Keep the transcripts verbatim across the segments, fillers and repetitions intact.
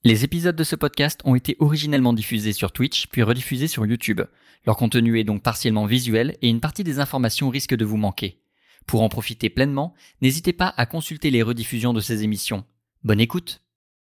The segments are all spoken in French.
Les épisodes de ce podcast ont été originellement diffusés sur Twitch, puis rediffusés sur YouTube. Leur contenu est donc partiellement visuel et une partie des informations risque de vous manquer. Pour en profiter pleinement, n'hésitez pas à consulter les rediffusions de ces émissions. Bonne écoute!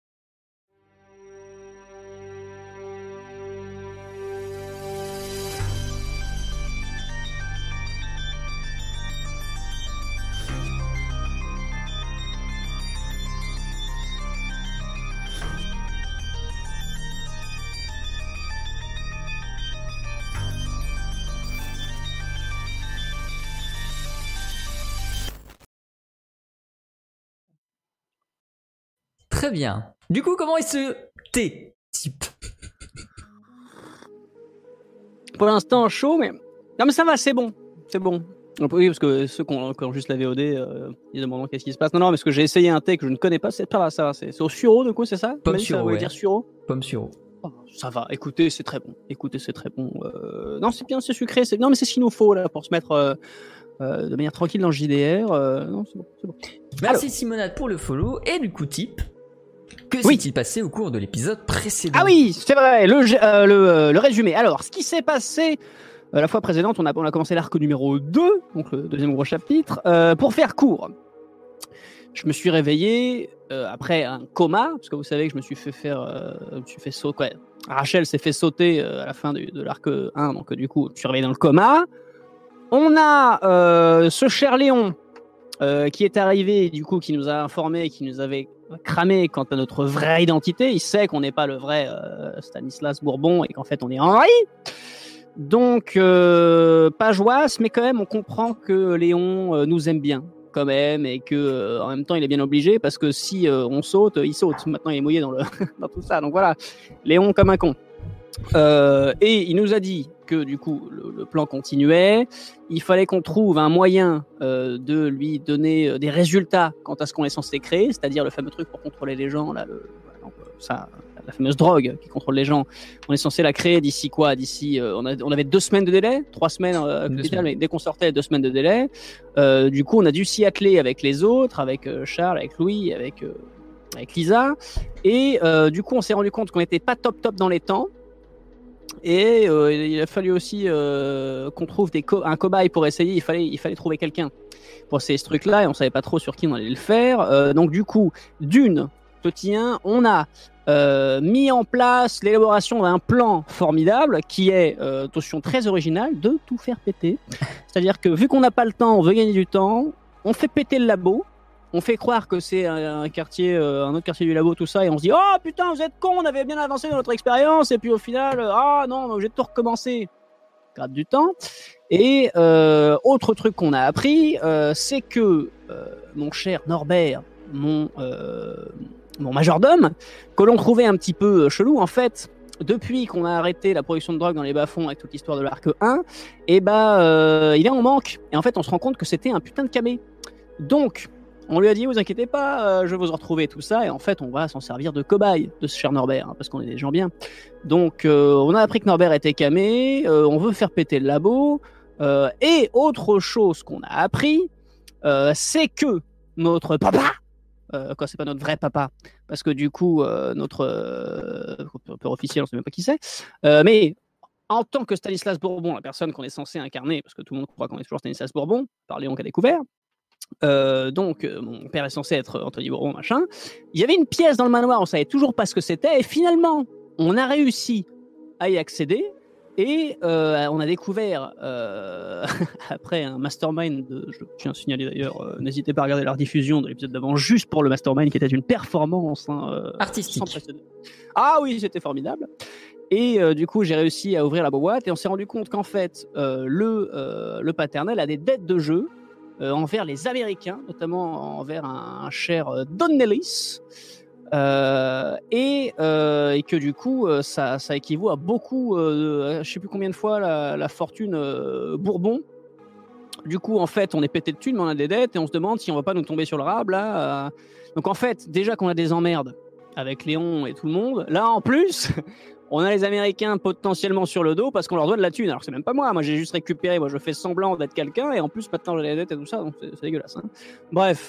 Très bien. Du coup, comment est ce T-type? Pour l'instant, chaud, mais... Non, mais ça va, c'est bon. C'est bon. Oui, parce que ceux qui ont, qui ont juste la V O D, euh, ils demandent qu'est-ce qui se passe. Non, non, parce que j'ai essayé un thé que je ne connais pas. C'est pas là, ça va. C'est, c'est au sureau, du coup, c'est ça? Pomme ça sureau, veut ouais. dire sureau. Pomme sureau. Oh, ça va. Écoutez, c'est très bon. Écoutez, c'est très bon. Euh... Non, c'est bien, c'est sucré. C'est... Non, mais c'est ce qu'il nous faut, là, pour se mettre euh, euh, de manière tranquille dans le J D R. Euh... Non, c'est bon, c'est bon. Merci Alors. Simonade pour le follow. Et du coup, type... Que oui. s'est-il passé au cours de l'épisode précédent? Ah oui, c'est vrai, le, euh, le, euh, le résumé. Alors, ce qui s'est passé euh, la fois précédente, on a, on a commencé l'arc numéro deux, donc le deuxième gros chapitre. Euh, pour faire court, je me suis réveillé euh, après un coma, parce que vous savez que je me suis fait faire... Euh, je me suis fait sauter, ouais. Rachel s'est fait sauter euh, à la fin du, de l'arc un, donc euh, du coup, je suis réveillé dans le coma. On a euh, ce cher Léon euh, qui est arrivé, du coup, qui nous a informé, qui nous avait... cramé quant à notre vraie identité. Il sait qu'on n'est pas le vrai euh, Stanislas Bourbon et qu'en fait on est Henri. Donc euh, pas joasse, mais quand même on comprend que Léon euh, nous aime bien quand même et que euh, en même temps il est bien obligé parce que si euh, on saute, il saute. Maintenant il est mouillé dans le dans tout ça. Donc voilà, Léon comme un con. Euh, et il nous a dit que du coup le, le plan continuait, il fallait qu'on trouve un moyen euh, de lui donner des résultats quant à ce qu'on est censé créer, c'est-à-dire le fameux truc pour contrôler les gens, là, le, donc, ça, la fameuse drogue qui contrôle les gens. On est censé la créer d'ici quoi? D'ici, euh, on, a, on avait deux semaines de délai, trois semaines, euh, deux semaines. Mais dès qu'on sortait, deux semaines de délai. Euh, du coup, on a dû s'y atteler avec les autres, avec euh, Charles, avec Louis, avec euh, avec Lisa, et euh, du coup, on s'est rendu compte qu'on n'était pas top top dans les temps. Et euh, il a fallu aussi euh, qu'on trouve des co- un cobaye pour essayer. Il fallait, il fallait trouver quelqu'un pour essayer ce truc-là et on savait pas trop sur qui on allait le faire. Euh, donc du coup, d'une, petit un, on a euh, mis en place l'élaboration d'un plan formidable qui est, euh, attention, très original, de tout faire péter. C'est-à-dire que vu qu'on n'a pas le temps, on veut gagner du temps, on fait péter le labo. On fait croire que c'est un, un quartier, euh, un autre quartier du labo, tout ça, et on se dit « Oh putain, vous êtes cons, on avait bien avancé dans notre expérience, et puis au final, ah non, on est obligé de tout recommencer. » Grade du temps. Et euh, autre truc qu'on a appris, euh, c'est que euh, mon cher Norbert, mon, euh, mon majordome, que l'on trouvait un petit peu chelou, en fait, depuis qu'on a arrêté la production de drogue dans les bas-fonds avec toute l'histoire de l'arc un, et bah, euh, il est en manque. Et en fait, on se rend compte que c'était un putain de camé. Donc, on lui a dit, vous inquiétez pas, euh, je vais vous retrouver tout ça, et en fait, on va s'en servir de cobaye de ce cher Norbert, hein, parce qu'on est des gens bien. Donc, euh, on a appris que Norbert était camé, euh, on veut faire péter le labo, euh, et autre chose qu'on a appris, euh, c'est que notre papa, euh, quoi, c'est pas notre vrai papa, parce que du coup, euh, notre euh, père officiel, on sait même pas qui c'est, euh, mais en tant que Stanislas Bourbon, la personne qu'on est censé incarner, parce que tout le monde croit qu'on est toujours Stanislas Bourbon, par Léon qui a découvert. Euh, donc euh, mon père est censé être Anthony Bourbon, machin. Il y avait une pièce dans le manoir, on savait toujours pas ce que c'était, et finalement, on a réussi à y accéder, et euh, on a découvert, euh, après un mastermind, de, je tiens à signaler d'ailleurs, euh, n'hésitez pas à regarder la rediffusion de l'épisode d'avant, juste pour le mastermind, qui était une performance hein, euh, artistique. Sans précédent. Ah oui, c'était formidable. Et euh, du coup, j'ai réussi à ouvrir la boîte, et on s'est rendu compte qu'en fait, euh, le, euh, le paternel a des dettes de jeu, Euh, envers les Américains, notamment envers un, un cher euh, Don Nellis, euh, et, euh, et que du coup, euh, ça, ça équivaut à beaucoup, euh, je sais plus combien de fois la, la fortune euh, Bourbon. Du coup, en fait, on est pété de thunes, mais on a des dettes, et on se demande si on va pas nous tomber sur le rab, là. Euh... Donc en fait, déjà qu'on a des emmerdes avec Léon et tout le monde, là en plus... On a les Américains potentiellement sur le dos parce qu'on leur doit de la thune. Alors c'est même pas moi, moi j'ai juste récupéré, moi je fais semblant d'être quelqu'un et en plus maintenant j'ai les dettes et tout ça, donc c'est, c'est dégueulasse. Hein. Bref,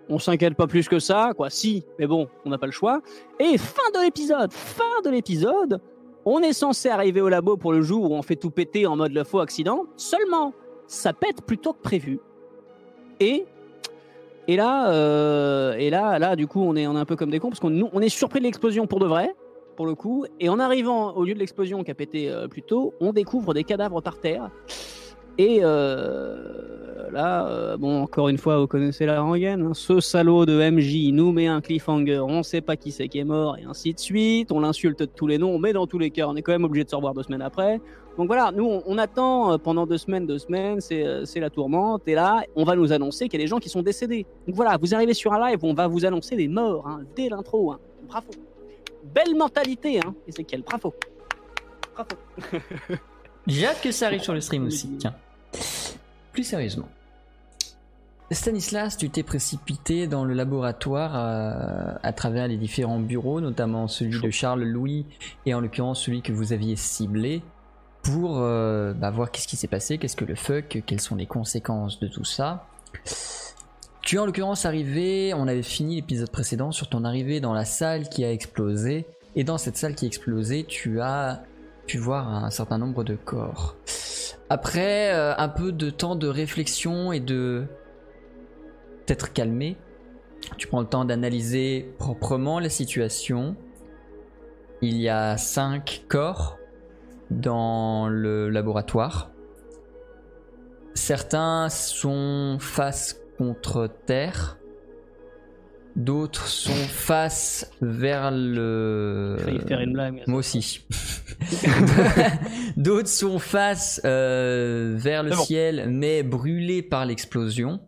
on s'inquiète pas plus que ça, quoi. Si, mais bon, on n'a pas le choix. Et fin de l'épisode, fin de l'épisode, on est censé arriver au labo pour le jour où on fait tout péter en mode le faux accident. Seulement, ça pète plutôt que prévu. Et et là, euh, et là, là, du coup, on est, on est un peu comme des cons parce qu'on nous, on est surpris de l'explosion pour de vrai, pour le coup. Et en arrivant au lieu de l'explosion qui a pété euh, plus tôt, on découvre des cadavres par terre. Et euh, là, euh, bon, encore une fois, vous connaissez la rengaine. Hein, ce salaud de M J nous met un cliffhanger, on sait pas qui c'est qui est mort, et ainsi de suite. On l'insulte de tous les noms, mais dans tous les cas, on est quand même obligé de se revoir deux semaines après. Donc voilà, nous, on, on attend euh, pendant deux semaines, deux semaines, c'est, euh, c'est la tourmente. Et là, on va nous annoncer qu'il y a des gens qui sont décédés. Donc voilà, vous arrivez sur un live où on va vous annoncer des morts, hein, dès l'intro. Hein. Bravo. Belle mentalité, hein, Ezekiel, bravo. Bravo. J'ai hâte que ça arrive sur le stream aussi. Tiens. Plus sérieusement, Stanislas, tu t'es précipité dans le laboratoire euh, à travers les différents bureaux, notamment celui de Charles Louis et en l'occurrence celui que vous aviez ciblé pour euh, bah, voir qu'est-ce qui s'est passé, qu'est-ce que le fuck, quelles sont les conséquences de tout ça. Tu es en l'occurrence arrivé, on avait fini l'épisode précédent sur ton arrivée dans la salle qui a explosé, et dans cette salle qui a explosé, tu as pu voir un certain nombre de corps. Après euh, un peu de temps de réflexion et de t'être calmé, tu prends le temps d'analyser proprement la situation. Il y a cinq corps dans le laboratoire. Certains sont face contre terre, d'autres sont face vers le... J'ai failli faire une blague. Moi aussi. D'autres sont face euh, vers le bon. ciel, mais brûlés par l'explosion.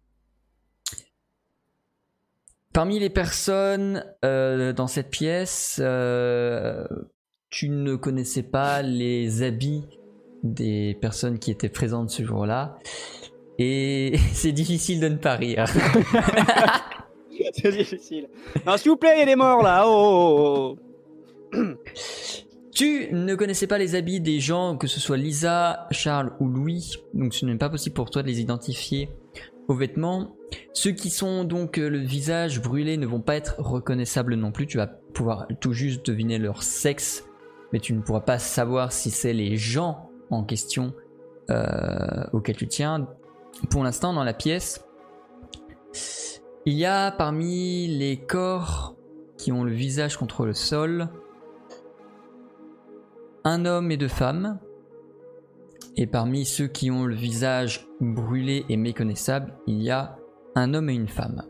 Parmi les personnes euh, dans cette pièce, euh, tu ne connaissais pas les habits des personnes qui étaient présentes ce jour-là. Et c'est difficile de ne pas rire. C'est difficile. Non, s'il vous plaît, il y a des morts là. Oh, oh, oh. Tu ne connaissais pas les habits des gens, que ce soit Lisa, Charles ou Louis, donc ce n'est pas possible pour toi de les identifier aux vêtements. Ceux qui sont donc le visage brûlé ne vont pas être reconnaissables non plus. Tu vas pouvoir tout juste deviner leur sexe, mais tu ne pourras pas savoir si c'est les gens en question euh, auxquels tu tiens. Pour l'instant, dans la pièce, il y a parmi les corps qui ont le visage contre le sol un homme et deux femmes, et parmi ceux qui ont le visage brûlé et méconnaissable, il y a un homme et une femme.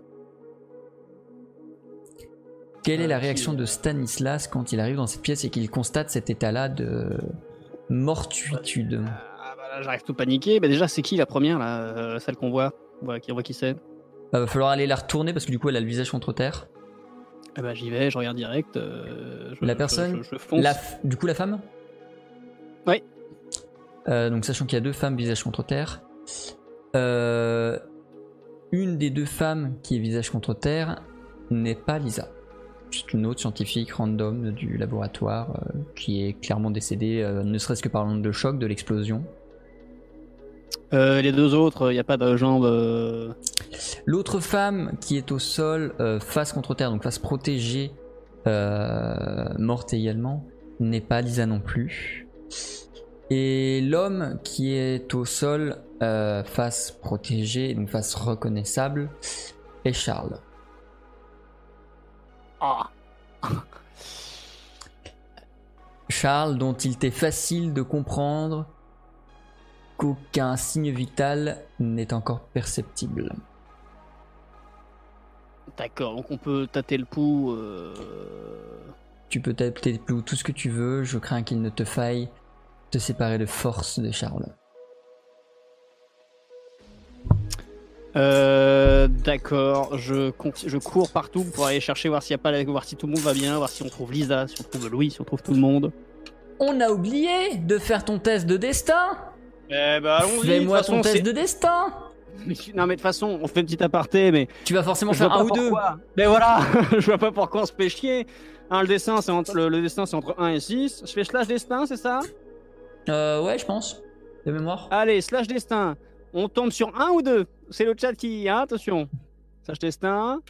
Quelle est la réaction de Stanislas quand il arrive dans cette pièce et qu'il constate cet état-là de mortuitude? Ah bah là, j'arrive tout paniquer. Bah déjà, c'est qui la première là, euh, celle qu'on voit, voilà, qui on voit qui c'est. Il va falloir aller la retourner parce que du coup elle a le visage contre terre. Eh bah j'y vais, je regarde direct. Euh, je, la personne, je, je, je fonce. La, du coup la femme. Oui. Euh, donc sachant qu'il y a deux femmes visage contre terre, euh, une des deux femmes qui est visage contre terre n'est pas Lisa. C'est une autre scientifique random du laboratoire euh, qui est clairement décédée, euh, ne serait-ce que par l'onde de choc de l'explosion. Euh, les deux autres, il n'y a pas de jambes. Euh... L'autre femme qui est au sol, euh, face contre terre, donc face protégée, euh, morte également, n'est pas Lisa non plus. Et l'homme qui est au sol, euh, face protégée, donc face reconnaissable, est Charles. Ah. Charles, dont il t'est facile de comprendre qu'aucun signe vital n'est encore perceptible. D'accord, donc on peut tâter le pouls. Euh... Tu peux tâter le pouls tout ce que tu veux, je crains qu'il ne te faille te séparer de force de Charles. Euh, d'accord, je, conti- je cours partout pour aller chercher, voir s'il y a pas, voir si tout le monde va bien, voir si on trouve Lisa, si on trouve Louis, si on trouve tout le monde. On a oublié de faire ton test de destin. Eh bah allons-y. Fais-moi de toute ton façon, test c'est- de destin. Mais tu- Non mais de toute façon, on fait une petite aparté, mais Tu vas forcément je vois faire un pas ou deux. pourquoi. Mais voilà, je vois pas pourquoi on se fait chier. Hein, le dessin, c'est entre, le, le destin, c'est entre un et six. Je fais slash destin, c'est ça? Euh, ouais, je pense. De mémoire. Allez, slash destin. On tombe sur un ou deux? C'est le chat qui... Hein, attention. Sage destin.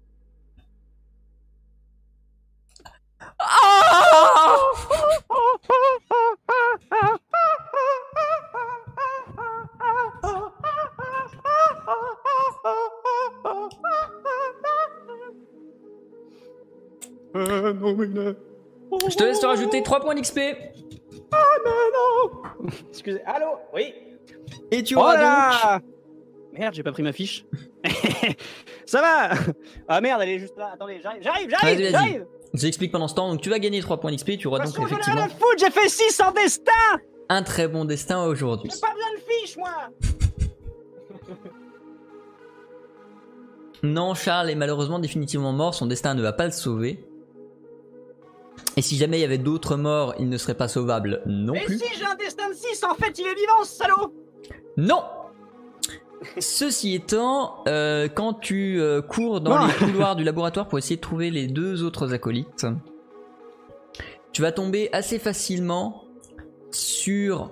Euh, non, mais non. Je te laisse te rajouter trois points d'X P. Ah, mais non. Excusez, allô. Oui. Et tu Oh auras là donc... Merde, j'ai pas pris ma fiche. Ça va. Ah merde, elle est juste là. Attendez, j'arrive, j'arrive, j'arrive, Vas-y, vas-y. j'arrive. J'explique pendant ce temps. Donc tu vas gagner trois points d'X P. Tu auras De donc toute façon, j'en ai effectivement rien à foutre, j'ai fait six en destin. un très bon destin aujourd'hui. J'ai pas besoin de fiche, moi. Non, Charles est malheureusement définitivement mort. Son destin ne va pas le sauver. Et si jamais il y avait d'autres morts, il ne serait pas sauvable non Mais plus. si j'ai un destin de six, en fait, il est vivant, ce salaud. Non. Ceci étant, euh, quand tu euh, cours dans Non. les couloirs du laboratoire pour essayer de trouver les deux autres acolytes, tu vas tomber assez facilement sur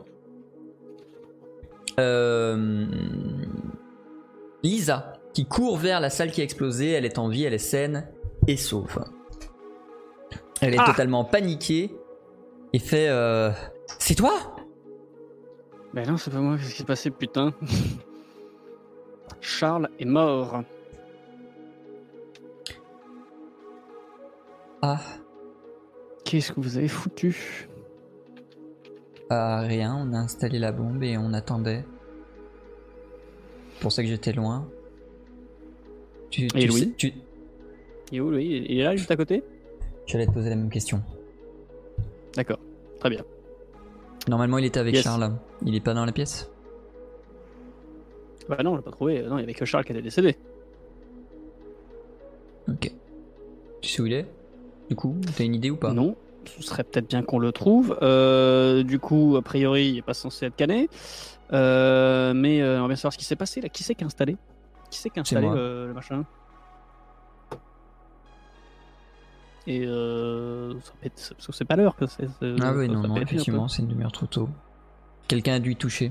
euh, Lisa qui court vers la salle qui a explosé. Elle est en vie, elle est saine et sauve. Elle est Ah. totalement paniquée et fait euh, c'est toi? Ben non, c'est pas moi, qu'est-ce qui s'est passé, putain. Charles est mort. Ah, Qu'est-ce que vous avez foutu? ah, rien, on a installé la bombe et on attendait. C'est pour ça que j'étais loin. Tu, tu Et Louis sais- tu... Il est où, lui? Il est là, juste à côté? J'allais te poser la même question. D'accord, très bien. Normalement, il était avec Yes. Charles. Il est pas dans la pièce? Bah non, on l'a pas trouvé. Non, il y avait que Charles qui était décédé. Ok. Tu sais où il est? Du coup, t'as une idée ou pas? Non, ce serait peut-être bien qu'on le trouve. Euh, du coup, a priori, il est pas censé être cané. Euh, mais euh, on va bien savoir ce qui s'est passé là. Qui c'est qui a installé? Qui c'est qui a C'est installé moi. euh, le machin? Et euh, ça peut être- parce que c'est pas l'heure que c'est. c'est- Ah oui, ça- non, ça non, peut être un peu. effectivement, c'est une demi-heure trop tôt. Quelqu'un a dû y toucher.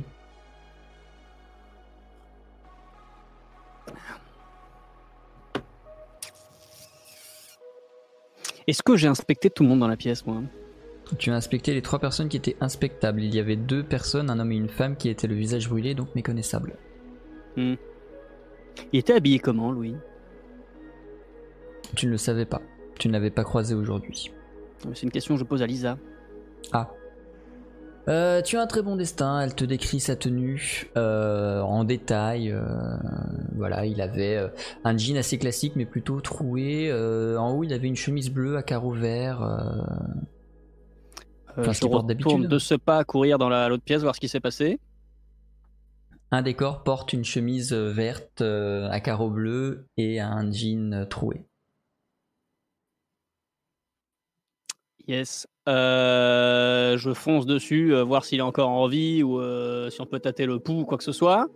Est-ce que j'ai inspecté tout le monde dans la pièce, moi? Tu as inspecté les trois personnes qui étaient inspectables. Il y avait deux personnes, un homme et une femme, qui étaient le visage brûlé, donc méconnaissables. Il était habillé comment, Louis? Tu ne le savais pas. Tu ne l'avais pas croisé aujourd'hui. C'est une question que je pose à Lisa. Ah. Euh, tu as un très bon destin, elle te décrit sa tenue euh, en détail. euh, voilà, il avait euh, un jean assez classique mais plutôt troué. euh, en haut, il avait une chemise bleue à carreaux verts. euh, Euh, Enfin, ce je qu'il porte retourne d'habitude. de ce pas à courir dans la- l'autre pièce, voir ce qui s'est passé. Un des corps porte une chemise euh, verte euh, à carreaux bleus et un jean euh, troué. Yes. Euh, je fonce dessus, euh, voir s'il est encore en vie ou euh, si on peut tâter le pouls ou quoi que ce soit.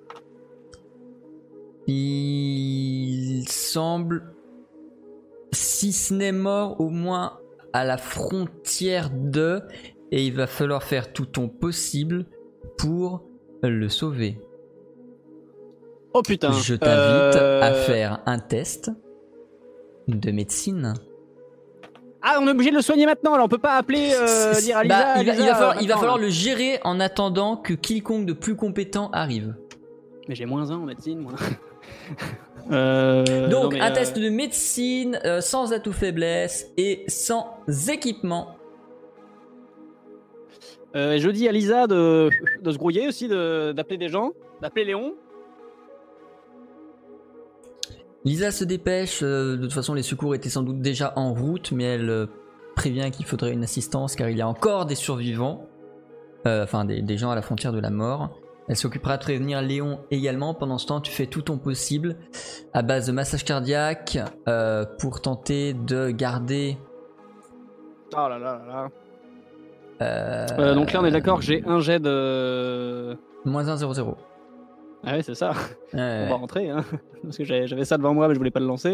Il semble, si ce n'est mort, au moins à la frontière de, et il va falloir faire tout ton possible pour le sauver. Oh putain. Je t'invite Euh, à faire un test de médecine. Ah, on est obligé de le soigner maintenant, alors on peut pas appeler, euh, dire à Lisa. Bah, il, va, il va Lisa, falloir, euh, il va maintenant, falloir là. le gérer en attendant que quiconque de plus compétent arrive. Mais j'ai moins un en médecine, moi. Euh, Donc non, mais, un euh, test de médecine euh, sans atout faiblesse et sans équipement. euh, je dis à Lisa de, de se grouiller aussi, de- d'appeler des gens, d'appeler Léon. Lisa se dépêche, euh, de toute façon les secours étaient sans doute déjà en route, mais elle euh, prévient qu'il faudrait une assistance car il y a encore des survivants, euh, enfin des, des gens à la frontière de la mort. Elle s'occupera de prévenir Léon également. Pendant ce temps, tu fais tout ton possible à base de massage cardiaque euh, pour tenter de garder... Oh là là là là. Euh, Euh, donc là, on est d'accord que j'ai un jet de. moins un zéro zéro. Ah ouais, c'est ça. Ouais, On va rentrer, hein. Parce que j'avais j'avais ça devant moi, mais je voulais pas le lancer.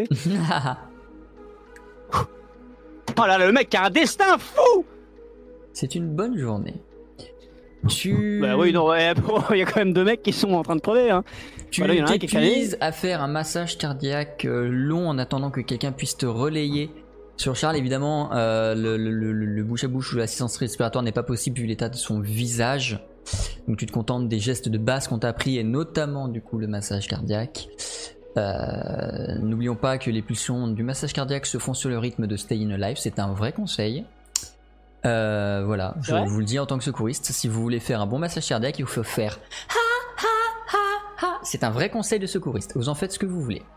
Oh là là, le mec qui a un destin fou. C'est une bonne journée. Tu... Bah oui, non, ouais, bon, il y a quand même deux mecs qui sont en train de crever, hein. Tu Voilà, il y en a un qui est calé. t'épuises à faire un massage cardiaque euh, long en attendant que quelqu'un puisse te relayer sur Charles. Évidemment, euh, le, le, le, le bouche à bouche ou l'assistance respiratoire n'est pas possible vu l'état de son visage. Donc tu te contentes des gestes de base qu'on t'a appris et notamment du coup le massage cardiaque. Euh, n'oublions pas que les pulsions du massage cardiaque se font sur le rythme de Stay in Alive, c'est un vrai conseil. Euh, voilà, je Ouais. vous le dis en tant que secouriste, si vous voulez faire un bon massage cardiaque, il faut faire ha ha ha ha. C'est un vrai conseil de secouriste, vous en faites ce que vous voulez.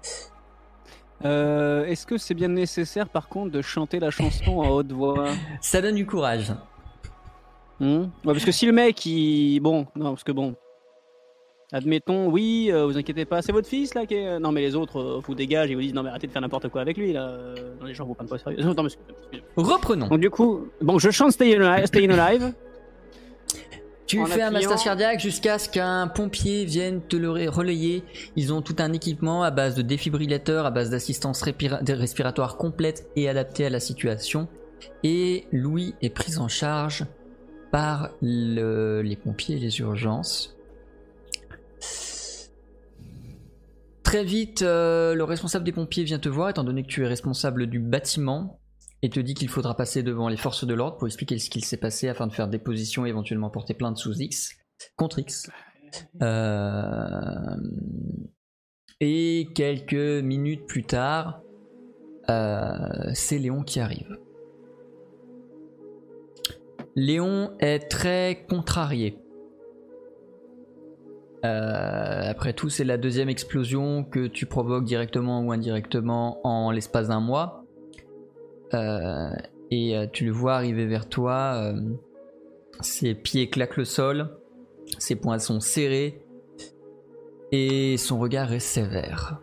Euh, Est-ce que c'est bien nécessaire par contre de chanter la chanson à haute voix? Ça donne du courage. Hmm ouais, parce que si le mec, il... Bon, non, parce que bon... Admettons, oui, euh, vous inquiétez pas, c'est votre fils là qui est... Non mais les autres euh, vous dégagent et vous disent non mais arrêtez de faire n'importe quoi avec lui là. Euh, non, les gens vous prennent pas au sérieux. Non, mais excusez-moi. Reprenons. Donc du coup, bon je chante Stay in Alive, Stay in Alive. Tu En fais un appuyant. massage cardiaque jusqu'à ce qu'un pompier vienne te le ré- relayer. Ils ont tout un équipement à base de défibrillateurs, à base d'assistance répira- respiratoire complète et adaptée à la situation. Et Louis est pris en charge par le- les pompiers et les urgences. Très vite, euh, le responsable des pompiers vient te voir, étant donné que tu es responsable du bâtiment, et te dit qu'il faudra passer devant les forces de l'ordre pour expliquer ce qu'il s'est passé afin de faire déposition et éventuellement porter plainte sous X, contre X. Euh, Et quelques minutes plus tard, euh, c'est Léon qui arrive. Léon est très contrarié. Euh, après tout, c'est la deuxième explosion que tu provoques directement ou indirectement en l'espace d'un mois. Euh, et euh, tu le vois arriver vers toi. Euh, ses pieds claquent le sol, ses poings sont serrés et son regard est sévère.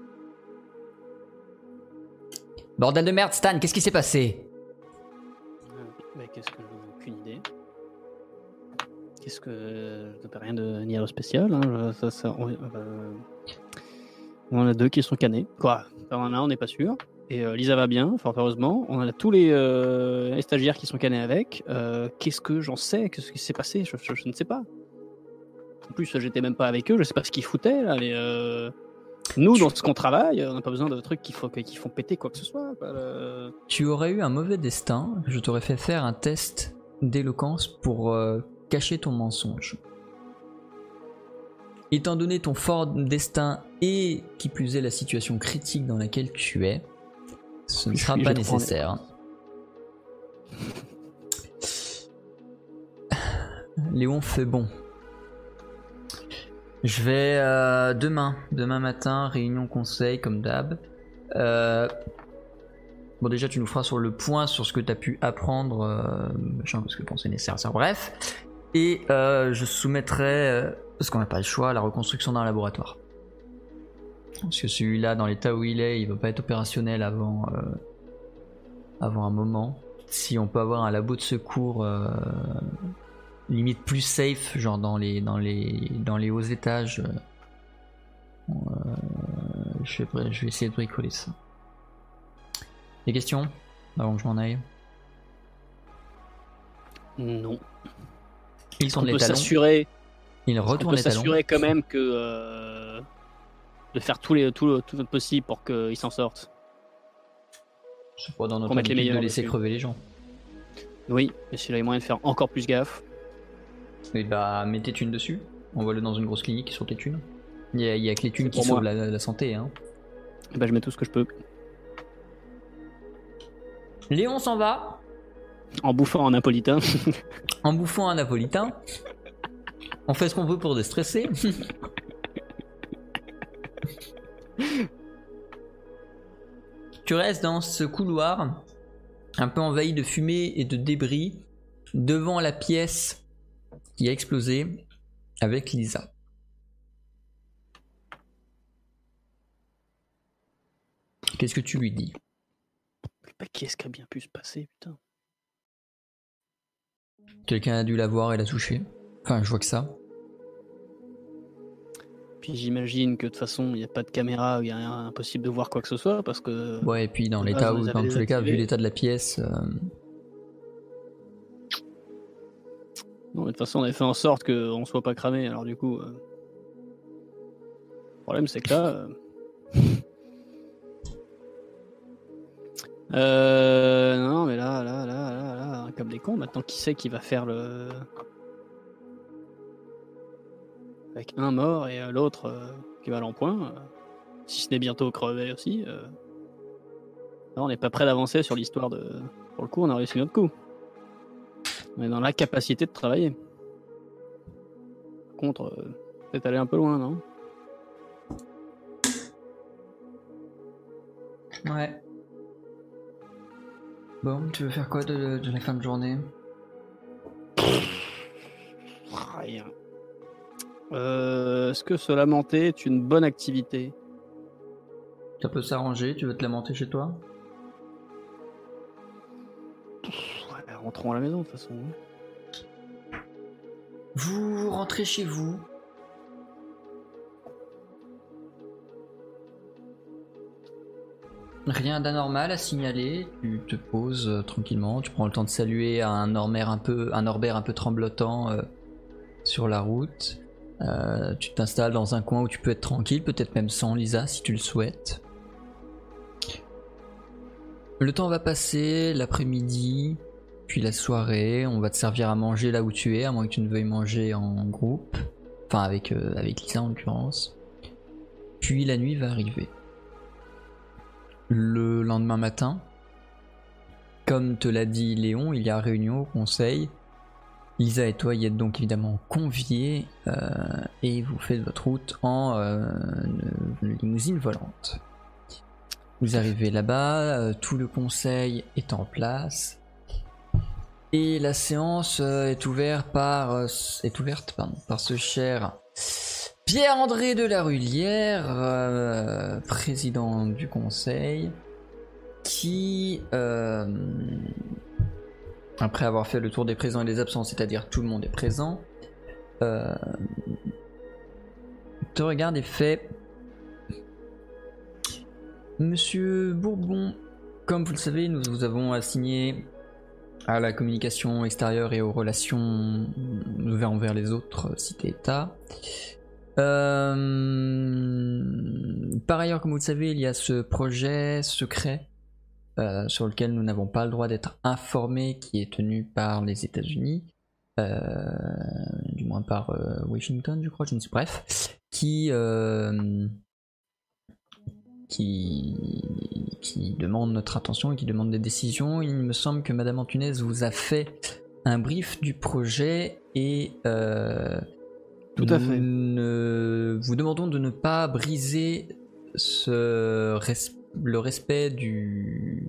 Bordel de merde, Stan, qu'est-ce qui s'est passé? Mais qu'est-ce que j'en ai aucune idée. Qu'est-ce que je ne peux rien de ni à spécial. Hein. je- Ça, ça, on, euh, on en a deux qui sont canés. Quoi? Enfin, on en a un, on n'est pas sûr. Et euh, Lisa va bien, fort heureusement. On a tous les, euh, les stagiaires qui sont canés avec. Euh, qu'est-ce que j'en sais? Qu'est-ce qui s'est passé? je, je, je ne sais pas. En plus, j'étais même pas avec eux. Je sais pas ce qu'ils foutaient là. Mais euh, nous, dans ce qu'on travaille, on n'a pas besoin de trucs qui, faut, qui font péter quoi que ce soit. Quoi. Le... Tu aurais eu un mauvais destin, je t'aurais fait faire un test d'éloquence pour euh, cacher ton mensonge. Étant donné ton fort destin et qui plus est la situation critique dans laquelle tu es, ce ne Je sera suis- pas je prends nécessaire. Léon fait bon. Je vais euh, demain, demain matin, réunion conseil comme d'hab. Euh, bon déjà tu nous feras sur le point sur ce que tu as pu apprendre, euh, machin, parce que bon, c'est nécessaire, bref. Et euh, je soumettrai, euh, parce qu'on n'a pas le choix, la reconstruction d'un laboratoire. Parce que celui-là, dans l'état où il est, il va pas être opérationnel avant, euh, avant un moment. Si on peut avoir un labo de secours euh, limite plus safe, genre dans les, dans les, dans les hauts étages, euh, je, vais, je vais essayer de bricoler ça. Des questions avant que je m'en aille? Non. Ils On tournent les peut talons. s'assurer. Ils On retournent peut les talons. s'assurer quand même que euh, de faire tout, les, tout, le, tout notre possible pour qu'ils s'en sortent. C'est pas dans notre Pour mettre les habitude de meilleurs laisser dessus. crever les gens. Oui, mais s'il a les moyens de faire encore plus gaffe. Et bah, mets tes thunes dessus. Envoie-le dans une grosse clinique sur tes thunes. Il y a, il y a que les thunes C'est qui pour sauvent moi. la, la santé. Hein. Eh ben, je mets tout ce que je peux. Léon s'en va En bouffant en napolitain. en bouffant un napolitain. On fait ce qu'on veut pour déstresser. Tu restes dans ce couloir, un peu envahi de fumée et de débris, devant la pièce qui a explosé avec Lisa. Qu'est-ce que tu lui dis? Bah, qu'est-ce qui a bien pu se passer, putain? Quelqu'un a dû la voir et la toucher. Enfin, je vois que ça. Puis j'imagine que de toute façon, il n'y a pas de caméra, il y a impossible de voir quoi que ce soit parce que. Ouais, et puis dans de l'état base, on où, les dans avait tous les cas, vu désactivés. l'état de la pièce, euh, Non, mais de toute façon, on avait fait en sorte qu'on soit pas cramé, alors du coup. euh, Le problème, c'est que là... Euh... euh... Non, mais là, là, là, là, là, comme des cons, maintenant, qui c'est qui va faire le... Avec un mort et l'autre euh, qui va à l'empoint, euh, si ce n'est bientôt crevé aussi. Euh... Là, on n'est pas prêt d'avancer sur l'histoire de... Pour le coup, on a réussi notre coup. On est dans la capacité de travailler. Par contre, euh, peut-être aller un peu loin, non? Ouais. Bon, tu veux faire quoi de, de la fin de journée? Rien. Euh, est-ce que se lamenter est une bonne activité? Ça peut s'arranger, tu veux te lamenter chez toi? Ouais, rentrons à la maison de toute façon. Vous rentrez chez vous. Rien d'anormal à signaler, tu te poses euh, tranquillement, tu prends le temps de saluer un Norbert un peu, un Norbert un peu tremblotant euh, sur la route. Euh, tu t'installes dans un coin où tu peux être tranquille, peut-être même sans Lisa si tu le souhaites. Le temps va passer, l'après-midi, puis la soirée, on va te servir à manger là où tu es, à moins que tu ne veuilles manger en groupe, enfin avec, euh, avec Lisa en l'occurrence. Puis la nuit va arriver. Le lendemain matin, comme te l'a dit Léon, il y a réunion au conseil. Lisa et toi y êtes donc évidemment conviés euh, et vous faites votre route en euh, limousine volante. Vous arrivez là-bas, euh, tout le conseil est en place et la séance euh, est ouverte par euh, est ouverte pardon, par ce cher Pierre-André de la Rullière, euh, président du conseil, qui euh, après avoir fait le tour des présents et des absents, c'est-à-dire tout le monde est présent, euh, te regarde et fait: Monsieur Bourbon, comme vous le savez, nous vous avons assigné à la communication extérieure et aux relations envers, envers les autres cités-États. Euh, par ailleurs, comme vous le savez, il y a ce projet secret euh, sur lequel nous n'avons pas le droit d'être informés, qui est tenu par les États-Unis, euh, du moins par euh, Washington, je crois, je ne sais, bref, qui euh, qui qui demande notre attention et qui demande des décisions. Il me semble que Madame Antunes vous a fait un brief du projet et euh, tout à fait. Ne, vous demandons de ne pas briser ce res, le respect du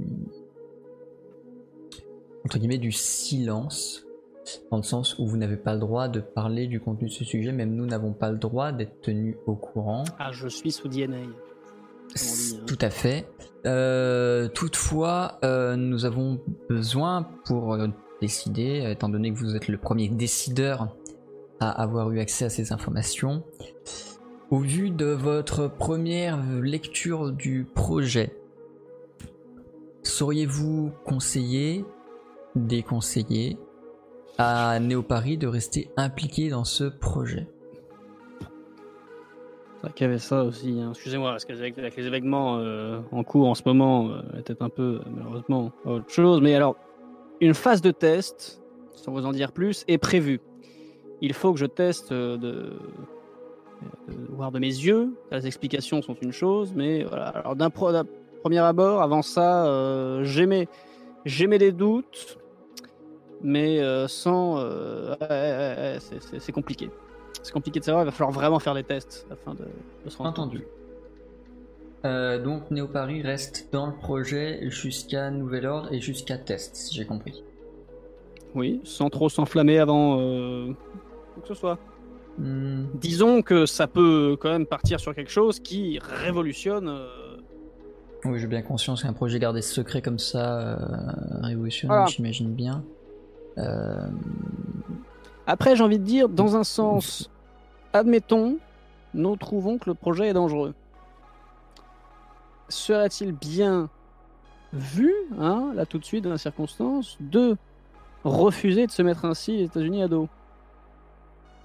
entre guillemets du silence, dans le sens où vous n'avez pas le droit de parler du contenu de ce sujet, même nous n'avons pas le droit d'être tenus au courant. Ah, je suis sous D N A. Dit, hein. Tout à fait. Euh, toutefois, euh, nous avons besoin pour euh, décider, étant donné que vous êtes le premier décideur à avoir eu accès à ces informations, au vu de votre première lecture du projet, sauriez-vous conseiller, déconseiller à Néo-Paris de rester impliqué dans ce projet? C'est vrai qu'il y avait ça aussi, hein. Excusez-moi, parce qu'avec avec les événements euh, en cours en ce moment, euh, peut-être un peu, malheureusement, autre chose. Mais alors, une phase de test, sans vous en dire plus, est prévue. Il faut que je teste de, de voir de mes yeux. Les explications sont une chose, mais voilà. Alors d'un, pro, d'un premier abord, avant ça, euh, j'aimais, j'aimais des doutes, mais euh, sans, euh, ouais, ouais, ouais, c'est, c'est, c'est compliqué. C'est compliqué de savoir. Il va falloir vraiment faire les tests afin de, de se rendre Entendu. compte. Euh, donc Néo-Paris reste dans le projet jusqu'à nouvel ordre et jusqu'à test, si j'ai compris. Oui, sans trop s'enflammer avant euh, quoi que ce soit. Hmm. Disons que ça peut quand même partir sur quelque chose qui révolutionne. Euh... Oui, j'ai bien conscience qu'un projet gardé secret comme ça euh, révolutionne, voilà. J'imagine bien. Euh... Après, j'ai envie de dire, dans un sens, admettons, nous trouvons que le projet est dangereux. Serait-il bien vu, hein, là tout de suite dans la circonstance, de refuser de se mettre ainsi les États-Unis à dos?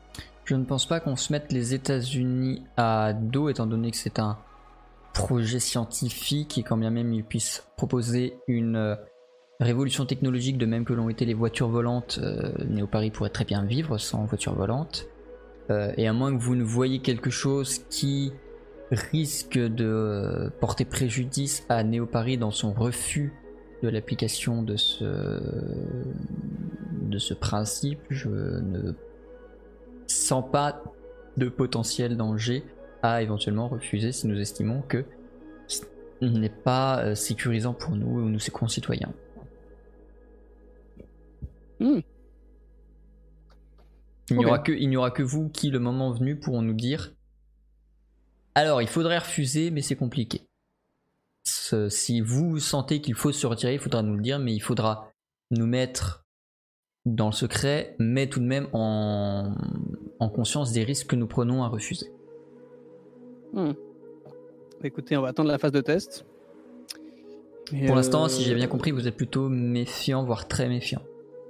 Je ne pense pas qu'on se mette les États-Unis à dos, étant donné que c'est un projet scientifique et quand bien même ils puissent proposer une euh, révolution technologique, de même que l'ont été les voitures volantes, euh, Néo-Paris pourrait très bien vivre sans voitures volantes. Euh, et à moins que vous ne voyiez quelque chose qui risque de euh, porter préjudice à Néo-Paris dans son refus de l'application de ce, de ce principe, je ne sens pas de potentiel danger à éventuellement refuser si nous estimons que ce n'est pas euh, sécurisant pour nous ou nous ses concitoyens. Hmm. Il n'y Ok. aura que, il n'y aura que vous qui, le moment venu, pourront nous dire alors il faudrait refuser, mais c'est compliqué. Ce- si vous sentez qu'il faut se retirer, il faudra nous le dire, mais il faudra nous mettre dans le secret, mais tout de même en, en conscience des risques que nous prenons à refuser. Hmm. Écoutez, on va attendre la phase de test. Et Pour l'instant, euh, si j'ai bien compris, vous êtes plutôt méfiant, voire très méfiant.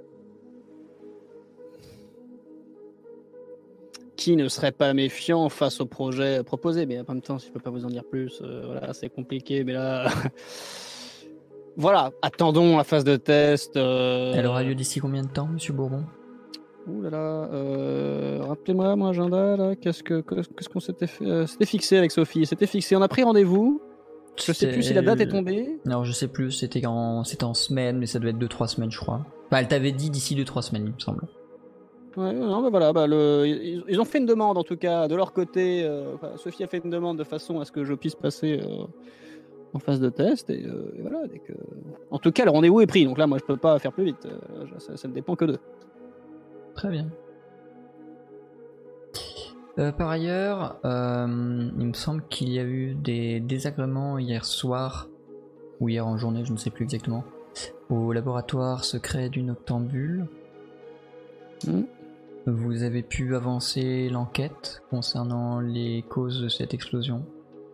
Qui ne serait pas méfiant face au projet proposé, mais en même temps, si je peux pas vous en dire plus, euh, voilà, c'est compliqué, mais là... Voilà, attendons la phase de test. euh, Elle aura lieu d'ici combien de temps, monsieur Bourbon? Ouh là là, euh, rappelez-moi mon agenda, là, qu'est-ce que qu'est-ce qu'on s'était fait, euh, s'était fixé avec Sophie? C'était fixé, on a pris rendez-vous. Je sais plus si la date est tombée. Non, je sais plus, c'était en, c'était en semaine, mais ça devait être deux trois semaines, je crois. Enfin, elle t'avait dit d'ici deux trois semaines, il me semble. Ouais, non, bah voilà, bah le, ils, ils ont fait une demande en tout cas de leur côté. euh, enfin, Sophie a fait une demande de façon à ce que je puisse passer euh, en phase de test et, euh, et voilà. Dès que... En tout cas, le rendez-vous est pris, donc là, moi, je peux pas faire plus vite. euh, ça, ça ne dépend que d'eux. Très bien. Euh, par ailleurs, euh, il me semble qu'il y a eu des désagréments hier soir, ou hier en journée, je ne sais plus exactement, au laboratoire secret du Noctambule. Hmm. Vous avez pu avancer l'enquête concernant les causes de cette explosion?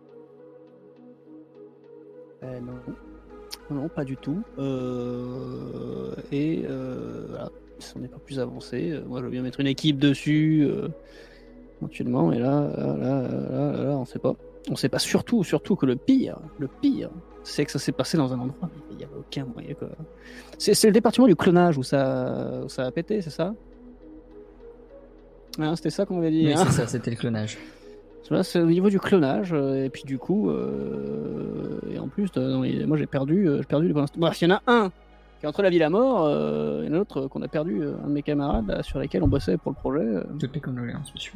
Euh, non. non, non, pas du tout. Euh, et euh, voilà, on n'est pas plus avancé. Euh, Moi, je veux bien mettre une équipe dessus, euh, éventuellement, et là, là, là, là, là, là, on sait pas. On sait pas surtout, surtout que le pire, le pire, c'est que ça s'est passé dans un endroit, mais il n'y avait aucun moyen. Quoi. C'est, c'est le département du clonage où ça, où ça a pété, c'est ça? Hein, c'était ça qu'on avait dit. Oui, hein c'est ça, c'était le clonage. Là, c'est au niveau du clonage, euh, et puis du coup, euh, et en plus, euh, non, il- moi j'ai perdu, euh, j'ai perdu pour l'instant. Bref, il y en a un qui est entre la vie et la mort, euh, et un autre qu'on a perdu, euh, un de mes camarades là, sur lesquels on bossait pour le projet. euh. Toutes les condoléances, monsieur.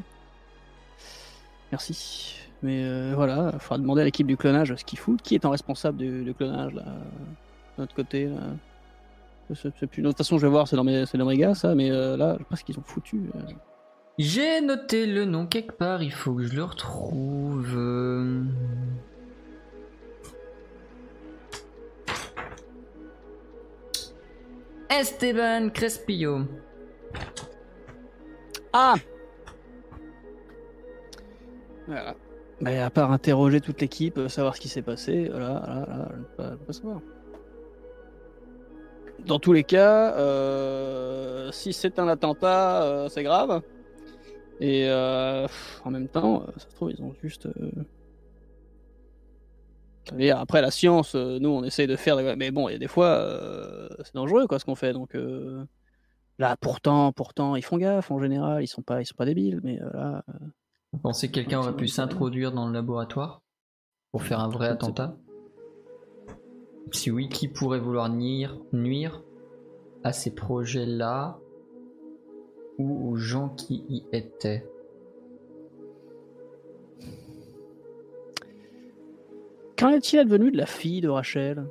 Merci. Mais euh, voilà, il faudra demander à l'équipe du clonage ce qu'ils foutent. Qui est en responsable du, du clonage là, de notre côté là. C'est, c'est plus... De toute façon, je vais voir, c'est dans mes, c'est dans mes gars ça, mais euh, là, je sais pas ce qu'ils ont foutu. euh. J'ai noté le nom quelque part, il faut que je le retrouve. euh. Esteban Crespillo. Ah Voilà. Mais à part interroger toute l'équipe, euh, savoir ce qui s'est passé, voilà, voilà, voilà, je ne peux pas, je peux pas savoir. Dans tous les cas, euh, si c'est un attentat, euh, c'est grave. Et euh, pff, en même temps, euh, ça se trouve, ils ont juste. euh, Et après, la science, euh, nous, on essaye de faire. des- Mais bon, il y a des fois, euh, c'est dangereux, quoi, ce qu'on fait. Donc euh, là, pourtant, pourtant, ils font gaffe en général. Ils sont pas, ils sont pas débiles. Mais euh, là, Vous pensez que quelqu'un aurait pu s'introduire dans le laboratoire pour faire un vrai Je ne sais attentat? Si oui, qui pourrait vouloir nuire, nuire à ces projets-là ou aux gens qui y étaient? qu'en est-il advenu de la fille de Rachel?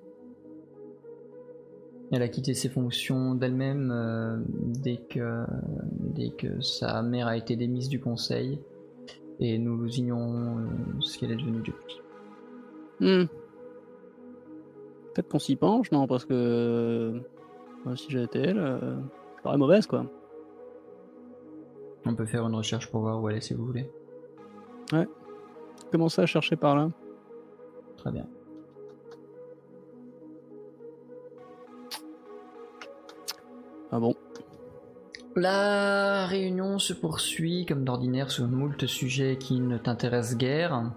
Elle a quitté ses fonctions d'elle-même euh, dès que, dès que sa mère a été démise du conseil et nous ignorons euh, ce qu'elle est devenue depuis. Hmm. Peut-être qu'on s'y penche, non? Parce que euh, moi, si j'avais été elle, euh, je serais mauvaise, quoi. On peut faire une recherche pour voir où elle est si vous voulez. Commencer à chercher par là. Très bien. Ah bon? La réunion se poursuit comme d'ordinaire sur moult sujets qui ne t'intéressent guère.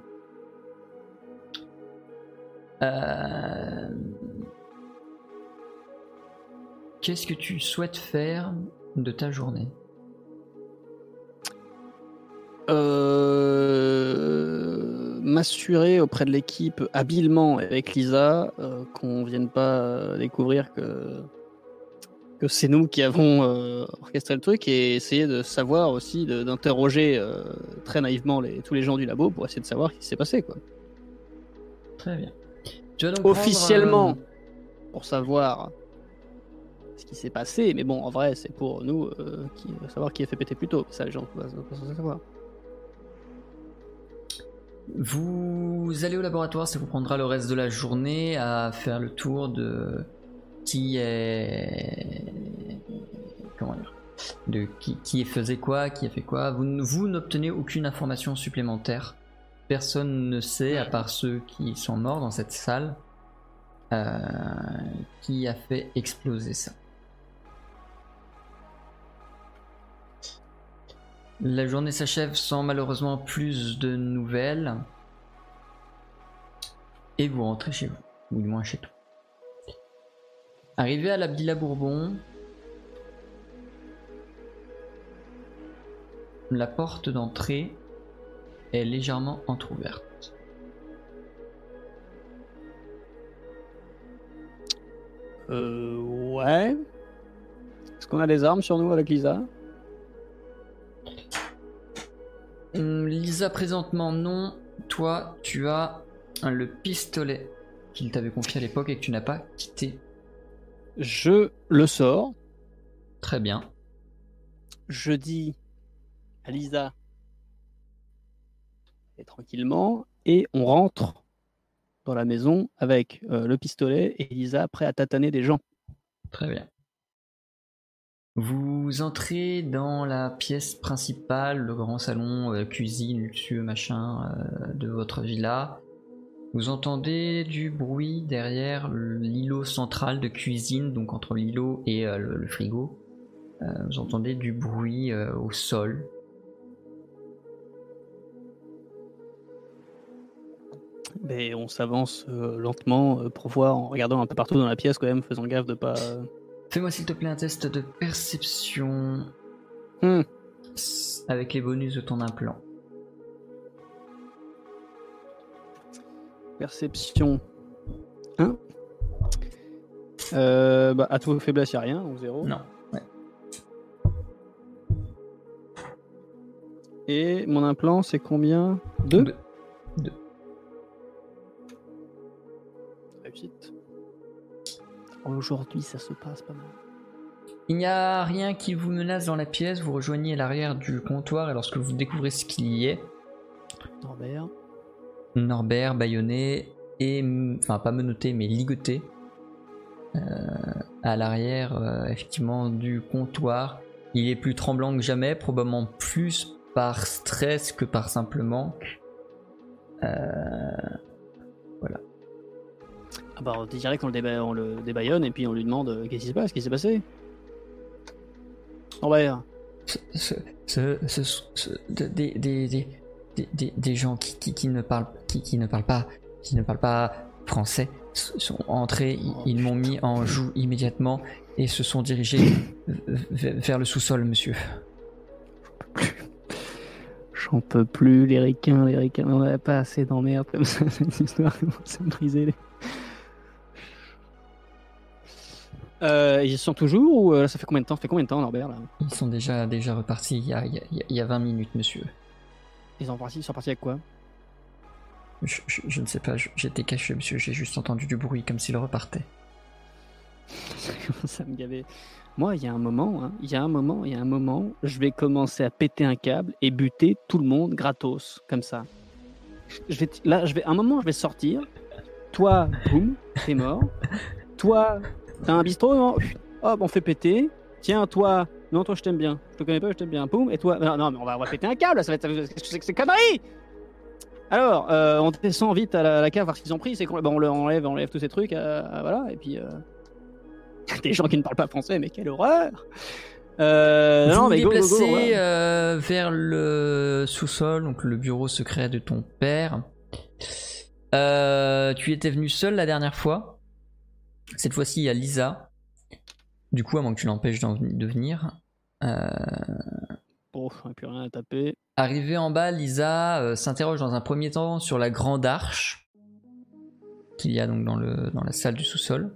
Euh... Qu'est-ce que tu souhaites faire de ta journée ? euh... M'assurer auprès de l'équipe habilement avec Lisa euh, qu'on vienne pas euh, découvrir que que c'est nous qui avons euh, orchestré le truc et essayer de savoir aussi, de, d'interroger euh, très naïvement les, tous les gens du labo pour essayer de savoir ce qui s'est passé, quoi. Très bien. Tu vas donc officiellement prendre, euh... pour savoir ce qui s'est passé, mais bon, en vrai, c'est pour nous euh, qui, savoir qui a fait péter plus tôt. Ça, les gens ne peuvent pas savoir. Vous allez au laboratoire, ça vous prendra le reste de la journée à faire le tour de qui est comment dire de qui, qui faisait quoi, qui a fait quoi. Vous, vous n'obtenez aucune information supplémentaire. Personne ne sait, à part ceux qui sont morts dans cette salle, euh, qui a fait exploser ça. La journée s'achève sans malheureusement plus de nouvelles. Et vous rentrez chez vous, ou du moins chez toi. Arrivé à la Villa Bourbon, la porte d'entrée est légèrement entrouverte. Euh, ouais. Est-ce qu'on a des armes sur nous avec Lisa ? Hum, Lisa, présentement, non. Toi, tu as le pistolet qu'il t'avait confié à l'époque et que tu n'as pas quitté. Je le sors. Très bien. Je dis à Lisa et tranquillement et on rentre dans la maison avec euh, le pistolet et Lisa prêt à tataner des gens. Très bien. Vous entrez dans la pièce principale, le grand salon, euh, cuisine, luxueux, machin euh, de votre villa. Vous entendez du bruit derrière l'îlot central de cuisine, donc entre l'îlot et euh, le, le frigo. Euh, vous entendez du bruit euh, au sol. Mais on s'avance euh, lentement euh, pour voir en regardant un peu partout dans la pièce quand même, faisant gaffe de pas... Euh... Fais-moi s'il te plaît un test de perception hmm. avec les bonus de ton implant. Perception un. Euh, bah, à tout faiblesse, il n'y a rien, ou zéro. Non. Ouais. Et mon implant, c'est combien ? deux. Deux. Deux. Réussite. Aujourd'hui, ça se passe pas mal. Il n'y a rien qui vous menace dans la pièce. Vous rejoignez l'arrière du comptoir et lorsque vous découvrez ce qu'il y est, Norbert. Norbert, bâillonné et, enfin pas menotté mais ligoté euh, à l'arrière euh, effectivement du comptoir. Il est plus tremblant que jamais, probablement plus par stress que par simple manque. Euh, voilà. Ah bah on dirait qu'on le, déba- on le débaillonne et puis on lui demande euh, qu'est-ce qui se passe, qu'est-ce qui s'est passé. Norbert. Ce, ce, ce, ce, ce, des, des, des, des, des gens qui, qui, qui ne parlent qui, qui ne parlent pas qui ne parlent pas français sont entrés, ils, Oh, ils m'ont mis en joue immédiatement et se sont dirigés vers le sous-sol, monsieur. J'en peux plus, les ricains, les ricains. On n'avait pas assez d'emmerde comme ça, cette histoire commence à me briser les... Euh, ils sont toujours ou euh, ça fait combien de temps Ça fait combien de temps, Norbert là? Ils sont déjà, déjà repartis il y, a, il, y a, il y a vingt minutes, monsieur. Ils sont partis, ils sont partis avec quoi? je, je, je ne sais pas, je, j'étais caché, monsieur, j'ai juste entendu du bruit comme s'ils repartaient. Ça me gavait. Moi, il y a un moment, hein, il y a un moment, il y a un moment, je vais commencer à péter un câble et buter tout le monde gratos, comme ça. Je vais, là, je vais, à un moment, je vais sortir. Toi, boum, t'es mort. Toi, t'as un bistrot, non? Hop, on fait péter. Tiens, toi, non, toi, je t'aime bien. Je te connais pas, je t'aime bien. Boum, et toi, non, non, mais on va, on va péter un câble, ça va être, qu'est-ce que c'est que ces conneries? Alors, euh, on descend vite à la, à la cave, voir ce qu'ils ont pris. C'est qu'on, bon, on enlève, on enlève tous ces trucs, euh, voilà, et puis. Euh... Des gens qui ne parlent pas français, mais quelle horreur! Euh, Vous non, vous mais go, go, go, déplacez voilà. euh, vers le sous-sol, donc le bureau secret de ton père. Euh, tu étais venu seul la dernière fois. Cette fois-ci, il y a Lisa. Du coup, à moins que tu l'empêches d'en- de venir. Euh, Bon, il n'y a plus rien à taper. Arrivée en bas, Lisa euh, s'interroge dans un premier temps sur la grande arche qu'il y a donc dans, le, dans la salle du sous-sol.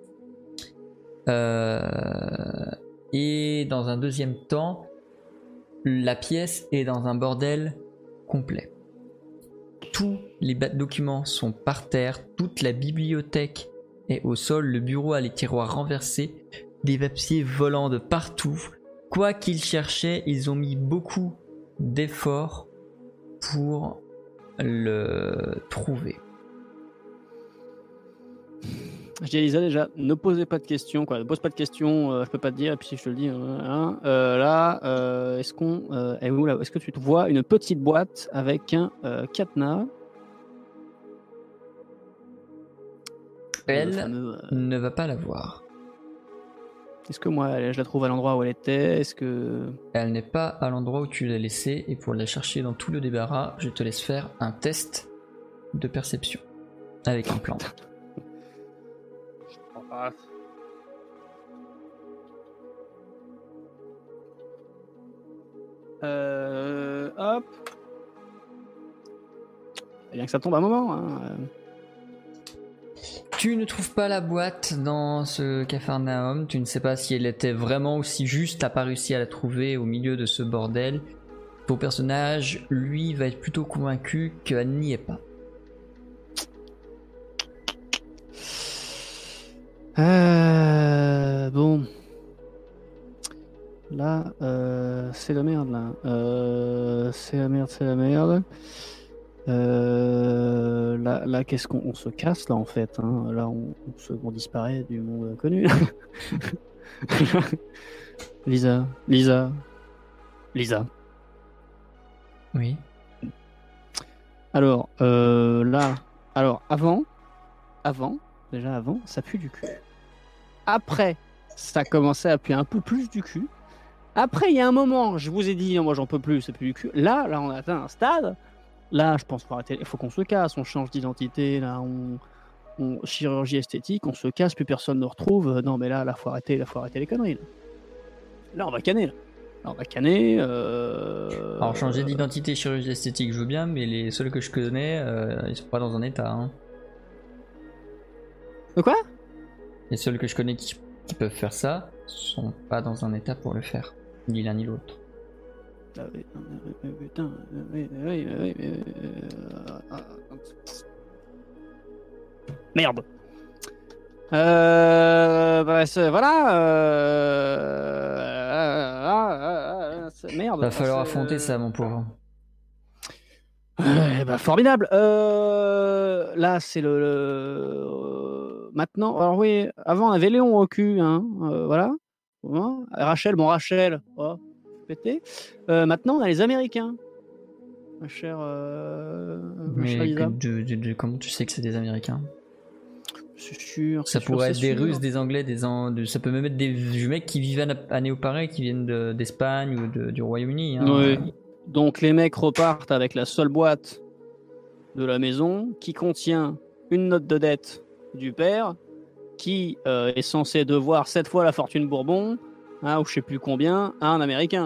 Euh, et dans un deuxième temps, la pièce est dans un bordel complet. Tous les ba- documents sont par terre, toute la bibliothèque est au sol, le bureau a les tiroirs renversés, des papiers volant de partout. Quoi qu'ils cherchaient, ils ont mis beaucoup d'efforts pour le trouver. Je dis à Lisa déjà, ne posez pas de questions, quoi. Ne pose pas de questions, euh, je peux pas te dire. Et puis si je te le dis, euh, hein, euh, là, euh, est-ce qu'on, euh, est où là Est-ce que tu te vois une petite boîte avec un euh, cadenas? Elle Le fameux, euh, ne va pas la voir. Est-ce que moi, je la trouve à l'endroit où elle était? Est-ce que Elle n'est pas à l'endroit où tu l'as laissée et pour la chercher dans tout le débarras, je te laisse faire un test de perception avec un plan. Euh, hop. Eh bien que ça tombe un moment. Hein. Tu ne trouves pas la boîte dans ce Capharnaüm, tu ne sais pas si elle était vraiment ou si juste t'as pas réussi à la trouver au milieu de ce bordel. Ton personnage, lui, va être plutôt convaincu qu'elle n'y est pas. Euh, bon. Là, euh, c'est la merde, là. Euh, c'est la merde, c'est la merde. Euh, là, là qu'est-ce qu'on on se casse, là, en fait. Hein. Là, on, on, se, on disparaît du monde inconnu. Lisa, Lisa, Lisa. Oui. Alors, euh, là, alors, avant, avant, déjà avant, ça pue du cul. Après, ça commençait à puer un peu plus du cul. Après, il y a un moment, je vous ai dit, moi j'en peux plus, ça pue du cul. Là, là, on a atteint un stade. Là, je pense qu'il faut arrêter. Il faut qu'on se casse. On change d'identité. Là, on, on chirurgie esthétique. On se casse. Plus personne ne retrouve. Non, mais là, là, faut arrêter. Là, faut arrêter les conneries. Là, là on va canner. Là, là on va canner. Euh... Alors changer d'identité, chirurgie esthétique, je veux bien, mais les seuls que je connais, euh, ils sont pas dans un état. Hein. De quoi? Les seuls que je connais qui, qui peuvent faire ça sont pas dans un état pour le faire, ni l'un ni l'autre. Ah oui, putain, oui, oui, oui, oui, euh... Merde. Euh, bah, voilà. Euh... Merde. Va falloir euh... affronter ça, mon pauvre. Euh, bah, formidable. Euh... Là, c'est le, le. Maintenant, alors oui, avant on avait Léon au cul, hein. Euh, voilà. Hein, Rachel, bon Rachel. Oh. Euh, maintenant, on a les Américains. Ma chère, euh, ma chère Mais Lisa. de, de, de, comment tu sais que c'est des Américains? C'est sûr. Ça c'est pourrait sûr, être des sûr. Russes, des Anglais, des an... de... ça peut même être des mecs qui vivent à, à Néoparais, qui viennent de, d'Espagne ou de, du Royaume-Uni. Hein. Oui. Donc les mecs repartent avec la seule boîte de la maison qui contient une note de dette du père qui euh, est censé devoir cette fois la fortune Bourbon, hein, ou je sais plus combien, à un Américain.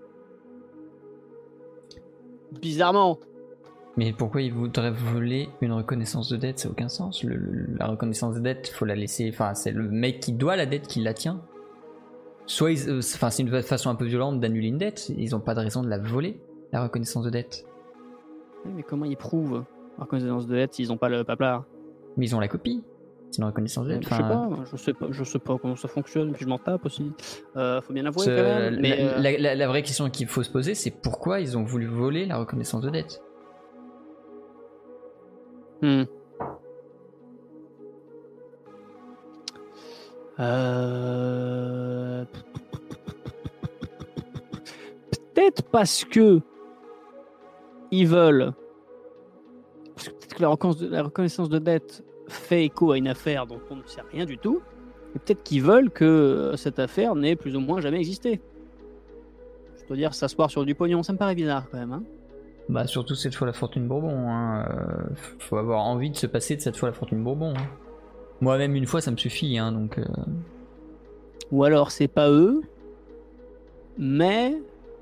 Bizarrement. Mais pourquoi ils voudraient voler une reconnaissance de dette? Ça n'a aucun sens. Le, le, la reconnaissance de dette, faut la laisser. Enfin, c'est le mec qui doit la dette qui la tient. Soit, ils, euh, enfin, c'est une façon un peu violente d'annuler une dette. Ils n'ont pas de raison de la voler, la reconnaissance de dette. Oui, mais comment ils prouvent la reconnaissance de dette s'ils n'ont pas le paplard? Mais ils ont la copie. C'est une reconnaissance de dette. Je sais pas, je sais pas, je sais pas comment ça fonctionne, puis je m'en tape aussi. Euh, faut bien l'avouer quand même. La, mais euh... la, la, la vraie question qu'il faut se poser, c'est pourquoi ils ont voulu voler la reconnaissance de dette. Hmm. Euh... Peut-être parce que ils veulent. Parce que peut-être que la reconnaissance de, la reconnaissance de dette fait écho à une affaire dont on ne sait rien du tout. Et peut-être qu'ils veulent que cette affaire n'ait plus ou moins jamais existé. Je dois dire, s'asseoir sur du pognon, ça me paraît bizarre quand même. Hein. Bah surtout cette fois la fortune Bourbon. Hein. Euh, faut avoir envie de se passer de cette fois la fortune Bourbon. Hein. Moi-même une fois ça me suffit, hein, donc. Euh... Ou alors c'est pas eux, mais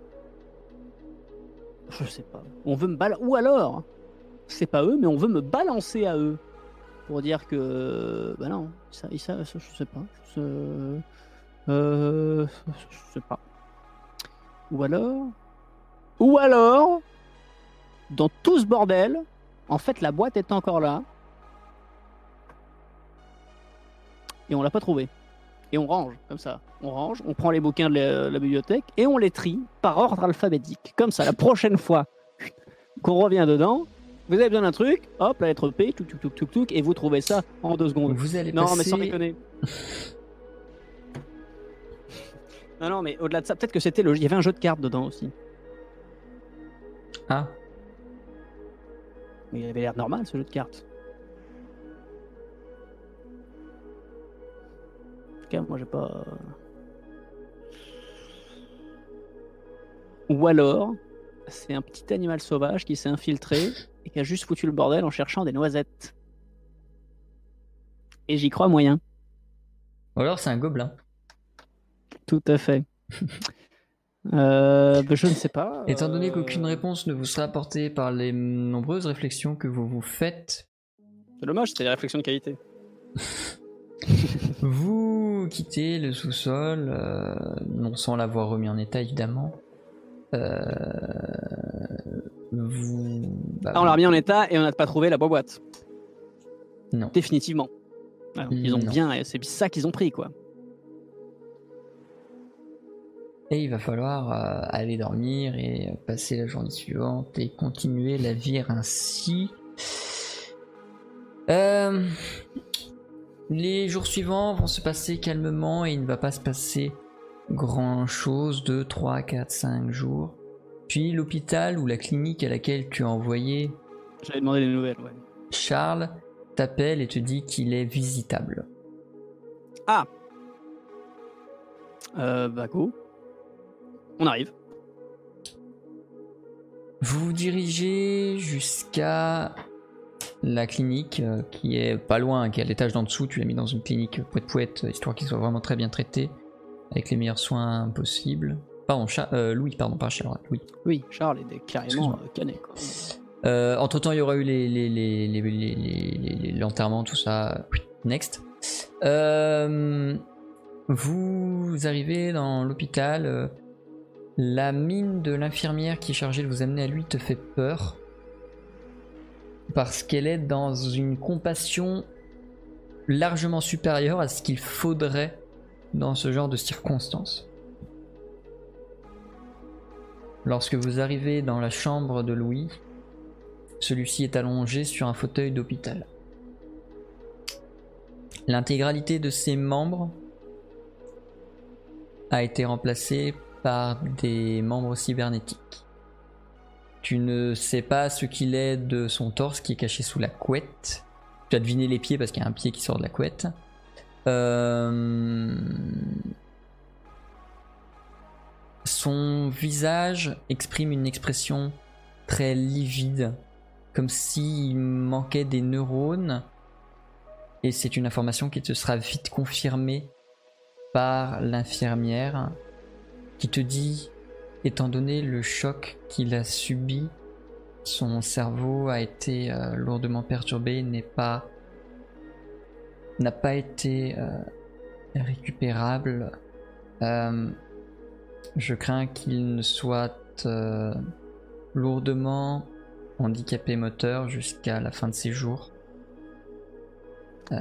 je sais pas. On veut me balancer. Ou alors c'est pas eux, mais on veut me balancer à eux pour dire que bah non, ça, ça, ça je sais pas. Je... Euh, je sais pas. Ou alors, ou alors, dans tout ce bordel, en fait la boîte est encore là et on l'a pas trouvée. Et on range, comme ça. On range, on prend les bouquins de la, la bibliothèque et on les trie par ordre alphabétique. Comme ça, la prochaine fois qu'on revient dedans, vous avez besoin d'un truc, hop, la lettre P, touc, touc, touc, touc, touc, et vous trouvez ça en deux secondes. Vous allez non, passer... mais sans déconner. non, non, mais au-delà de ça, peut-être que c'était le... Il y avait un jeu de cartes dedans aussi. Ah. Mais il avait l'air normal, ce jeu de cartes. Moi j'ai pas. Ou alors, c'est un petit animal sauvage qui s'est infiltré et qui a juste foutu le bordel en cherchant des noisettes. Et j'y crois moyen. Ou alors c'est un gobelin. Tout à fait. euh, ben je ne sais pas. Étant donné euh... qu'aucune réponse ne vous sera apportée par les nombreuses réflexions que vous vous faites. C'est dommage, c'était des réflexions de qualité. Vous quittez le sous-sol, euh, non sans l'avoir remis en état évidemment. Euh, vous... bah, ah, on l'a remis en état et on n'a pas trouvé la boîte. Non. Définitivement. Alors, ils ont non. bien, c'est ça qu'ils ont pris quoi. Et il va falloir euh, aller dormir et passer la journée suivante et continuer la vie ainsi. Euh... Les jours suivants vont se passer calmement et il ne va pas se passer grand chose, deux, trois, quatre, cinq jours. Puis l'hôpital ou la clinique à laquelle tu as envoyé J'avais demandé des nouvelles, ouais. Charles t'appelle et te dit qu'il est visitable. Ah euh, Bah go. On arrive. Vous vous dirigez jusqu'à la clinique euh, qui est pas loin, qui est à l'étage d'en dessous. Tu l'as mis dans une clinique pouette-pouette, histoire qu'il soit vraiment très bien traité, avec les meilleurs soins possibles. Pardon, Char- euh, Louis, pardon, pas Charles, Louis. Oui, Charles est carrément euh, cané, quoi. Euh, entre temps, il y aura eu les, les, les, les, les, les, les, les, l'enterrement, tout ça. Next. Euh, vous arrivez dans l'hôpital. Euh, la mine de l'infirmière qui est chargée de vous amener à lui te fait peur. Parce qu'elle est dans une compassion largement supérieure à ce qu'il faudrait dans ce genre de circonstances. Lorsque vous arrivez dans la chambre de Louis, celui-ci est allongé sur un fauteuil d'hôpital. L'intégralité de ses membres a été remplacée par des membres cybernétiques. Tu ne sais pas ce qu'il est de son torse qui est caché sous la couette. Tu as deviné les pieds parce qu'il y a un pied qui sort de la couette. Euh... Son visage exprime une expression très livide, comme s'il manquait des neurones. Et c'est une information qui te sera vite confirmée par l'infirmière qui te dit, étant donné le choc qu'il a subi, son cerveau a été euh, lourdement perturbé, n'est pas, n'a pas été euh, récupérable. Euh, je crains qu'il ne soit euh, lourdement handicapé moteur jusqu'à la fin de ses jours. Euh,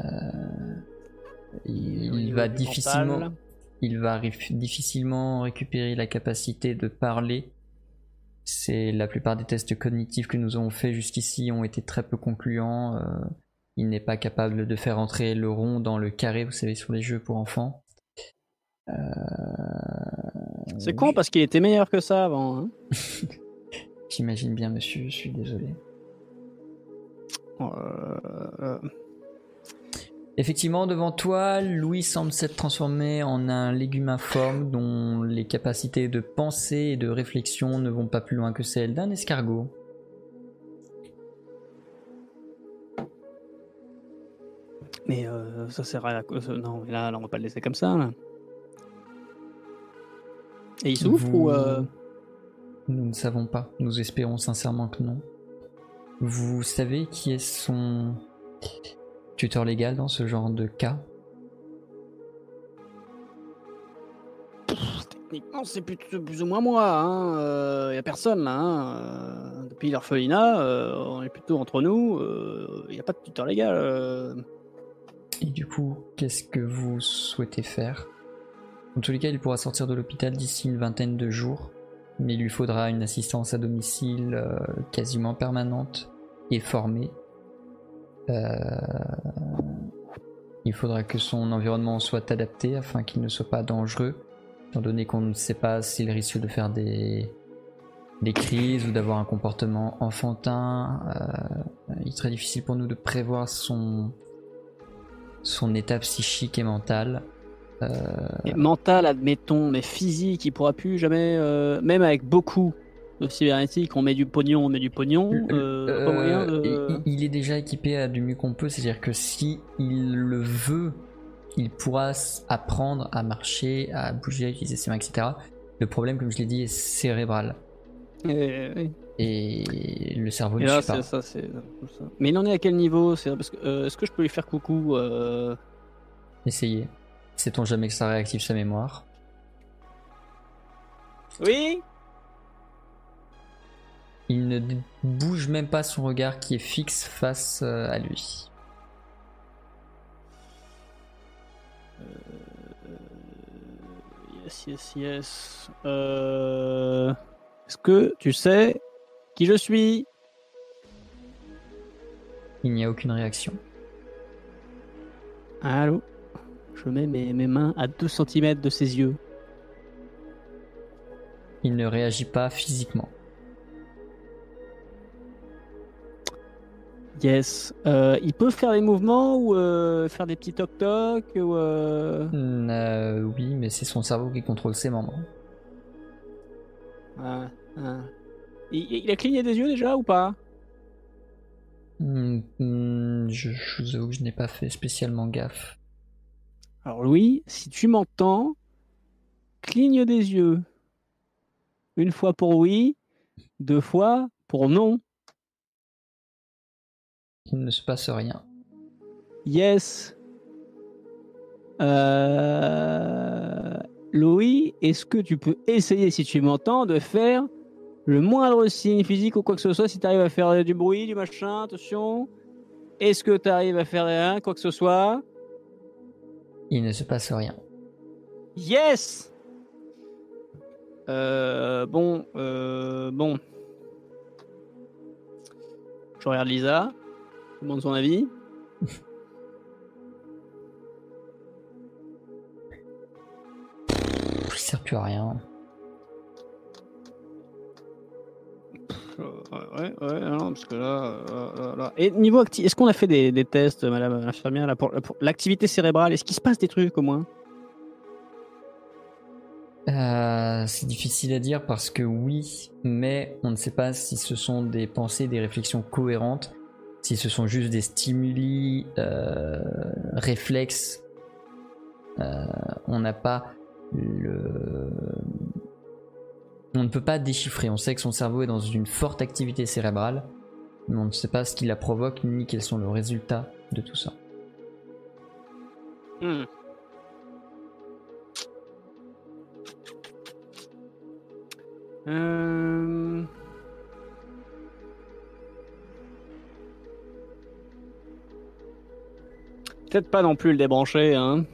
il, il va difficilement... Mental. Il va rif- difficilement récupérer la capacité de parler. C'est la plupart des tests cognitifs que nous avons faits jusqu'ici ont été très peu concluants. Euh, il n'est pas capable de faire entrer le rond dans le carré, vous savez, sur les jeux pour enfants. Euh... C'est con parce qu'il était meilleur que ça avant. Hein. J'imagine bien, monsieur, je suis désolé. Euh... Effectivement, devant toi, Louis semble s'être transformé en un légume informe dont les capacités de pensée et de réflexion ne vont pas plus loin que celles d'un escargot. Mais euh, ça sert à quoi? Non, mais là, là, on va pas le laisser comme ça. Là. Et il souffre Vous- ou euh... Nous ne savons pas. Nous espérons sincèrement que non. Vous savez qui est son tuteur légal dans ce genre de cas? Techniquement, c'est plus, plus ou moins moi. Il hein. euh, y a personne là. Hein. Euh, depuis l'orphelinat, euh, on est plutôt entre nous. Il euh, n'y a pas de tuteur légal. Euh... Et du coup, qu'est-ce que vous souhaitez faire? En tous les cas, il pourra sortir de l'hôpital d'ici une vingtaine de jours, mais il lui faudra une assistance à domicile euh, quasiment permanente et formée. Euh, il faudra que son environnement soit adapté afin qu'il ne soit pas dangereux, étant donné qu'on ne sait pas s'il risque de faire des, des crises ou d'avoir un comportement enfantin. Euh, il est très difficile pour nous de prévoir son, son état psychique et mental. Euh... Et mental, admettons, mais physique, il pourra plus jamais, euh, même avec beaucoup de cybernétique, on met du pognon, on met du pognon. Euh, Euh, pas moyen de... il, il est déjà équipé à du mieux qu'on peut, c'est-à-dire que si il le veut, il pourra apprendre à marcher, à bouger, à utiliser ses mains, et cetera. Le problème, comme je l'ai dit, est cérébral. Et, oui. Et le cerveau Et ne là, suit pas. c'est ça, c'est ça. Mais il en est à quel niveau? C'est parce que euh, est-ce que je peux lui faire coucou euh... Essayez. Sait-on jamais que ça réactive sa mémoire? Oui. Il ne bouge même pas son regard qui est fixe face à lui. Euh... Yes, yes, yes. Euh... Est-ce que tu sais qui je suis? Il n'y a aucune réaction. Allô? Je mets mes, mes mains à deux centimètres de ses yeux. Il ne réagit pas physiquement. Yes. Euh, il peut faire des mouvements ou euh, faire des petits toc-toc ou euh... Euh, oui, mais c'est son cerveau qui contrôle ses membres. Ah, ah. Il, il a cligné des yeux déjà ou pas? Hmm, hmm, je, je vous avoue que je n'ai pas fait spécialement gaffe. Alors Louis, si tu m'entends, cligne des yeux. Une fois pour oui, deux fois pour non. Il ne se passe rien. Yes. Euh... Louis, est-ce que tu peux essayer, si tu m'entends, de faire le moindre signe physique ou quoi que ce soit, si tu arrives à faire du bruit, du machin, attention. Est-ce que tu arrives à faire rien, quoi que ce soit? Il ne se passe rien. Yes. Euh, bon, euh, bon. Je regarde Lisa. Je demande son avis. Il sert plus à rien. Ouais, ouais, non, parce que là, là, là, là. Et niveau acti- est-ce qu'on a fait des, des tests, madame l'infirmière, là, pour, pour l'activité cérébrale? Est-ce qu'il se passe des trucs au moins? Euh, c'est difficile à dire parce que oui, mais on ne sait pas si ce sont des pensées, des réflexions cohérentes, si ce sont juste des stimuli euh, réflexes. Euh, on n'a pas le... On ne peut pas déchiffrer. On sait que son cerveau est dans une forte activité cérébrale, mais on ne sait pas ce qui la provoque ni quels sont les résultats de tout ça. Hmm. Euh... Peut-être pas non plus le débrancher, hein.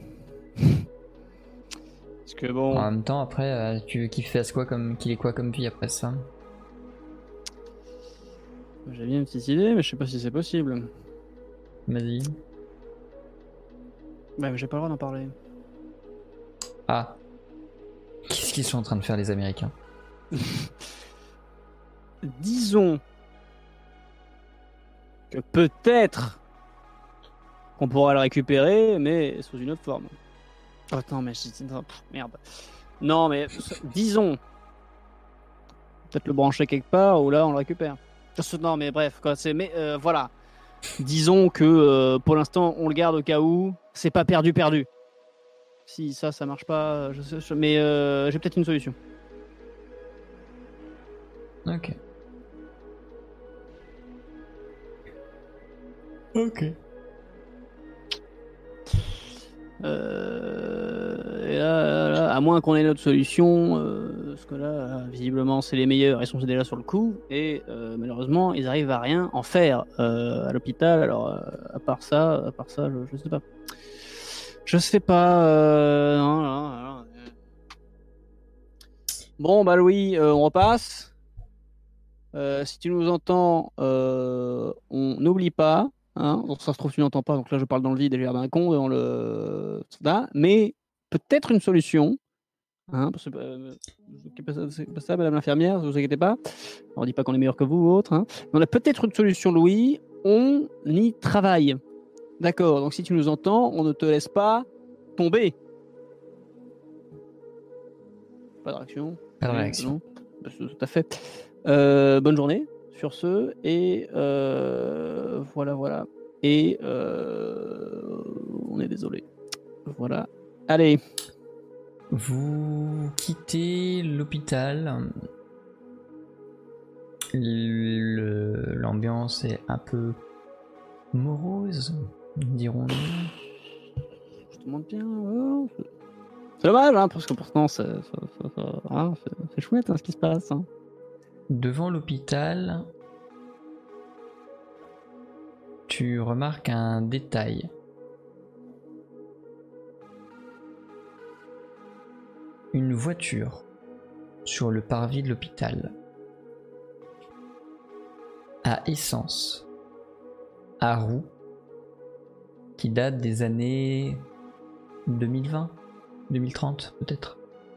Parce que bon. En même temps, après, euh, tu veux qu'il fasse quoi comme qu'il ait quoi comme vie après ça? J'ai bien une petite idée, mais je sais pas si c'est possible. Vas-y. Bah, mais j'ai pas le droit d'en parler. Ah. Qu'est-ce qu'ils sont en train de faire les Américains? Disons que peut-être qu'on pourra le récupérer, mais sous une autre forme. Oh, attends, mais j'ai- non, pff, merde. Non, mais disons, peut-être le brancher quelque part, ou là on le récupère. Non, mais bref, quoi, c'est, mais euh, voilà. Disons que euh, pour l'instant on le garde au cas où, c'est pas perdu perdu. Si ça, ça marche pas, je sais, je- mais euh, j'ai peut-être une solution. Ok. Ok. Euh, et là, là, là, à moins qu'on ait une autre solution, euh, parce que là, euh, visiblement, c'est les meilleurs, ils sont déjà sur le coup, et euh, malheureusement, ils arrivent à rien en faire euh, à l'hôpital. Alors, euh, à part ça, à part ça, je, je sais pas. Je sais pas. euh, non, non, non, euh. Bon, bah Louis, euh, on repasse. Euh, si tu nous entends, euh, on n'oublie pas. Hein, donc ça se trouve, tu n'entends pas. Donc là, je parle dans le vide et j'ai l'air d'un con devant le. Là, mais peut-être une solution. Hein, parce que, euh, c'est pas ça, c'est pas ça, madame l'infirmière, ne vous inquiétez pas. On ne dit pas qu'on est meilleur que vous ou autre. Hein. Mais on a peut-être une solution, Louis. On y travaille. D'accord. Donc si tu nous entends, on ne te laisse pas tomber. Pas de réaction. Pas de Oui, réaction. non. Bah, c'est tout à fait. Euh, bonne journée sur ce. Et euh, voilà, voilà. Et euh, on est désolé. Voilà. Allez. Vous quittez l'hôpital. Le- L'ambiance est un peu morose, dirons-nous. Je te demande bien. Oh, c'est- c'est dommage, hein, parce que pourtant, c'est, c'est- c'est- c'est- hein, c'est- c'est chouette hein, ce qui se passe. Hein. Devant l'hôpital, tu remarques un détail. Une voiture sur le parvis de l'hôpital. À essence. À roues. Qui date des années deux mille vingt, deux mille trente peut-être.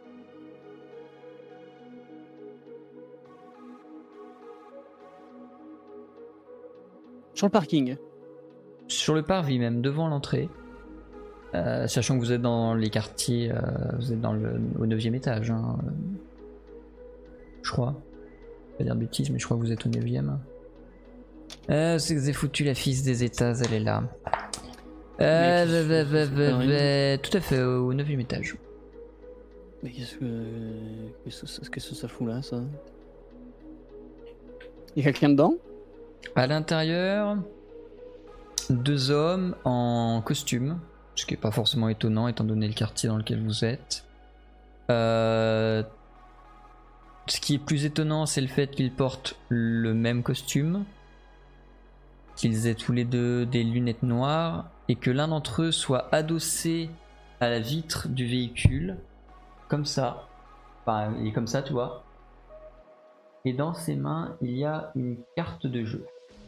Sur le parking. Sur le parvis même, devant l'entrée. Euh, sachant que vous êtes dans les quartiers, euh, vous êtes dans le, au neuvième étage, hein, euh, je crois. Je vais pas dire de bêtises, mais je crois que vous êtes au neuvième. Euh, c'est que j'ai foutu la fille des étages, elle est là. Euh, Mais bah, bah, bah, c'est bah, pas bah, tout à fait, au neuvième étage. Mais qu'est-ce que. Qu'est-ce que, ça- qu'est-ce que ça fout là, ça? Il y a quelqu'un dedans? À l'intérieur, deux hommes en costume, ce qui est pas forcément étonnant étant donné le quartier dans lequel vous êtes. Euh, ce qui est plus étonnant, c'est le fait qu'ils portent le même costume, qu'ils aient tous les deux des lunettes noires et que l'un d'entre eux soit adossé à la vitre du véhicule, comme ça. Enfin, il est comme ça, tu vois. Et dans ses mains, il y a une carte de jeu.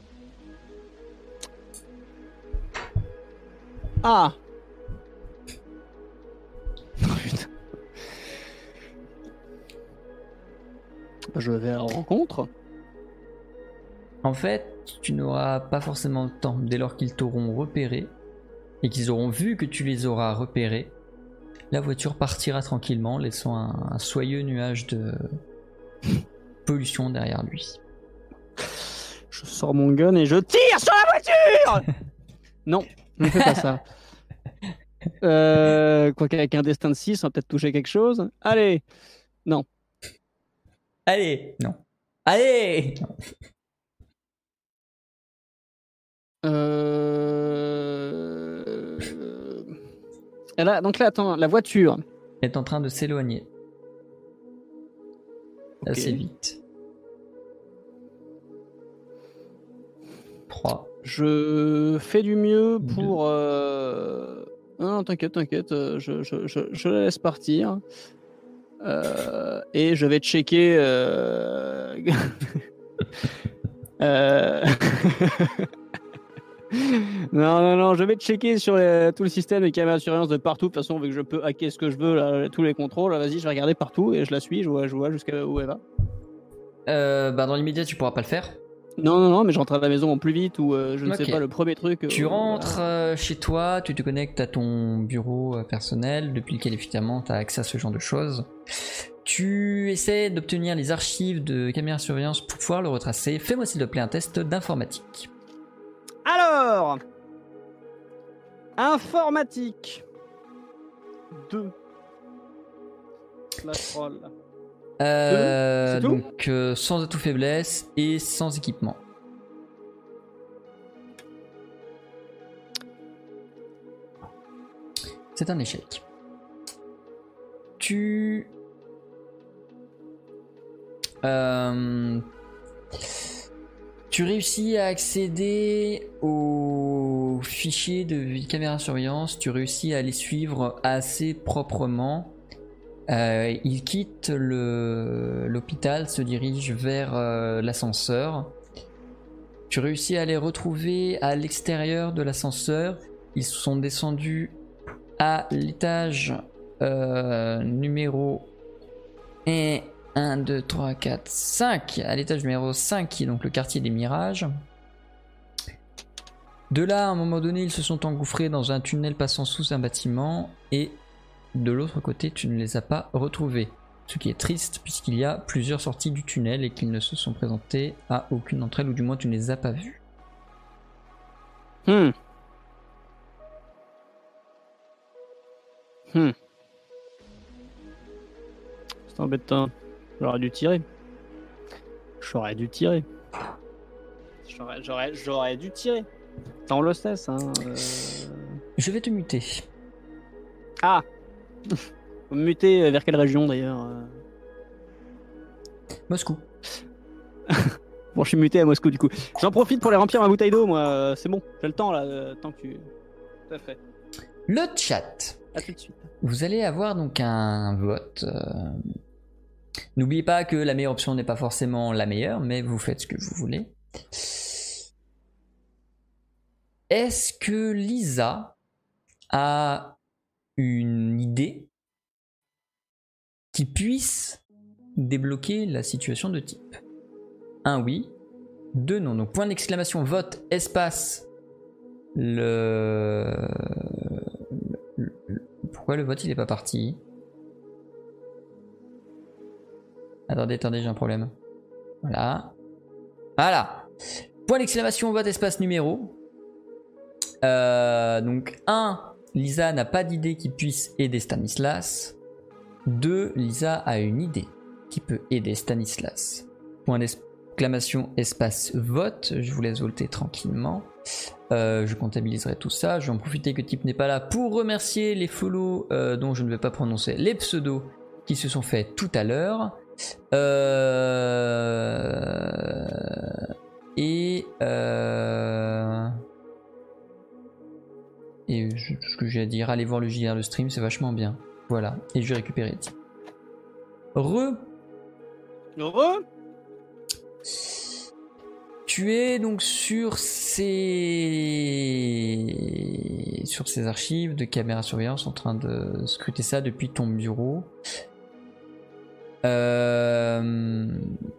Ah! Oh, putain. Je vais à la rencontre. En fait, tu n'auras pas forcément le temps, dès lors qu'ils t'auront repéré, et qu'ils auront vu que tu les auras repérés, la voiture partira tranquillement, laissant un, un soyeux nuage de pollution derrière lui. Je sors mon gun et je tire sur la voiture! Non, ne fais pas ça. Euh, quoi qu'avec un destin de six, on va peut-être toucher quelque chose. Allez! Non. Allez, non. Allez non. Euh... Et là, donc là, attends, la voiture. Elle est en train de s'éloigner. Ok. Assez vite. trois. Je fais du mieux pour... Euh... Non, non, t'inquiète, t'inquiète, euh, je, je, je, je la laisse partir. Euh, et je vais checker... Euh... euh... non, non, non, je vais checker sur les- tout le système des caméras de surveillance de partout. De toute façon, vu que je peux hacker ce que je veux, là, tous les contrôles, là, vas-y, je vais regarder partout et je la suis, je vois, je vois jusqu'à où elle va. Euh, bah dans l'immédiat, tu pourras pas le faire. Non, non, non, mais je rentre à la maison en plus vite ou euh, je ne Ok. sais pas, le premier truc. euh, Tu rentres voilà. euh, chez toi, tu te connectes à ton bureau euh, personnel, depuis lequel évidemment tu as accès à ce genre de choses. Tu essaies d'obtenir les archives de caméra de surveillance pour pouvoir le retracer. Fais-moi s'il te plaît un test d'informatique. Alors, informatique. deux. Slash roll. Euh, C'est tout donc euh, sans atout faiblesse et sans équipement. C'est un échec. Tu... Euh, tu réussis à accéder aux fichiers de caméra de surveillance, tu réussis à les suivre assez proprement. Euh, il quitte le, l'hôpital, se dirige vers euh, l'ascenseur. Tu réussis à les retrouver à l'extérieur de l'ascenseur. Ils sont descendus à l'étage euh, numéro un, un, deux, trois, quatre, cinq. À l'étage numéro cinq, qui est donc le quartier des Mirages. De là, à un moment donné, ils se sont engouffrés dans un tunnel passant sous un bâtiment. Et de l'autre côté, tu ne les as pas retrouvés. Ce qui est triste, puisqu'il y a plusieurs sorties du tunnel et qu'ils ne se sont présentés à aucune d'entre elles, ou du moins tu ne les as pas vues. Hmm. Hmm. C'est embêtant. J'aurais dû tirer. J'aurais dû tirer. J'aurais, j'aurais, j'aurais dû tirer. Ça, on le sait, ça. Hein. Euh... Je vais te muter. Ah. Faut me muter vers quelle région d'ailleurs euh Moscou. Bon, je suis muté à Moscou du coup. J'en profite pour les remplir ma bouteille d'eau, moi. C'est bon, j'ai le temps là, euh, tant que tu. Tout à fait. Le chat. À tout de suite. Vous allez avoir donc un vote. Euh... N'oubliez pas que la meilleure option n'est pas forcément la meilleure, mais vous faites ce que vous voulez. Est-ce que Lisa a une idée qui puisse débloquer la situation de type? Un oui, deux non. Donc point d'exclamation, vote, espace, le... le... Pourquoi le vote il est pas parti? Attendez, attendez, j'ai un problème. Voilà. Voilà. Point d'exclamation, vote, espace, numéro. Euh, donc un, Lisa n'a pas d'idée qui puisse aider Stanislas. deux, Lisa a une idée qui peut aider Stanislas. Point d'exclamation, espace, vote. Je vous laisse voter tranquillement. Euh, je comptabiliserai tout ça. Je vais en profiter que Type n'est pas là pour remercier les follow euh, dont je ne vais pas prononcer les pseudos qui se sont faits tout à l'heure. Euh... Et... Euh... Et je, ce que j'ai à dire, allez voir le J R, le stream, c'est vachement bien. Voilà, et je vais récupérer. Re. Re. Tu es donc sur ces sur ces archives de caméra surveillance en train de scruter ça depuis ton bureau. Euh...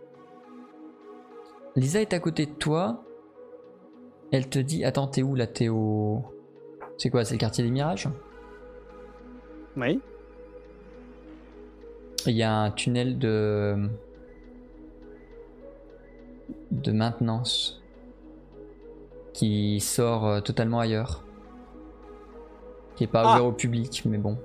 Lisa est à côté de toi. Elle te dit, attends, t'es où là? T'es au... C'est quoi? C'est le quartier des Mirages? Oui. Il y a un tunnel de de maintenance qui sort totalement ailleurs, qui est pas Ah. ouvert au public, mais bon.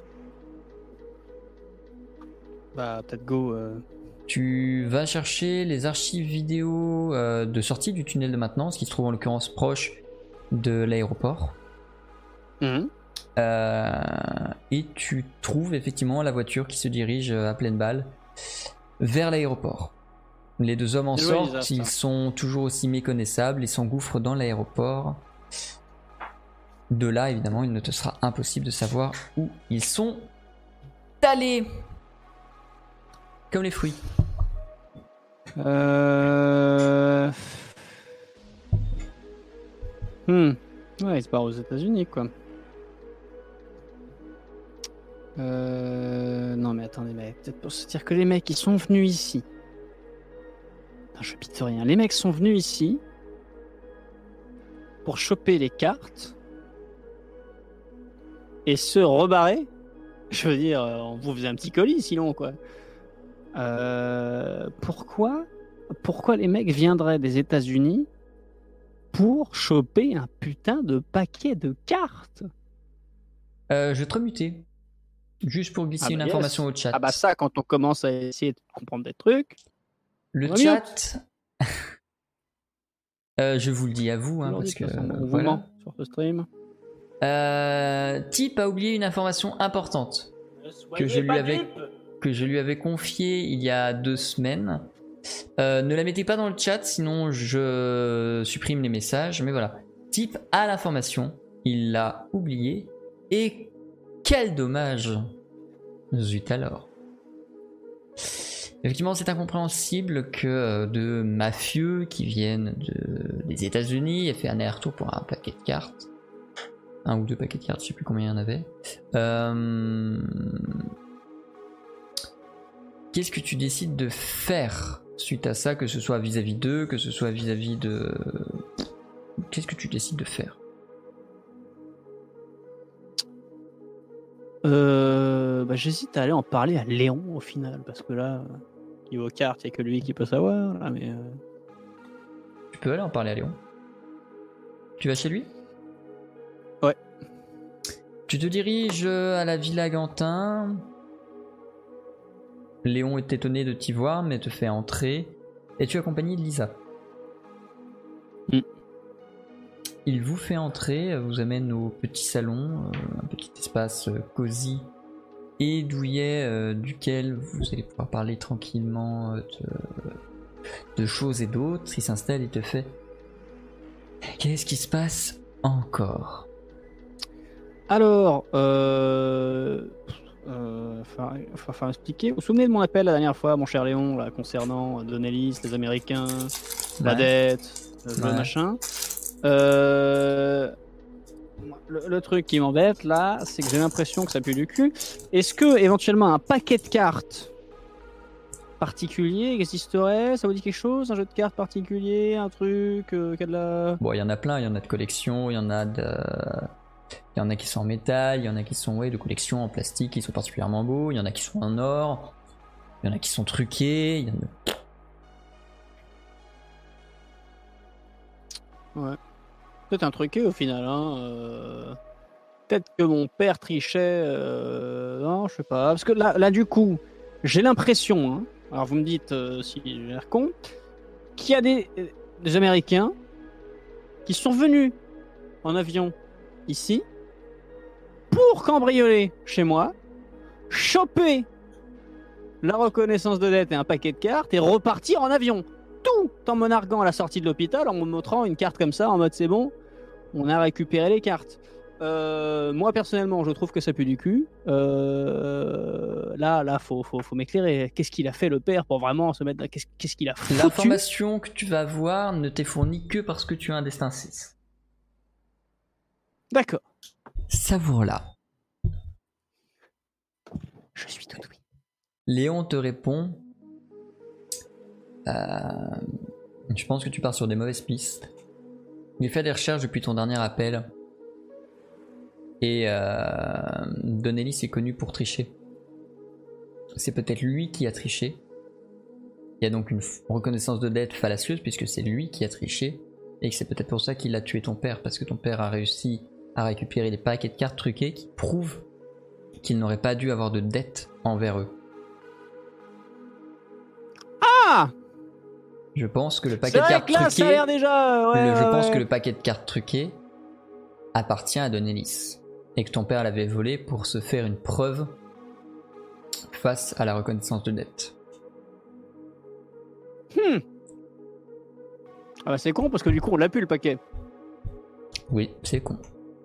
Bah peut-être go. Euh... Tu vas chercher les archives vidéo euh, de sortie du tunnel de maintenance qui se trouve en l'occurrence proche de l'aéroport. Mmh. Euh, et tu trouves effectivement la voiture qui se dirige à pleine balle vers l'aéroport. Les deux hommes en C'est sortent, Lisa, ils sont toujours aussi méconnaissables et s'engouffrent dans l'aéroport. De là, évidemment, il ne te sera impossible de savoir où ils sont allés. Comme les fruits. Euh... Hmm. Ouais, il se barre aux États-Unis, quoi. Euh... Non, mais attendez, mais peut-être pour se dire que les mecs, ils sont venus ici. je pite rien. Les mecs sont venus ici pour choper les cartes et se rebarrer. Je veux dire, on vous faisait un petit colis sinon, quoi. Euh, pourquoi, pourquoi les mecs viendraient des États-Unis pour choper un putain de paquet de cartes? Euh, je vais te remuter. Juste pour glisser Ah bah une yes. information au chat. Ah bah ça, quand on commence à essayer de comprendre des trucs. Le remute. chat. euh, je vous le dis à vous, hein, parce que. On vous voilà. ment sur ce stream. Euh, Tip a oublié une information importante que je, lui avais, que je lui avais confiée il y a deux semaines. Euh, ne la mettez pas dans le chat, sinon je supprime les messages. Mais voilà, Tip a l'information, il l'a oublié. Et quel dommage! Zut alors. Effectivement, c'est incompréhensible que de mafieux qui viennent de, des États-Unis aient fait un aller-retour pour un paquet de cartes. Un ou deux paquets de cartes, je sais plus combien il y en avait. Euh... Qu'est-ce que tu décides de faire suite à ça, que ce soit vis-à-vis d'eux, que ce soit vis-à-vis de... Qu'est-ce que tu décides de faire? euh, bah, J'hésite à aller en parler à Léon au final, parce que là, niveau carte, il n'y a que lui qui peut savoir. Là, mais euh... Tu peux aller en parler à Léon. Tu vas chez lui? Ouais. Tu te diriges à la Villa Gantin. Léon est étonné de t'y voir, mais te fait entrer. Et tu es accompagné de Lisa. Mm. Il vous fait entrer, vous amène au petit salon, un petit espace cosy et douillet euh, duquel vous allez pouvoir parler tranquillement de, de choses et d'autres. Il s'installe et te fait: qu'est-ce qui se passe encore? Alors, euh... Euh, enfin, enfin, expliquer. Vous vous souvenez de mon appel la dernière fois, mon cher Léon, là, concernant Donelis, les Américains, la Ouais. dette, le Ouais. machin. Euh, le, le truc qui m'embête là, c'est que j'ai l'impression que ça pue du cul. Est-ce que éventuellement un paquet de cartes particulier existerait? Ça vous dit quelque chose? Un jeu de cartes particulier, un truc euh, qui a de la... Bon, il y en a plein, il y en a de collection, il y en a de... Il y en a qui sont en métal, il y en a qui sont ouais, de collection en plastique, qui sont particulièrement beaux, il y en a qui sont en or, il y en a qui sont truqués, il y en a... Ouais. Peut-être un truqué au final. Hein. Euh... Peut-être que mon père trichait. Euh... Non, je sais pas. Parce que là, là du coup, j'ai l'impression, hein, alors vous me dites euh, si j'ai l'air con, qu'il y a des, des Américains qui sont venus en avion ici pour cambrioler chez moi, choper la reconnaissance de dette et un paquet de cartes et repartir en avion. Tout en me narguant à la sortie de l'hôpital, en me montrant une carte comme ça, en mode c'est bon, on a récupéré les cartes. Euh, moi personnellement, je trouve que ça pue du cul. Euh, là, là, faut, faut, faut m'éclairer. Qu'est-ce qu'il a fait le père pour vraiment se mettre. Qu'est-ce, qu'est-ce qu'il a foutu? L'information que tu vas avoir ne t'est fournie que parce que tu as un destin six. D'accord. Savoure-la. Je suis tout oui. Léon te répond: euh, je pense que tu pars sur des mauvaises pistes. Il fait des recherches depuis ton dernier appel. Et euh, Donelis est connu pour tricher. C'est peut-être lui qui a triché. Il y a donc une reconnaissance de dette fallacieuse puisque c'est lui qui a triché. Et que c'est peut-être pour ça qu'il a tué ton père. Parce que ton père a réussi à récupérer des paquets de cartes truquées qui prouvent qu'il n'aurait pas dû avoir de dette envers eux. Ah, Je pense que le paquet de c'est vrai cartes que là, ça a l'air truquées... déjà. Ouais, le- je ouais, pense ouais. que le paquet de cartes truquées appartient à Donelis. Et que ton père l'avait volé pour se faire une preuve face à la reconnaissance de dette. Hmm. Ah bah c'est con parce que du coup on l'a plus le paquet. Oui, c'est con.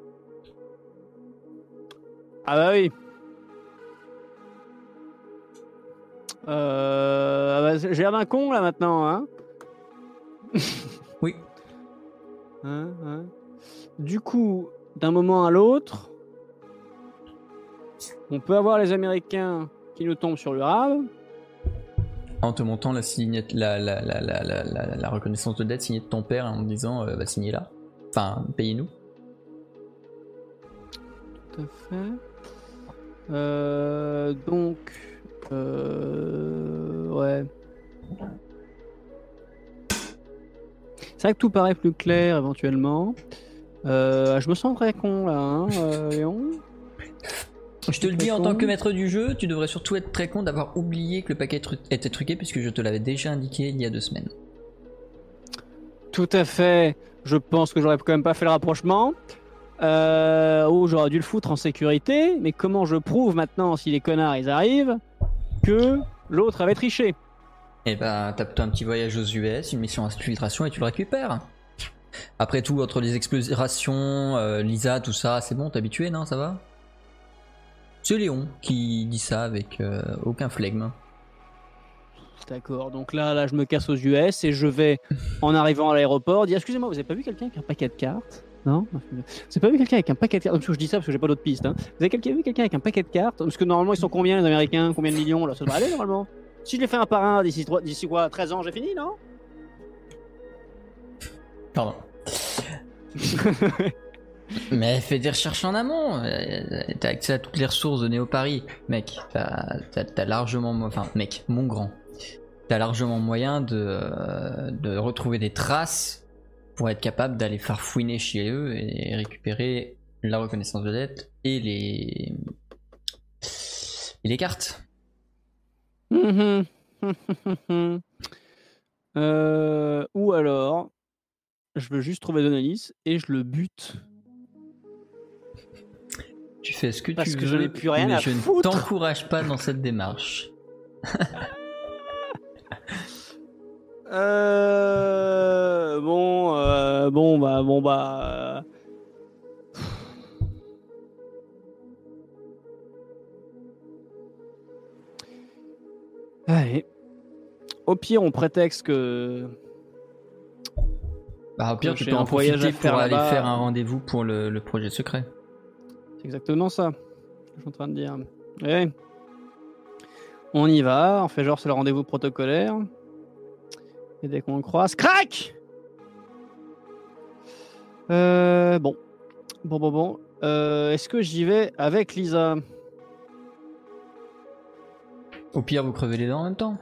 Ah bah oui. Euh... Ah bah, j'ai l'air d'un con là maintenant, hein. Oui. Hein, hein. Du coup, d'un moment à l'autre, on peut avoir les Américains qui nous tombent sur le rab. En te montant la, signette, la, la, la, la, la, la, la reconnaissance de dette signée de ton père en disant euh, bah, signez là. Enfin, payez-nous. Tout à fait. Euh, donc, euh, ouais. C'est vrai que tout paraît plus clair éventuellement. Euh, je me sens très con là, hein, euh, Léon. Je te le dis en tant que maître du jeu, tu devrais surtout être très con d'avoir oublié que le paquet tru- était truqué puisque je te l'avais déjà indiqué il y a deux semaines. Tout à fait. Je pense que j'aurais quand même pas fait le rapprochement. Euh, oh, j'aurais dû le foutre en sécurité. Mais comment je prouve maintenant, si les connards ils arrivent, que l'autre avait triché? Eh ben, tape-toi un petit voyage aux U S, une mission infiltration et tu le récupères. Après tout, entre les explorations, euh, Lisa, tout ça, c'est bon, t'es habitué, non? Ça va? C'est Léon qui dit ça avec euh, aucun flegme. D'accord, donc là, là, je me casse aux U S et je vais, en arrivant à l'aéroport, dire excusez-moi, vous avez pas vu quelqu'un avec un paquet de cartes? Non? Vous avez pas vu quelqu'un avec un paquet de cartes? Parce que je dis ça parce que j'ai pas d'autres pistes. Hein. Vous avez quelqu'un vu quelqu'un avec un paquet de cartes? Parce que normalement, ils sont combien les Américains? Combien de millions là? Ça devrait aller normalement. Si je les fais un par un d'ici trois- d'ici quoi? treize ans, j'ai fini, non? Pardon. Mais fais des recherches en amont. euh, T'as accès à toutes les ressources de Néo Paris, mec. T'as, t'as, t'as largement, enfin, mec, mon grand. T'as largement moyen de, euh, de retrouver des traces pour être capable d'aller farfouiner chez eux et récupérer la reconnaissance de dette et les et les cartes. Mhm. Euh, ou alors, je veux juste trouver Donalis et je le bute. Tu fais ce que Parce tu que veux, j'en ai plus rien mais à je ne foutre. t'encourage pas dans cette démarche. Euh, bon, euh, bon, bah, bon, bah. euh, Allez. Au pire, on prétexte que. Bah, au pire, Que tu j'ai peux un en voyage profiter à faire pour aller là-bas. faire un rendez-vous pour le, le projet secret. C'est exactement ça. Ce que je suis en train de dire. Ouais. On y va, on fait genre c'est le rendez-vous protocolaire. Et dès qu'on le croise, crac! Euh, bon. Bon, bon, bon. Euh, est-ce que j'y vais avec Lisa? Au pire, vous crevez les dents en même temps.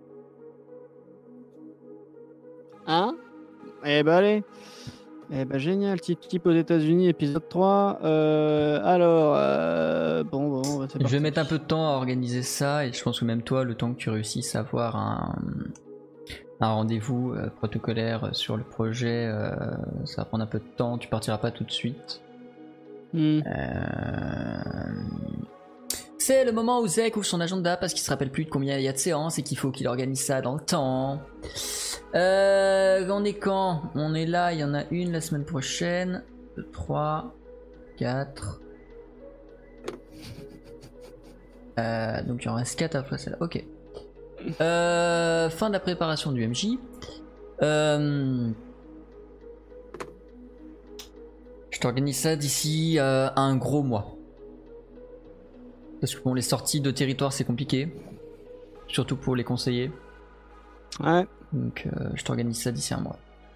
Hein? Eh ben allez. Eh ben génial, type, type aux États-Unis, épisode trois. Euh, alors, euh, bon, bon, on va Je vais mettre un peu de temps à organiser ça et je pense que même toi, le temps que tu réussisses à avoir un, un rendez-vous euh, protocolaire sur le projet, euh, ça va prendre un peu de temps. Tu partiras pas tout de suite. Hmm. Euh... C'est le moment où Zek ouvre son agenda parce qu'il se rappelle plus de combien il y a de séances et qu'il faut qu'il organise ça dans le temps. Euh, on est quand? On est là, il y en a une la semaine prochaine. deux, trois, quatre. Euh, donc il en reste quatre après celle-là. Ok. Euh, fin de la préparation du M J. Euh, je t'organise ça d'ici euh, un gros mois. Parce que bon, les sorties de territoire c'est compliqué. Surtout pour les conseillers. Ouais. Donc euh, je t'organise ça d'ici un mois.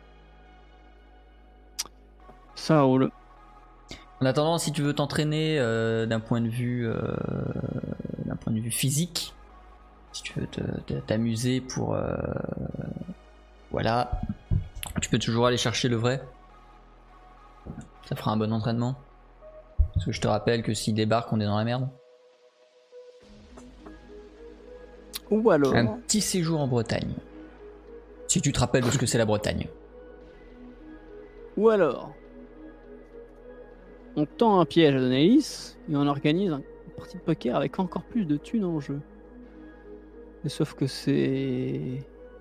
Ça roule. En attendant, si tu veux t'entraîner euh, d'un point de vue, euh, d'un point de vue physique, si tu veux te, te, t'amuser pour, euh, voilà, tu peux toujours aller chercher le vrai. Ça fera un bon entraînement. Parce que je te rappelle que s'il débarque, on est dans la merde. Ou alors. Un petit séjour en Bretagne. Si tu te rappelles de ce que c'est la Bretagne. Ou alors. On tend un piège à Donalis et on organise une partie de poker avec encore plus de thunes en jeu. Et sauf que c'est.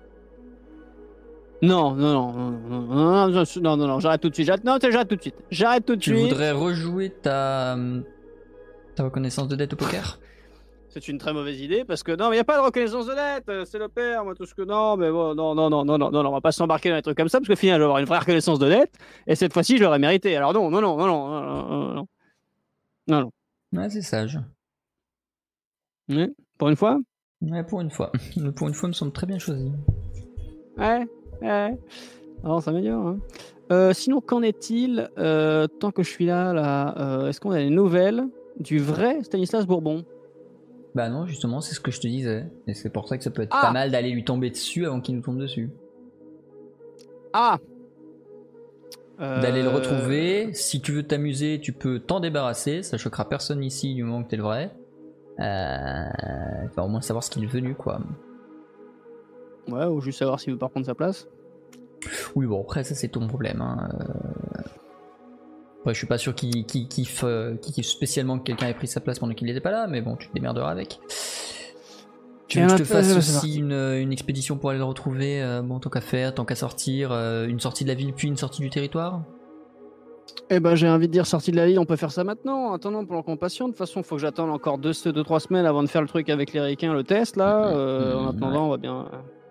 Non, non, non, non, non, non, non, non, non, non, j'arrête tout de suite. J'arrête, non, j'arrête tout de suite. J'arrête tout de Tu suite. voudrais rejouer ta, ta reconnaissance de dette au poker? C'est une très mauvaise idée parce que non, mais il n'y a pas de reconnaissance de dette. C'est le père, moi, tout ce que non, mais bon, non, non, non, non, non, non, non, on va pas s'embarquer dans des trucs comme ça parce que finalement, je vais avoir une vraie reconnaissance de dette et cette fois-ci, je l'aurais mérité. Alors non, non, non, non, non, non, non, non, non, non. Ouais, c'est sage. Ouais, pour une fois. Ouais, pour une fois. Pour une fois, me semble très bien choisi. Ouais, ouais. Alors, ça m'améliore. Hein. Euh, sinon, qu'en est-il euh, tant que je suis là, là euh, est-ce qu'on a des nouvelles du vrai Stanislas Bourbon? Bah non, justement, c'est ce que je te disais. Et c'est pour ça que ça peut être Ah pas mal d'aller lui tomber dessus avant qu'il nous tombe dessus. Ah euh... D'aller le retrouver. Si tu veux t'amuser, tu peux t'en débarrasser. Ça choquera personne ici du moment que t'es le vrai. Euh... Enfin, au moins savoir ce qu'il est venu, quoi. Ouais, ou juste savoir s'il veut pas prendre sa place. Oui, bon, après, ça, c'est ton problème. Hein. Euh... Après, je suis pas sûr qu'il qu'il kiffe, euh, qu'il kiffe spécialement que quelqu'un ait pris sa place pendant qu'il n'était pas là, mais bon, tu te démerderas avec. Tu veux que je te fasse aussi une, une expédition pour aller le retrouver, euh, bon, tant qu'à faire, tant qu'à sortir, euh, une sortie de la ville puis une sortie du territoire? Eh ben, j'ai envie de dire sortie de la ville, on peut faire ça maintenant. Attendons pendant qu'on patiente. De toute façon, il faut que j'attende encore deux, deux, trois semaines avant de faire le truc avec les ricains, le test là. Euh, mmh, en attendant, ouais. On va bien.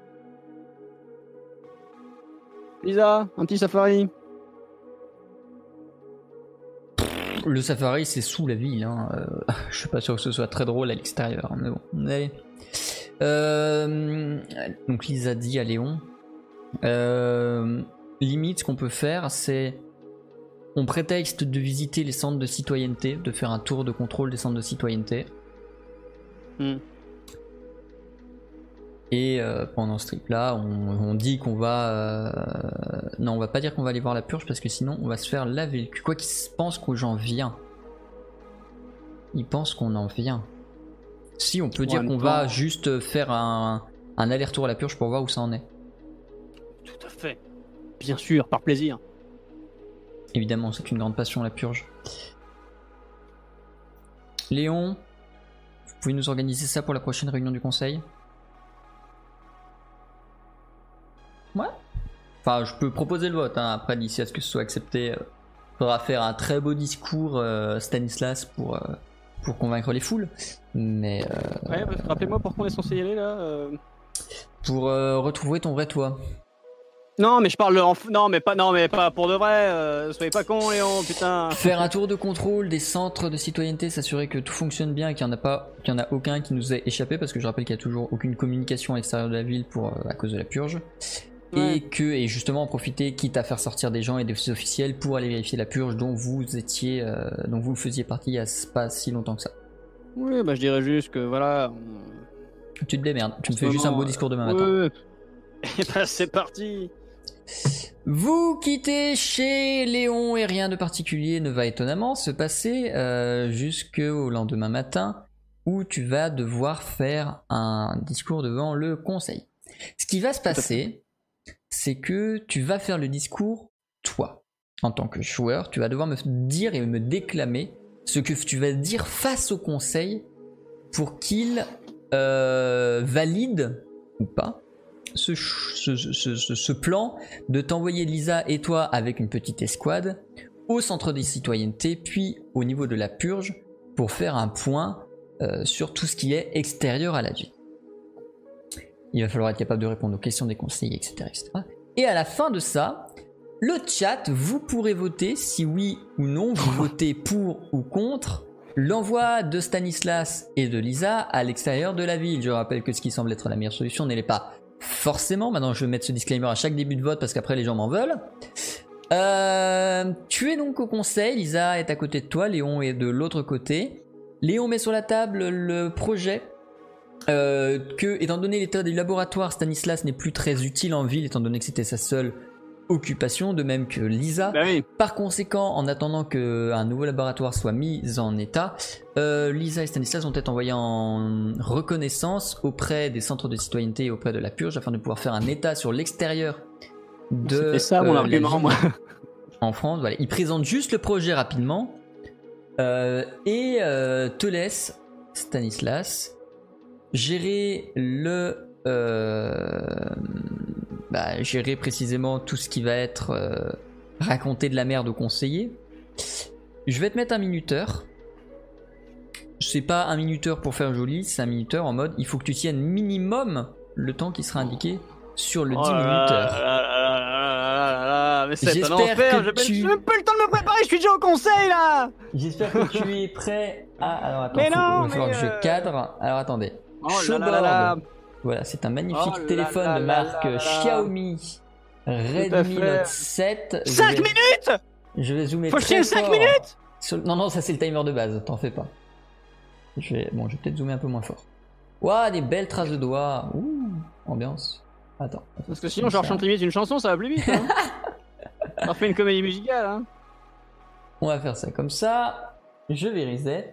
Lisa, un petit safari. Le safari, c'est sous la ville. Hein. Euh, je suis pas sûr que ce soit très drôle à l'extérieur, mais bon, allez. Euh, donc Lisa dit à Léon, euh, limite, ce qu'on peut faire, c'est on prétexte de visiter les centres de citoyenneté, de faire un tour de contrôle des centres de citoyenneté. Mm. Et euh, pendant ce trip-là, on, on dit qu'on va... Euh... Non, on va pas dire qu'on va aller voir la purge, parce que sinon, on va se faire laver le cul. Quoi qu'ils pensent que j'en viens. Ils pensent qu'on en vient. Si, on peut ouais, dire qu'on temps... va juste faire un, un aller-retour à la purge pour voir où ça en est. Tout à fait. Bien sûr, par plaisir. Évidemment, c'est une grande passion, la purge. Léon, vous pouvez nous organiser ça pour la prochaine réunion du conseil? Ouais. Enfin, je peux proposer le vote. Hein. Après, d'ici à ce que ce soit accepté, il euh, faudra faire un très beau discours, euh, Stanislas, pour, euh, pour convaincre les foules. Mais. Euh, ouais, parce que rappelez-moi pourquoi on est censé y aller là. Euh... Pour euh, retrouver ton vrai toi. Non, mais je parle en... non, mais pas, non, mais pas pour de vrai. Euh, soyez pas con, Léon, putain. Faire un tour de contrôle des centres de citoyenneté, s'assurer que tout fonctionne bien et qu'il n'y en a pas, qu'il y en a aucun qui nous ait échappé, parce que je rappelle qu'il n'y a toujours aucune communication à l'extérieur de la ville pour euh, à cause de la purge. Ouais. Et que et justement en profiter, quitte à faire sortir des gens et des officiels pour aller vérifier la purge dont vous étiez, euh, dont vous faisiez partie il y a pas si longtemps que ça. Oui, bah je dirais juste que voilà. On... Tu te démerdes. Tu me fais moment, juste un beau discours demain ouais. matin. Et bah c'est parti. Vous quittez chez Léon et rien de particulier ne va étonnamment se passer euh, jusqu'au lendemain matin où tu vas devoir faire un discours devant le conseil. Ce qui va se passer, c'est que tu vas faire le discours, toi, en tant que joueur, tu vas devoir me dire et me déclamer ce que tu vas dire face au conseil pour qu'il euh, valide ou pas ce, ce, ce, ce, ce plan de t'envoyer Lisa et toi avec une petite escouade au centre des citoyennetés, puis au niveau de la purge pour faire un point euh, sur tout ce qui est extérieur à la vie. Il va falloir être capable de répondre aux questions des conseillers, et cetera, et cetera. Et à la fin de ça, le chat, vous pourrez voter si oui ou non vous votez pour ou contre l'envoi de Stanislas et de Lisa à l'extérieur de la ville. Je rappelle que ce qui semble être la meilleure solution n'est pas forcément. Maintenant, je vais mettre ce disclaimer à chaque début de vote parce qu'après les gens m'en veulent. Euh, tu es donc au conseil. Lisa est à côté de toi. Léon est de l'autre côté. Léon met sur la table le projet. Euh, que, étant donné l'état du laboratoire, Stanislas n'est plus très utile en ville, étant donné que c'était sa seule occupation, de même que Lisa. Bah oui. Par conséquent, en attendant qu'un nouveau laboratoire soit mis en état, euh, Lisa et Stanislas vont être envoyés en reconnaissance auprès des centres de citoyenneté et auprès de la purge afin de pouvoir faire un état sur l'extérieur de C'était ça mon euh, argument, moi. En France. Voilà. Ils présentent juste le projet rapidement euh, et euh, te laisse, Stanislas, gérer le euh, bah, gérer précisément tout ce qui va être euh, raconté de la merde aux conseillers. Je vais te mettre un minuteur. C'est pas un minuteur pour faire joli, c'est un minuteur en mode il faut que tu tiennes minimum le temps qui sera indiqué sur le oh dix minuteur. Mais c'est un enfer, je tu... j'ai même pas le temps de me préparer, je suis déjà au conseil là. J'espère que tu es prêt à... Alors attends, mais faut... non, il va falloir mais que euh... je cadre. Alors attendez. Oh là Showboard. là là là. Voilà, c'est un magnifique Oh là téléphone là de là marque là là. Xiaomi Redmi fait. Note sept. Je cinq vais- minutes. Je vais zoomer Faut très chier cinq fort minutes. sur- Non, non, ça c'est le timer de base, t'en fais pas. Je vais... Bon, je vais peut-être zoomer un peu moins fort. Waouh, des belles traces de doigts. Ouh, ambiance. Attends. attends, Parce que sinon, je chante limite une chanson, ça va plus vite. Hein. On refait une comédie musicale. Hein. On va faire ça comme ça. Je vais reset.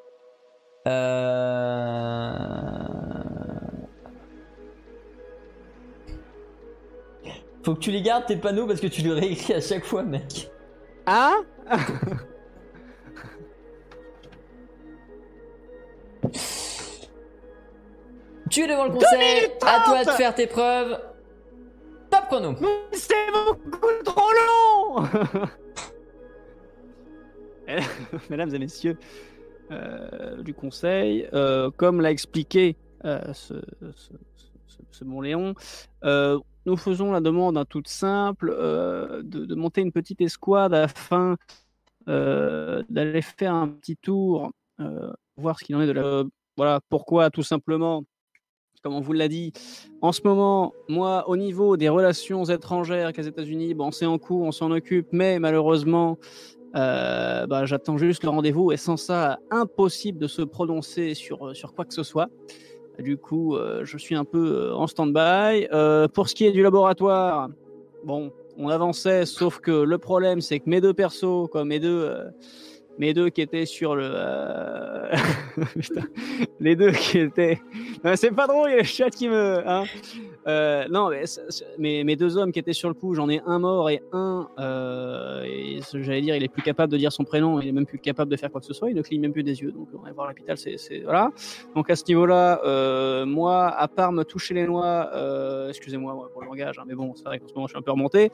Euh... Faut que tu les gardes tes panneaux parce que tu les réécris à chaque fois, mec. Hein. Tu es devant le conseil, minutes à toi de trente. faire tes preuves. Top chrono. Mais c'est beaucoup trop long. Mesdames et messieurs euh, du conseil, euh, comme l'a expliqué euh, ce, ce, ce, ce bon Léon, euh, nous faisons la demande hein, toute simple euh, de, de monter une petite escouade afin euh, d'aller faire un petit tour, euh, voir ce qu'il en est de la... Euh, voilà, pourquoi tout simplement, comme on vous l'a dit, en ce moment, moi, au niveau des relations étrangères avec les États-Unis, bon, c'est en cours, on s'en occupe, mais malheureusement, euh, bah, j'attends juste le rendez-vous et sans ça, impossible de se prononcer sur, sur quoi que ce soit. Du coup, euh, je suis un peu euh, en stand-by. Euh, pour ce qui est du laboratoire, bon, on avançait, sauf que le problème, c'est que mes deux persos, comme mes deux, euh, mes deux qui étaient sur le... euh, Putain, les deux qui étaient... Non, c'est pas drôle, il y a le chat qui me... Hein euh, non, mais c'est- c'est- mes, mes deux hommes qui étaient sur le coup, j'en ai un mort et un... Euh, et ce- j'allais dire, il est plus capable de dire son prénom, il est même plus capable de faire quoi que ce soit, il ne cligne même plus des yeux. Donc on va voir l'hôpital, c'est... c'est- Voilà. Donc à ce niveau-là, euh, moi, à part me toucher les noix, euh, excusez-moi moi, pour le langage, hein, mais bon, c'est vrai qu'en ce moment je suis un peu remonté.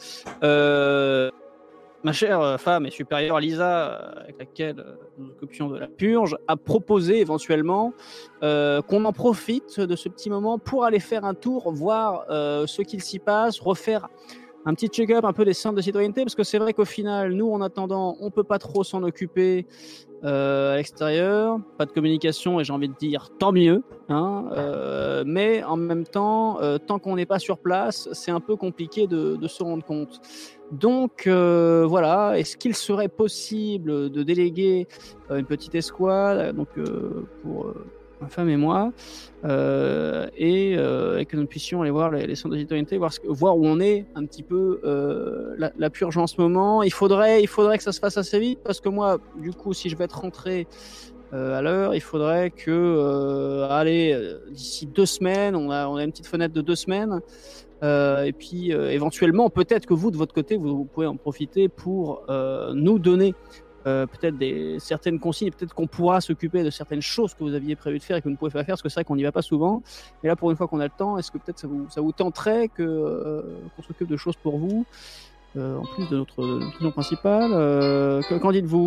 Euh, ma chère femme et supérieure Lisa, euh, avec laquelle euh, nous nous occupions de la purge, a proposé éventuellement euh, qu'on en profite de ce petit moment pour aller faire un tour, voir euh, ce qu'il s'y passe, refaire un petit check-up un peu des centres de citoyenneté, parce que c'est vrai qu'au final, nous, en attendant, on peut pas trop s'en occuper euh, à l'extérieur, pas de communication, et j'ai envie de dire tant mieux, hein, euh, mais en même temps, euh, tant qu'on n'est pas sur place, c'est un peu compliqué de, de se rendre compte. Donc euh, voilà, est-ce qu'il serait possible de déléguer euh, une petite escouade donc, euh, pour euh, ma femme et moi, euh, et, euh, et que nous puissions aller voir les, les centres de citoyenneté, voir, ce que- voir où on est un petit peu euh, la, la purge en ce moment. Il faudrait, il faudrait que ça se fasse assez vite parce que moi, du coup, si je vais être rentré euh, à l'heure, il faudrait que, euh, allez, euh, d'ici deux semaines, on a, on a une petite fenêtre de deux semaines. Euh, et puis euh, éventuellement, peut-être que vous, de votre côté, vous, vous pouvez en profiter pour euh, nous donner euh, peut-être des, certaines consignes, peut-être qu'on pourra s'occuper de certaines choses que vous aviez prévu de faire et que vous ne pouvez pas faire, parce que c'est vrai qu'on n'y va pas souvent. Et là, pour une fois qu'on a le temps, est-ce que peut-être ça vous, ça vous tenterait que, euh, qu'on s'occupe de choses pour vous, euh, en plus de notre, de notre mission principale euh, que- Qu'en dites-vous ?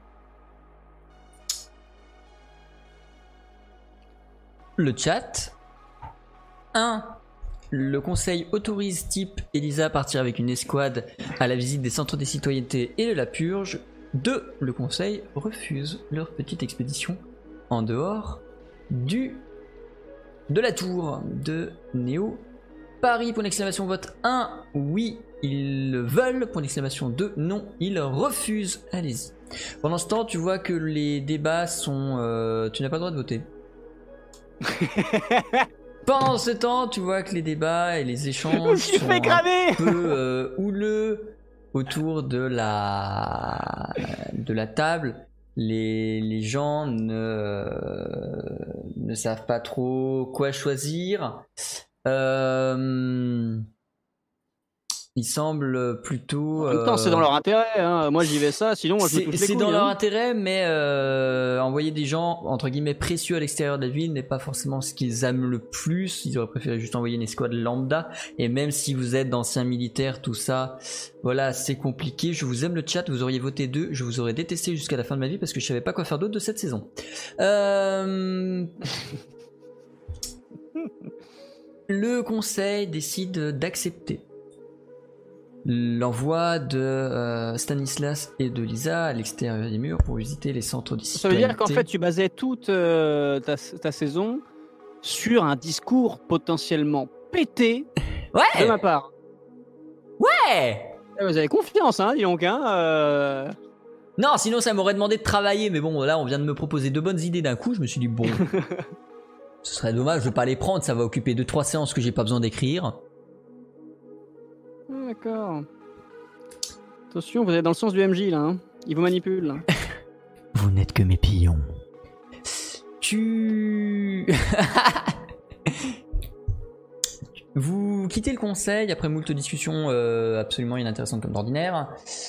Le chat. un. Le conseil autorise type Elisa à partir avec une escouade à la visite des centres des citoyennetés et de la purge. deux. Le conseil refuse leur petite expédition en dehors du de la tour de Néo Paris. Pour l'exclamation vote un. Oui, ils le veulent. Pour l'exclamation deux. Non, ils refusent. Allez-y. Pendant ce temps, tu vois que les débats sont... euh, tu n'as pas le droit de voter. Pendant ce temps, tu vois que les débats et les échanges Je suis sont fait un cramer. peu euh, houleux autour de la de la table. Les, les gens ne ne savent pas trop quoi choisir. Euh, il semble plutôt. En même temps, c'est dans euh, leur intérêt. Hein. Moi, j'y vais ça. Sinon, moi, je me c'est touche les c'est couilles. dans leur hein. intérêt, mais euh, envoyer des gens entre guillemets précieux à l'extérieur de la ville n'est pas forcément ce qu'ils aiment le plus. Ils auraient préféré juste envoyer une escouade lambda. Et même si vous êtes d'anciens militaires, tout ça, voilà, c'est compliqué. Je vous aime le chat, vous auriez voté deux, je vous aurais détesté jusqu'à la fin de ma vie parce que je savais pas quoi faire d'autre de cette saison. Euh... Le conseil décide d'accepter l'envoi de euh, Stanislas et de Lisa à l'extérieur des murs pour visiter les centres de Ça veut citoyenneté. dire qu'en fait, tu basais toute euh, ta, ta saison sur un discours potentiellement pété Ouais. de ma part. Ouais. Eh, vous avez confiance, hein, dis donc. Hein, euh... Non, sinon ça m'aurait demandé de travailler, mais bon, là on vient de me proposer deux bonnes idées d'un coup, je me suis dit bon, ce serait dommage de pas les prendre, ça va occuper deux trois séances que j'ai pas besoin d'écrire. Ah, d'accord. Attention, vous êtes dans le sens du M J là. Hein. Il vous manipule. Là. Vous n'êtes que mes pions. Tu... Vous quittez le conseil après moult discussions euh, absolument inintéressantes comme d'ordinaire.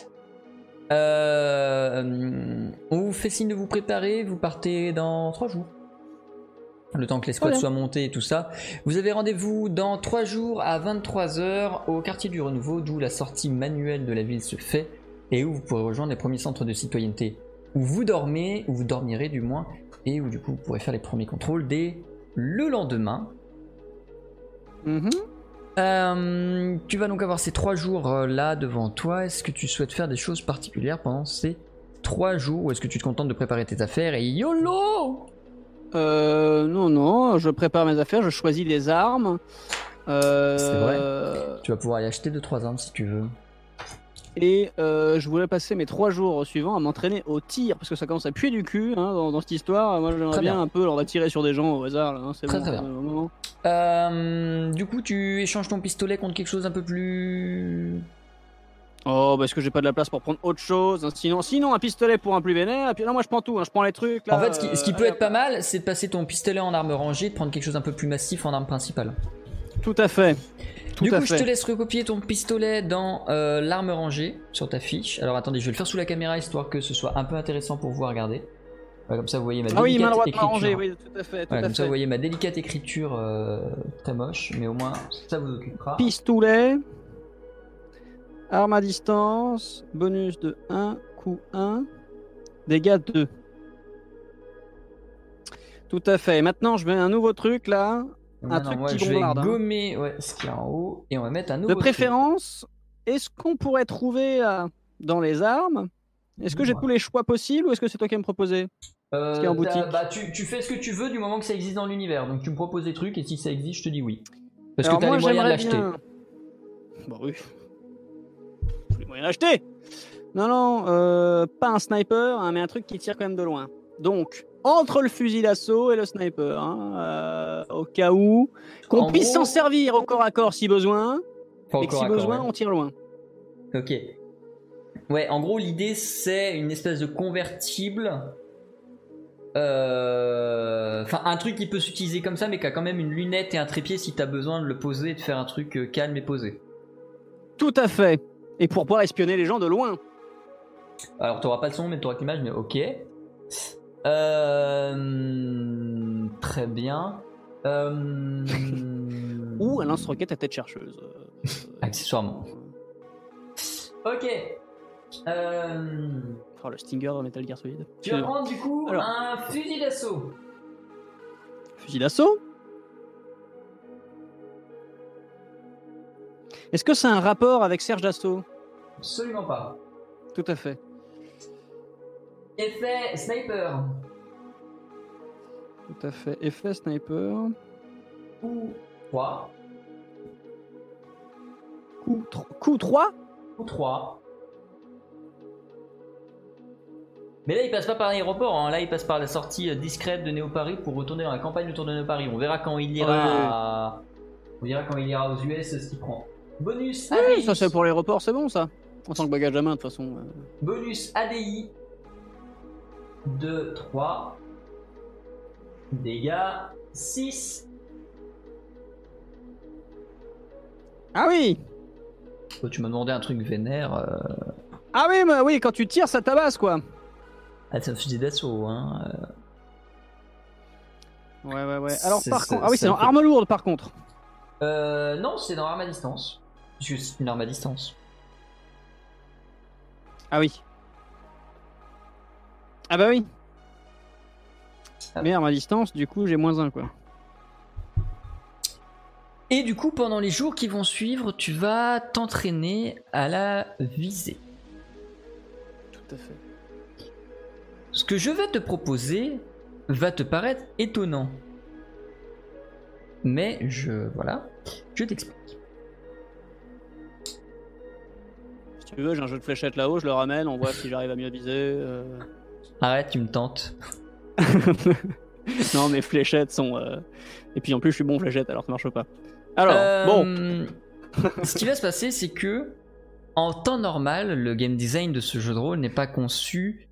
Euh, on vous fait signe de vous préparer, vous partez dans trois jours. Le temps que les squats Voilà. soient montés et tout ça. Vous avez rendez-vous dans trois jours à vingt-trois heures au quartier du Renouveau, d'où la sortie manuelle de la ville se fait et où vous pourrez rejoindre les premiers centres de citoyenneté. Où vous dormez, où vous dormirez du moins, et où du coup vous pourrez faire les premiers contrôles dès le lendemain. Mhm. Euh, tu vas donc avoir ces trois jours euh, là devant toi. Est-ce que tu souhaites faire des choses particulières pendant ces trois jours, ou est-ce que tu te contentes de préparer tes affaires et YOLO? Euh, non, non, je prépare mes affaires, je choisis les armes. Euh, C'est vrai. Tu vas pouvoir y acheter deux trois armes si tu veux. Et euh, je voulais passer mes trois jours suivants à m'entraîner au tir, parce que ça commence à puer du cul hein, dans, dans cette histoire. Moi j'aimerais Très bien, bien. un peu, leur tirer sur des gens au hasard. Là, hein, c'est Très, bon, très bien. euh, vraiment. Euh, du coup, tu échanges ton pistolet contre quelque chose un peu plus... Oh, parce que j'ai pas de la place pour prendre autre chose. hein. Sinon, sinon un pistolet pour un plus vénère. Et puis là, moi je prends tout, hein, je prends les trucs. Là, En fait, ce qui, ce qui euh, peut allez, être pas mal, c'est de passer ton pistolet en arme rangée, de prendre quelque chose un peu plus massif en arme principale. Tout à fait. Tout Du à coup, fait. je te laisse recopier ton pistolet dans euh, l'arme rangée sur ta fiche. Alors attendez, je vais le faire sous la caméra histoire que ce soit un peu intéressant pour vous à regarder. Voilà, comme ça, vous voyez ma Ah oui, délicate main droite, main écriture. rangée, oui, tout à fait. Tout Voilà, à comme ça, fait. vous voyez ma délicate écriture euh, très moche, mais au moins ça vous occupera. Pistolet. Arme à distance. Bonus de un, coup un. Dégâts deux. Tout à fait. Maintenant, je mets un nouveau truc là. Un Maintenant, truc moi, qui je vais bombarde. hein. gommer ouais, ce qu'il y a en haut et on va mettre un nouveau De truc. préférence, est-ce qu'on pourrait trouver là, dans les armes, est-ce que j'ai Dis-moi. tous les choix possibles ou est-ce que c'est toi qui vas me proposer Euh, ce qu'il y a en t'as- boutique bah, tu, tu fais ce que tu veux du moment que ça existe dans l'univers. Donc tu me proposes des trucs et si ça existe, je te dis oui. Parce Alors que t'as moi, les moyens de j'aimerais l'acheter. bien- Bon oui. J'ai les moyens d'acheter. Non, non, euh, pas un sniper, hein, mais un truc qui tire quand même de loin. Donc, entre le fusil d'assaut et le sniper, hein, euh, au cas où, qu'on En puisse gros- s'en servir au corps à corps si besoin, Pas et que encore si accord, besoin, ouais. on tire loin. Ok. Ouais, en gros, l'idée c'est une espèce de convertible. Euh, Enfin, un truc qui peut s'utiliser comme ça, mais qui a quand même une lunette et un trépied si t'as besoin de le poser et de faire un truc euh, calme et posé. Tout à fait. Et pour pouvoir espionner les gens de loin. Alors, t'auras pas le son, mais t'auras que l'image, mais ok. Euh... Très bien. Euh... Ou un lance-roquette à tête chercheuse. Euh, Accessoirement. Ok. Euh... Oh, le Stinger dans Metal Gear Solid. Tu vas prendre du coup Alors. un fusil d'assaut. Fusil d'assaut. Est-ce que c'est un rapport avec Serge Dassault? Absolument pas. Tout à fait. Effet sniper. Tout à fait. Effet sniper. Coup trois. Coup, tro- coup trois. Coup trois. Mais là, il passe pas par l'aéroport, hein. Là, il passe par la sortie euh, discrète de Néo Paris pour retourner dans la campagne autour de Néo Paris. On verra quand il ira, Ouais. à... On verra quand il ira aux U S ce qu'il prend. Bonus A D Oui, I. ça c'est pour l'aéroport, c'est bon ça. En tant que bagage à main de toute façon. euh. Bonus A D I. deux, trois. Dégâts six. Ah oui. Oh, tu m'as demandé un truc vénère. euh, Ah oui, mais oui, quand tu tires, ça tabasse quoi. Ah, c'est un fusil d'assaut, hein. euh. Ouais, ouais, ouais. Alors C'est- par c'est- contre, ah oui, ça c'est en me fait- arme lourde par contre. Euh, non, c'est dans l'arme à distance. Puisque c'est une arme à distance. Ah oui. Ah bah oui. Ah. Mais arme à distance, du coup, j'ai moins un quoi. Et du coup, pendant les jours qui vont suivre, tu vas t'entraîner à la visée. Tout à fait. Ce que je vais te proposer va te paraître étonnant. mais je voilà, je t'explique. Si tu veux, j'ai un jeu de fléchettes là-haut, je le ramène, on voit si j'arrive à mieux viser. Euh... Arrête, tu me tentes. Non, mes fléchettes sont. Euh... Et puis en plus, je suis bon en fléchettes, alors ça marche pas. Alors, Euh, bon. Ce qui va se passer, c'est que en temps normal, le game design de ce jeu de rôle n'est pas conçu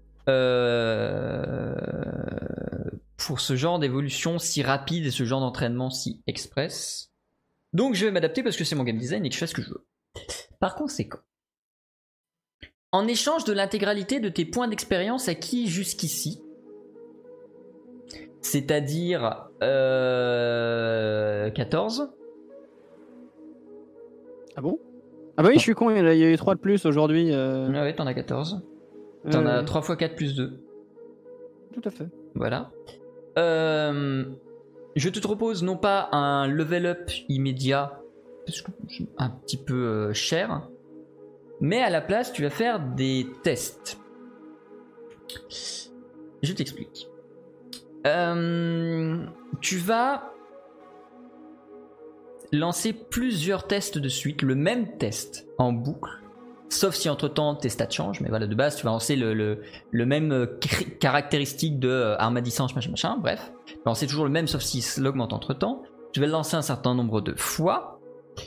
euh, pour ce genre d'évolution si rapide et ce genre d'entraînement si express. Donc je vais m'adapter parce que c'est mon game design et que je fais ce que je veux. Par conséquent, en échange de l'intégralité de tes points d'expérience acquis jusqu'ici, c'est-à-dire euh, quatorze. Ah bon? Ah bah oui, je suis con, il y a eu trois de plus aujourd'hui. Euh... Ah ouais, t'en as quatorze. T'en euh... as trois fois quatre plus deux. Tout à fait. Voilà. Euh, je te propose non pas un level up immédiat, parce que c'est un petit peu euh, cher, mais à la place, tu vas faire des tests. Je t'explique. Euh, tu vas lancer plusieurs tests de suite, le même test en boucle, sauf si entre temps tes stats changent, mais voilà, de base tu vas lancer le, le, le même caractéristique de euh, arme à distance, machin, machin, bref, tu vas lancer toujours le même sauf si l'augmente entre temps, tu vas le lancer un certain nombre de fois,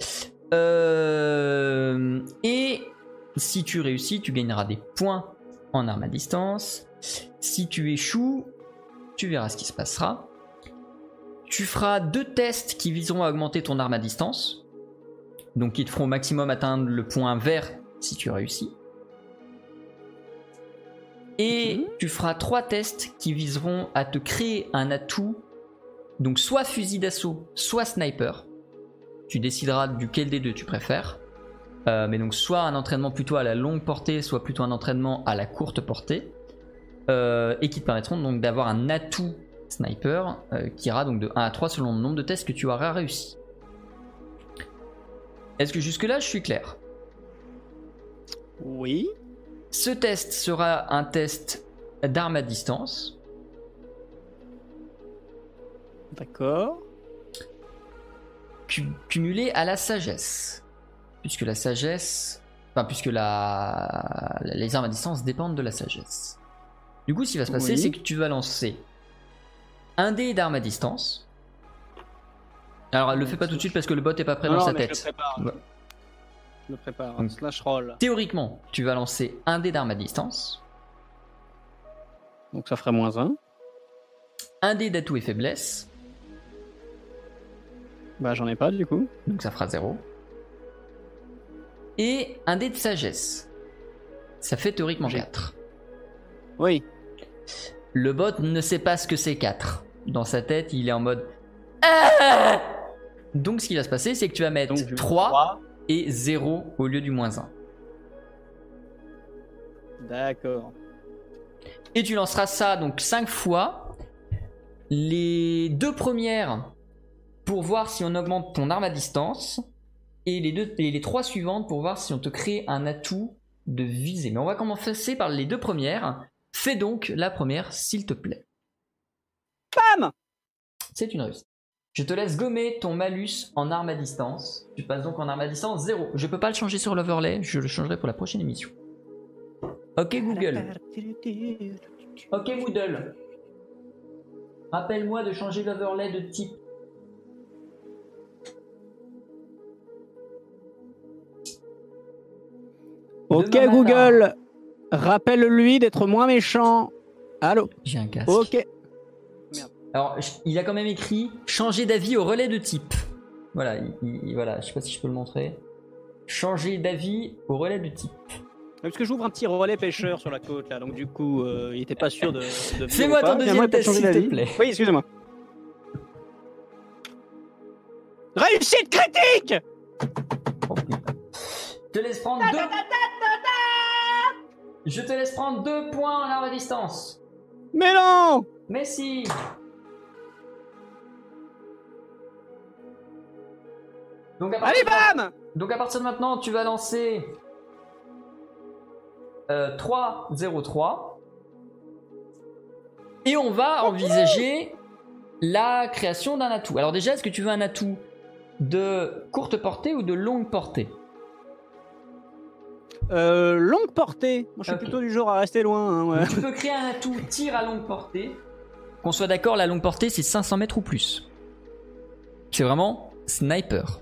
euh, et si tu réussis, tu gagneras des points en arme à distance, si tu échoues, tu verras ce qui se passera. Tu feras deux tests qui viseront à augmenter ton arme à distance. Donc qui te feront au maximum atteindre le point vert si tu réussis. Et mmh. tu feras trois tests qui viseront à te créer un atout. Donc soit fusil d'assaut, soit sniper. Tu décideras duquel des deux tu préfères. Euh, mais donc soit un entraînement plutôt à la longue portée, soit plutôt un entraînement à la courte portée. Euh, et qui te permettront donc d'avoir un atout sniper euh, qui ira donc de un à trois selon le nombre de tests que tu auras réussi. Est-ce que jusque là je suis clair? Oui. Ce test sera un test d'arme à distance. D'accord. Cumulé à la sagesse. Puisque la sagesse... Enfin, puisque la... les armes à distance dépendent de la sagesse. Du coup, ce qui va se passer, oui. c'est que tu vas lancer un dé d'arme à distance. Alors, le fais pas tout de suite parce que le bot est pas prêt non, dans non, sa mais tête. Je le prépare. Ouais. Je le prépare. Donc, slash roll. Théoriquement, tu vas lancer un dé d'arme à distance. Donc ça ferait moins un. Un dé d'atout et faiblesse. Bah j'en ai pas du coup. Donc ça fera zéro. Et un dé de sagesse. Ça fait théoriquement quatre. Oui. Le bot ne sait pas ce que c'est quatre. Dans sa tête, il est en mode... Ah donc ce qui va se passer, c'est que tu vas mettre donc, trois, trois et zéro au lieu du moins un. D'accord. Et tu lanceras ça donc cinq fois. Les deux premières pour voir si on augmente ton arme à distance. Et les, deux, et les trois suivantes pour voir si on te crée un atout de visée. Mais on va commencer par les deux premières. Fais donc la première, s'il te plaît. Bam! C'est une réussite. Je te laisse gommer ton malus en arme à distance. Tu passes donc en arme à distance zéro. Je peux pas le changer sur l'overlay, je le changerai pour la prochaine émission. Ok Google. Ok Moodle. Rappelle-moi de changer l'overlay de type. Ok Google. Rappelle-lui d'être moins méchant. Allô? J'ai un casque. Ok. Merde. Alors, il a quand même écrit changer d'avis au relais de type. Voilà, il, il, voilà, je sais pas si je peux le montrer. Changer d'avis au relais de type. Parce que j'ouvre un petit relais pêcheur sur la côte là, donc du coup, euh, il était pas sûr de. de Fais-moi ton deuxième test, s'il te plaît. Oui, excusez-moi. Réussite critique. Oh, je te laisse prendre deux. Je te laisse prendre deux points en arme à distance. Mais non. Mais si. Donc à Allez, bam. De... Donc à partir de maintenant, tu vas lancer euh, trois zéro trois. Et on va envisager la création d'un atout. Alors déjà, est-ce que tu veux un atout de courte portée ou de longue portée? Euh, longue portée. Moi, je suis Ok. plutôt du genre à rester loin. Hein, ouais. Donc, tu peux créer un atout tir à longue portée. Qu'on soit d'accord, la longue portée, c'est cinq cents mètres ou plus. C'est vraiment sniper.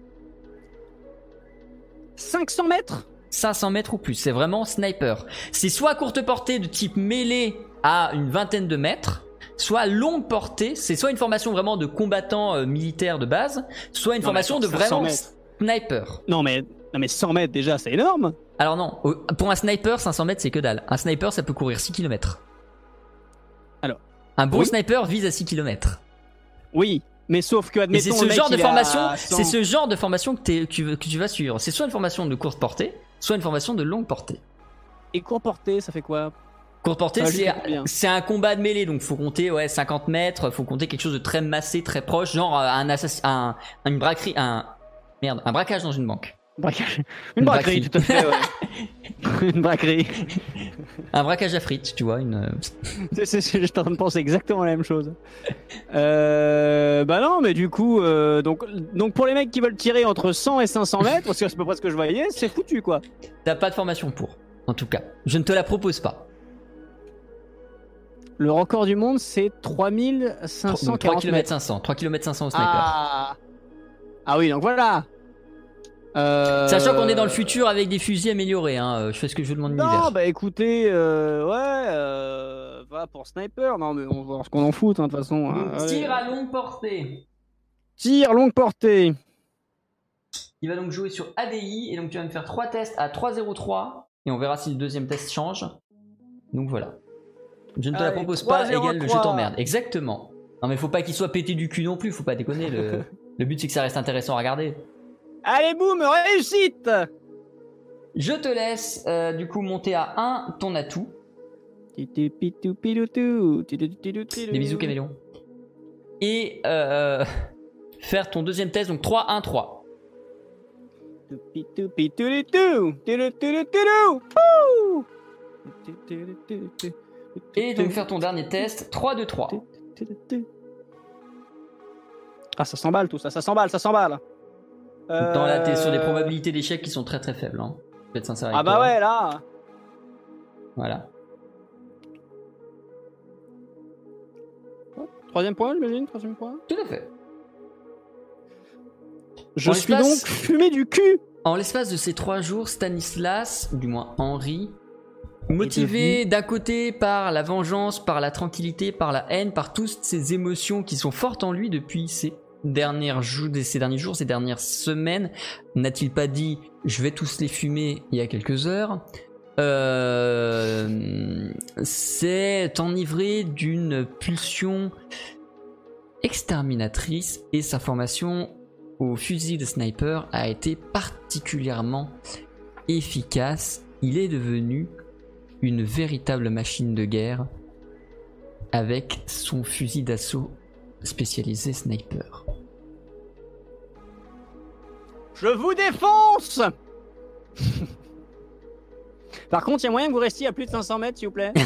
cinq cents mètres. cinq cents mètres ou plus, c'est vraiment sniper. C'est soit courte portée de type mêlée à une vingtaine de mètres, soit longue portée, c'est soit une formation vraiment de combattant euh, militaire de base, soit une Non, formation mais de attends, cinq cents vraiment mètres. sniper. Non mais, non mais cent mètres déjà, c'est énorme. Alors non, au- pour un sniper, cinq cents mètres c'est que dalle. Un sniper ça peut courir six kilomètres. Alors. Un bon Oui. sniper vise à six kilomètres. Oui, mais sauf que Et admettons c'est ce le mec, genre de il est formation, à cent. c'est ce genre de formation que, t'es- que tu veux- que tu vas suivre. C'est soit une formation de courte portée, soit une formation de longue portée. Et court portée, ça fait quoi? Courte portée, Ça va c'est, juste combien c'est un combat de mêlée, donc faut compter ouais, cinquante mètres, faut compter quelque chose de très massé, très proche, genre euh, un assassin, un, une braquerie, un, merde, un braquage dans une banque. Braquage. Une Une braquerie, braquerie. tout à fait. Ouais. Une braquerie. Un braquage à frites, tu vois, une... C'est- c'est- c'est- J'étais en train de penser exactement la même chose. Euh, bah non, mais du coup, euh, donc, donc pour les mecs qui veulent tirer entre cent et cinq cents mètres, parce que c'est à peu près ce que je voyais, c'est foutu quoi. T'as pas de formation pour, en tout cas. Je ne te la propose pas. Le record du monde, c'est trois mille cinq cent Donc trois quarante kilomètres mètres. cinq cents, trois kilomètres cinq cents au sniper. Ah. ah oui, donc voilà. Euh... Sachant qu'on est dans le futur avec des fusils améliorés, hein. Je fais ce que je veux de mon Non, univers. bah écoutez, euh, ouais, euh, va pour sniper. Non, mais on va voir ce qu'on en fout, hein, de toute façon. Donc, hein. tir Ouais. à longue portée. Tir longue portée. Il va donc jouer sur A D I, et donc tu vas me faire trois tests à trois zéro trois, et on verra si le deuxième test change. Donc voilà. Je ne te la Allez, propose trois pas, zéro égal, je trois. t'emmerde. Exactement. Non mais faut pas qu'il soit pété du cul non plus, faut pas déconner. Le, le but c'est que ça reste intéressant à regarder. Allez, boum, réussite. Je te laisse euh, du coup monter à un ton atout. Des Des bisous caméléon. Et euh, faire ton deuxième test, donc trois un trois. Et donc faire ton dernier test, trois deux trois. Ah, ça s'emballe tout ça, ça s'emballe, ça s'emballe. Euh... Dans là t'es sur des probabilités d'échec qui sont très très faibles. Hein. Je vais être sincère avec Ah bah toi. ouais, là. Voilà. Troisième point, j'imagine, troisième point. Tout à fait. Je En suis donc l'espace- fumé du cul. En l'espace de ces trois jours, Stanislas, ou du moins Henri, motivé d'un côté par la vengeance, par la tranquillité, par la haine, par toutes ces émotions qui sont fortes en lui depuis ces, dernières jou- ces derniers jours, ces dernières semaines, n'a-t-il pas dit « je vais tous les fumer » il y a quelques heures, euh, s'est enivré d'une pulsion exterminatrice et sa formation au fusil de sniper a été particulièrement efficace. Il est devenu une véritable machine de guerre avec son fusil d'assaut spécialisé sniper. Je vous défonce. Par contre, il y a moyen que vous restiez à plus de cinq cents mètres, s'il vous plaît.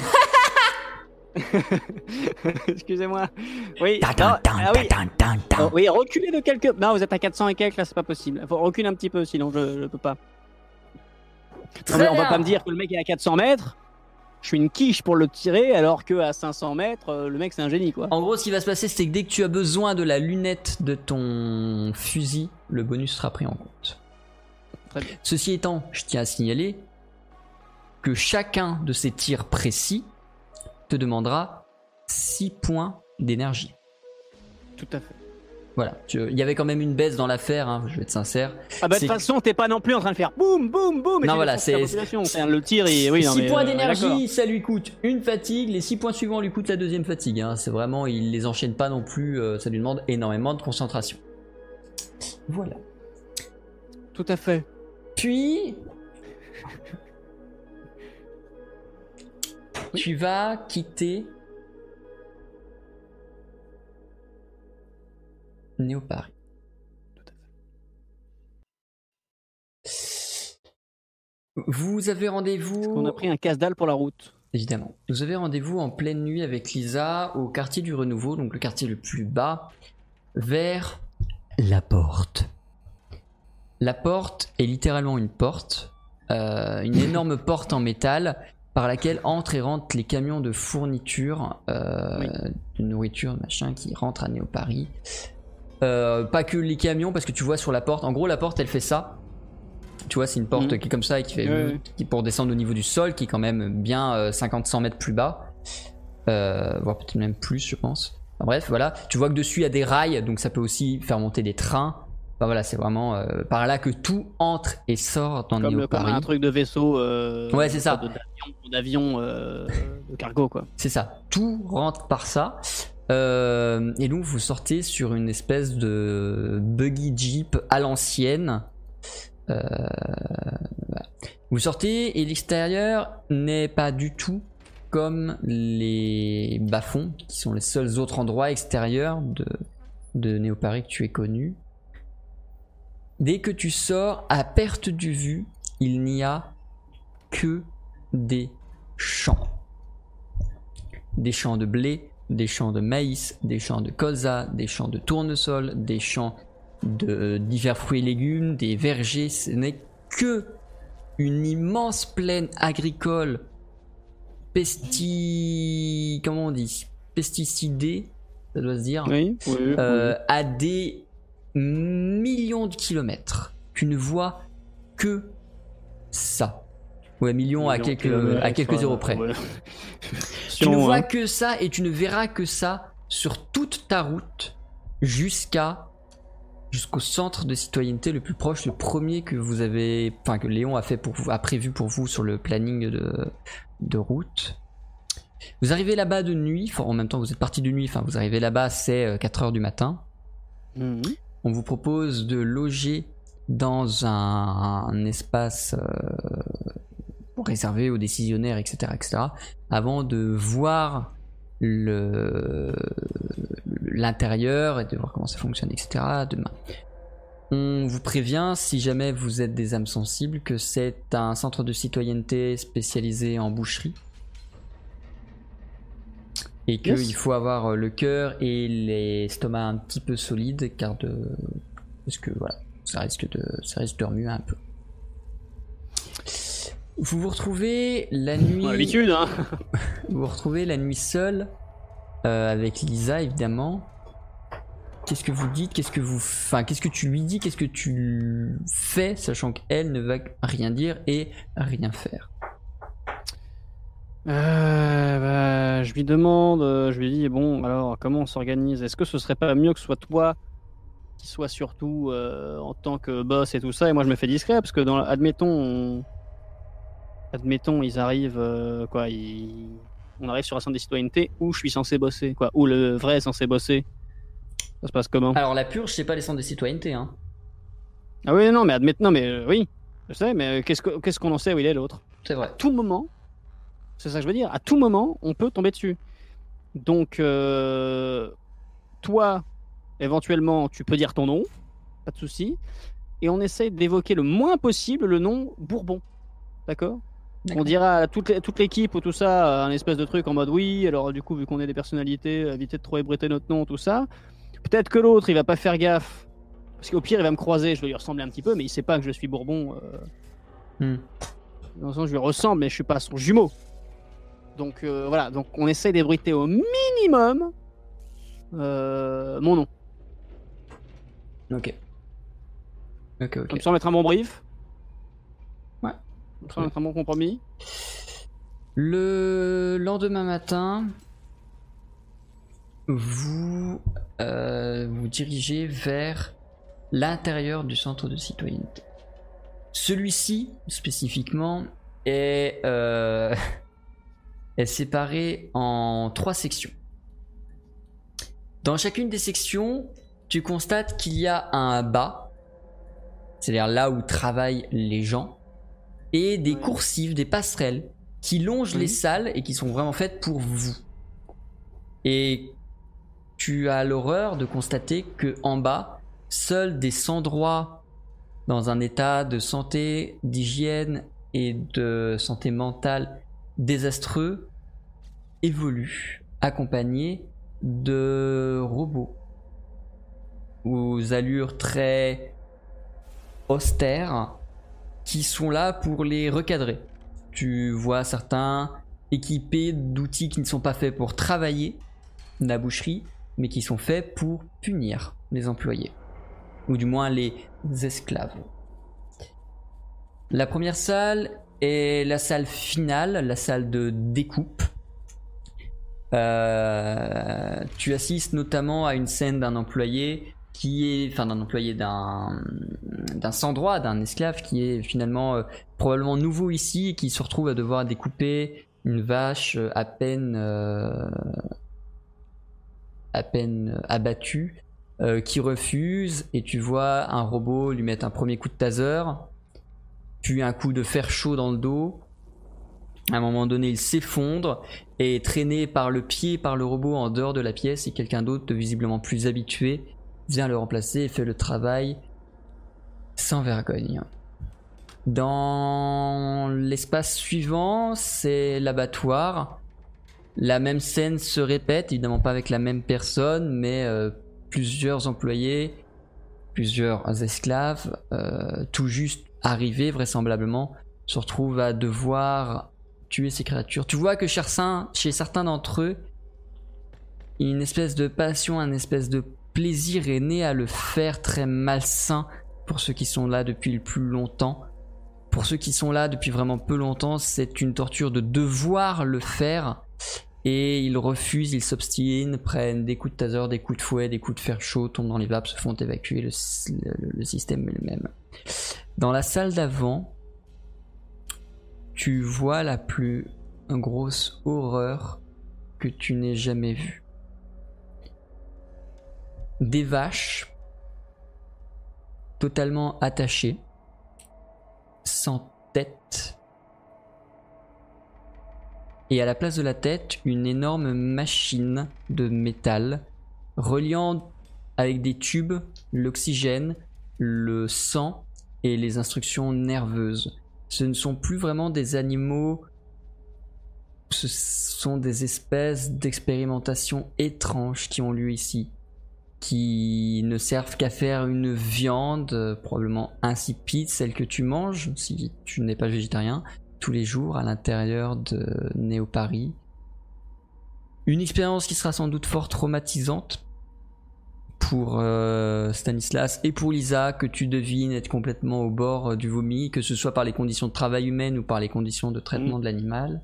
Excusez-moi. Oui. Ta- non, ta- ta- ah oui. ta- ta- ta- Oh, oui, reculez de quelques. Non, vous êtes à quatre cents et quelques, là, c'est pas possible. Faut reculer un petit peu, sinon je, je peux pas. Non, Très mais on va bien. pas me dire que le mec est à quatre cents mètres. Je suis une quiche pour le tirer, alors que à cinq cents mètres, euh, le mec c'est un génie, quoi. En gros, ce qui va se passer, c'est que dès que tu as besoin de la lunette de ton fusil, le bonus sera pris en compte. Très bien. Ceci étant, je tiens à signaler que chacun de ces tirs précis te demandera six points d'énergie. Tout à fait. Voilà, tu- il y avait quand même une baisse dans l'affaire, hein, je vais être sincère. Ah bah de C'est- toute façon, t'es pas non plus en train de faire boum, boum, boum. et Non, tu voilà, défonces la c'est- population. C'est le tir et oui, non, six mais, points euh, d'énergie, d'accord. ça lui coûte une fatigue, les six points suivants lui coûtent la deuxième fatigue. Hein. C'est vraiment, il les enchaîne pas non plus, euh, ça lui demande énormément de concentration. Voilà. Tout à fait. Puis, tu vas quitter Néo Paris. Vous avez rendez-vous. On a pris un casse-dalle pour la route. évidemment. Vous avez rendez-vous en pleine nuit avec Lisa au quartier du Renouveau, donc le quartier le plus bas, vers la porte. La porte est littéralement une porte, euh, une énorme porte en métal par laquelle entrent et rentrent les camions de fourniture, euh, oui. de nourriture, machin, qui rentrent à Néo-Paris. Euh, pas que les camions, parce que tu vois sur la porte, en gros la porte elle fait ça. Tu vois, c'est une porte mmh. qui est comme ça et qui fait ouais, qui, pour descendre au niveau du sol, qui est quand même bien euh, cinquante à cent mètres plus bas, euh, voire peut-être même plus, je pense. Enfin, bref, voilà. Tu vois que dessus il y a des rails, donc ça peut aussi faire monter des trains. Enfin, voilà, c'est vraiment euh, par là que tout entre et sort dans comme, Néo-Paris. Comme un truc de vaisseau. Euh, ouais, c'est ça. De, d'avion, d'avion euh, de cargo, quoi. C'est ça. Tout rentre par ça. Euh, et donc vous sortez sur une espèce de buggy jeep à l'ancienne. Euh, vous sortez et l'extérieur n'est pas du tout comme les bas-fonds qui sont les seuls autres endroits extérieurs de, de Néo-Paris que tu aies connu. Dès que tu sors, à perte de vue, il n'y a que des champs. Des champs de blé, des champs de maïs, des champs de colza, des champs de tournesol, des champs de divers fruits et légumes, des vergers. Ce n'est que une immense plaine agricole pesti... comment on dit pesticidée, ça doit se dire, oui, oui, euh, oui. à des millions de kilomètres. Tu ne vois que ça. Ouais, millions à quelques, à quelques euros près. Ouais. Tu ne vois que ça et tu ne verras que ça sur toute ta route jusqu'à jusqu'au centre de citoyenneté le plus proche, le premier que vous avez, enfin que Léon a fait pour vous, a prévu pour vous sur le planning de, de route. Vous arrivez là-bas de nuit, enfin, en même temps vous êtes parti de nuit, enfin vous arrivez là-bas, c'est quatre heures du matin. Mmh. On vous propose de loger dans un, un espace euh, réservé aux décisionnaires, et cetera, et cetera, avant de voir le l'intérieur et de voir comment ça fonctionne, et cetera. Demain. On vous prévient, si jamais vous êtes des âmes sensibles, que c'est un centre de citoyenneté spécialisé en boucherie. Et qu'il yes. faut avoir le cœur et l'estomac un petit peu solides, car de... parce que voilà, ça risque de, ça risque de remuer un peu. Vous vous retrouvez la nuit... L'habitude, hein. Vous vous retrouvez la nuit seule, euh, avec Lisa, évidemment. Qu'est-ce que vous dites? Qu'est-ce que vous... Enfin, qu'est-ce que tu lui dis? Qu'est-ce que tu fais, sachant qu'elle ne va rien dire et rien faire? Euh, bah, je lui demande, je lui dis, bon, alors, comment on s'organise? Est-ce que ce serait pas mieux que ce soit toi qui soit surtout euh, en tant que boss et tout ça, et moi je me fais discret, parce que, dans, admettons, on... admettons, ils arrivent, euh, quoi, ils... on arrive sur un centre de citoyenneté où je suis censé bosser, quoi, où le vrai est censé bosser. Ça se passe comment? Alors, la purge, c'est pas les centres de citoyenneté, hein. Ah oui, non, mais admettons, non, mais euh, oui, je sais, mais euh, qu'est-ce, que, qu'est-ce qu'on en sait où il est l'autre? C'est vrai. À tout moment, c'est ça que je veux dire, à tout moment, on peut tomber dessus. Donc, euh, toi, éventuellement, tu peux dire ton nom, pas de souci, et on essaie d'évoquer le moins possible le nom Bourbon. D'accord? D'accord. On dira à toute, toute l'équipe ou tout ça, un espèce de truc en mode oui, alors du coup, vu qu'on est des personnalités, évitez de trop ébruiter notre nom, tout ça. Peut-être que l'autre, il va pas faire gaffe, parce qu'au pire, il va me croiser, je vais lui ressembler un petit peu, mais il sait pas que je suis Bourbon. Euh... Hmm. Dans le sens, je lui ressemble, mais je suis pas son jumeau. Donc euh, voilà, donc on essaie d'ébruiter au minimum euh, mon nom. Ok. Ok, ok. Comme ça, on mettra un bon brief. Ouais. Comme ça, on mettra un bon compromis. Le lendemain matin, vous euh, vous dirigez vers l'intérieur du centre de citoyenneté. Celui-ci, spécifiquement, est... Euh... est séparée en trois sections. Dans chacune des sections, tu constates qu'il y a un bas, c'est-à-dire là où travaillent les gens, et des coursives, des passerelles qui longent mmh. les salles et qui sont vraiment faites pour vous. Et tu as l'horreur de constater que en bas, seuls des sans-droits dans un état de santé, d'hygiène et de santé mentale désastreux évolue, accompagné de robots aux allures très austères qui sont là pour les recadrer. Tu vois certains équipés d'outils qui ne sont pas faits pour travailler la boucherie, mais qui sont faits pour punir les employés, ou du moins les esclaves. La première salle est la salle finale, la salle de découpe. Euh, tu assistes notamment à une scène d'un employé qui est, enfin d'un employé d'un d'un sans-droit, d'un esclave qui est finalement euh, probablement nouveau ici et qui se retrouve à devoir découper une vache euh, à peine euh, à peine abattue, euh, qui refuse, et tu vois un robot lui mettre un premier coup de taser, puis un coup de fer chaud dans le dos. À un moment donné, il s'effondre et est traîné par le pied par le robot en dehors de la pièce, et quelqu'un d'autre, visiblement plus habitué, vient le remplacer et fait le travail sans vergogne. Dans l'espace suivant, c'est l'abattoir. La même scène se répète, évidemment pas avec la même personne, mais euh, plusieurs employés, plusieurs esclaves, euh, tout juste arrivés vraisemblablement, se retrouvent à devoir tuer ces créatures. Tu vois que chez certains, chez certains d'entre eux, une espèce de passion, une espèce de plaisir est né à le faire, très malsain pour ceux qui sont là depuis le plus longtemps. Pour ceux qui sont là depuis vraiment peu longtemps, c'est une torture de devoir le faire, et ils refusent, ils s'obstinent, prennent des coups de taser, des coups de fouet, des coups de fer chaud, tombent dans les vapes, se font évacuer. Le, le, le système est le même. Dans la salle d'avant, tu vois la plus grosse horreur que tu n'aies jamais vue. Des vaches totalement attachées, sans tête, et à la place de la tête, une énorme machine de métal reliant avec des tubes l'oxygène, le sang et les instructions nerveuses. Ce ne sont plus vraiment des animaux, ce sont des espèces d'expérimentations étranges qui ont lieu ici, qui ne servent qu'à faire une viande probablement insipide, celle que tu manges si tu n'es pas végétarien, tous les jours à l'intérieur de Néo Paris. Une expérience qui sera sans doute fort traumatisante pour euh, Stanislas et pour Lisa, que tu devines être complètement au bord du vomi, que ce soit par les conditions de travail humaines ou par les conditions de traitement mmh. de l'animal.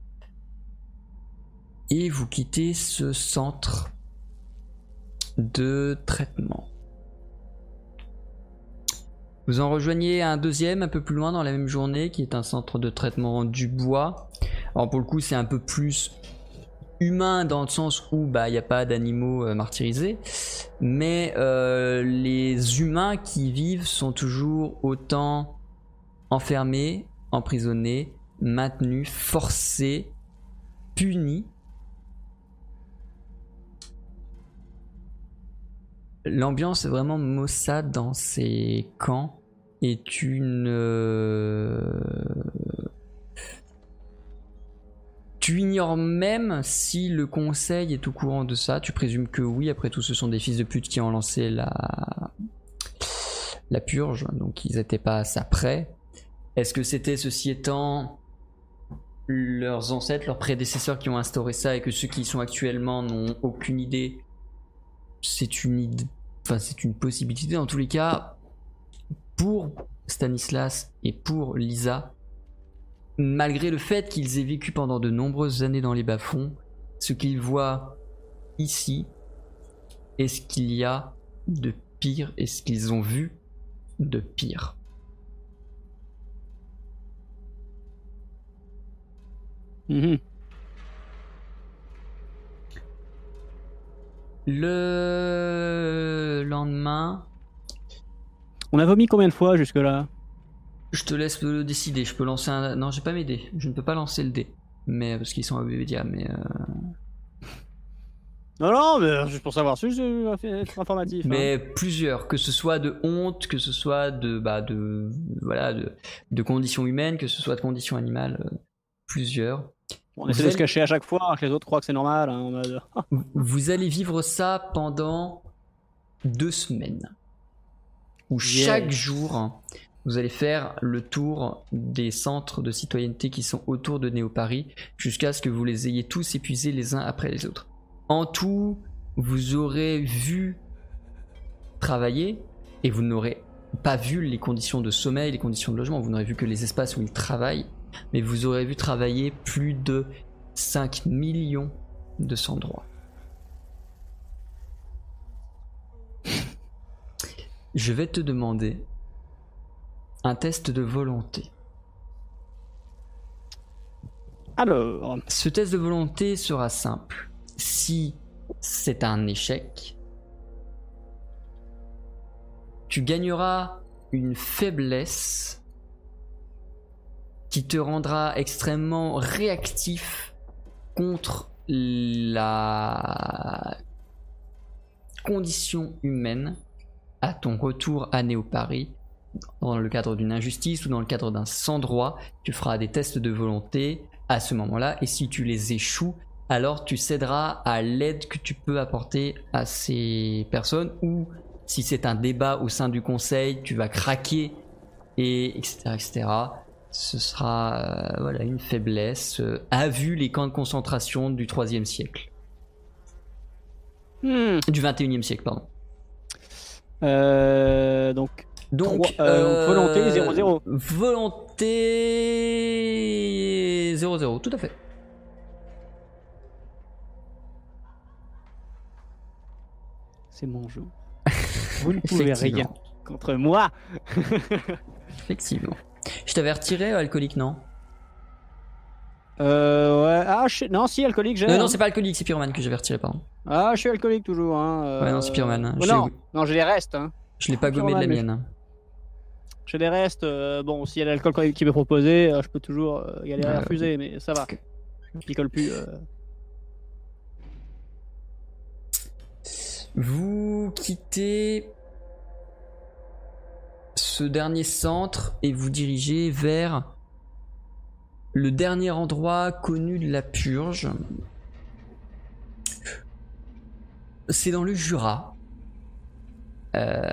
Et vous quittez ce centre de traitement. Vous en rejoignez un deuxième un peu plus loin dans la même journée, qui est un centre de traitement du bois. Alors pour le coup, c'est un peu plus humain dans le sens où bah il n'y a pas d'animaux euh, martyrisés, mais euh, les humains qui vivent sont toujours autant enfermés, emprisonnés, maintenus, forcés, punis. L'ambiance est vraiment maussade dans ces camps, et tu ne... Tu ignores même si le conseil est au courant de ça. Tu présumes que oui, après tout ce sont des fils de pute qui ont lancé la, la purge, donc ils n'étaient pas à ça près. Est-ce que c'était, ceci étant, leurs ancêtres, leurs prédécesseurs qui ont instauré ça, et que ceux qui y sont actuellement n'ont aucune idée? C'est une idée, enfin c'est une possibilité. Dans tous les cas, pour Stanislas et pour Lisa, malgré le fait qu'ils aient vécu pendant de nombreuses années dans les bas-fonds, ce qu'ils voient ici est ce qu'il y a de pire, et ce qu'ils ont vu de pire. Mmh. Le lendemain... On a vomi combien de fois jusque-là? Je te laisse le décider. Je peux lancer un... Non, j'ai pas mes dés. Je ne peux pas lancer le dé. Mais parce qu'ils sont à médias, mais... Euh... Non, non, mais juste pour savoir, c'est juste informatif. Mais hein. Plusieurs, que ce soit de honte, que ce soit de... Bah, de voilà, de, de conditions humaines, que ce soit de conditions animales. Euh, plusieurs. On essaie de se cacher à chaque fois, que les autres croient que c'est normal. Hein, en mode... Vous allez vivre ça pendant deux semaines. Où Yes. chaque jour, vous allez faire le tour des centres de citoyenneté qui sont autour de Néo-Paris jusqu'à ce que vous les ayez tous épuisés les uns après les autres. En tout, vous aurez vu travailler et vous n'aurez pas vu les conditions de sommeil, les conditions de logement, vous n'aurez vu que les espaces où ils travaillent, mais vous aurez vu travailler plus de cinq millions de sans-droits. Je vais te demander un test de volonté. Alors, Ce test de volonté sera simple. Si c'est un échec, tu gagneras une faiblesse qui te rendra extrêmement réactif contre la condition humaine à ton retour à Néo-Paris. Dans le cadre d'une injustice ou dans le cadre d'un sans-droit, tu feras des tests de volonté à ce moment-là, et si tu les échoues, alors tu céderas à l'aide que tu peux apporter à ces personnes, ou si c'est un débat au sein du conseil, tu vas craquer, et etc. etc. Ce sera euh, voilà, une faiblesse, euh, a vu les camps de concentration du troisième siècle. hmm, Du vingt et unième siècle, pardon. euh, donc, Donc, Trois- euh, donc, volonté zéro zéro. Volonté zéro zéro, tout à fait. c'est mon jour. Vous ne pouvez rien Effectivement. contre moi. Effectivement. Je t'avais retiré euh, alcoolique, non Euh, ouais. Ah, je... non, si, alcoolique, j'ai. Non, hein. non, c'est pas alcoolique, c'est pyromane que j'avais retiré, pardon. Ah, je suis alcoolique toujours. Hein. euh, Ouais, non, c'est pyromane. oh, Je non, l'ai- non, j'ai les restes. Hein. Je l'ai pas gommé de la Pyromane, mienne. J'ai les restes. euh, bon, s'il y a l'alcool qui m'est proposé, euh, je peux toujours euh, galérer Ouais, à ouais. refuser, mais ça va. Ok. Je picole plus. euh. Vous quittez ce dernier centre et vous dirigez vers le dernier endroit connu de la purge. C'est dans le Jura. Euh,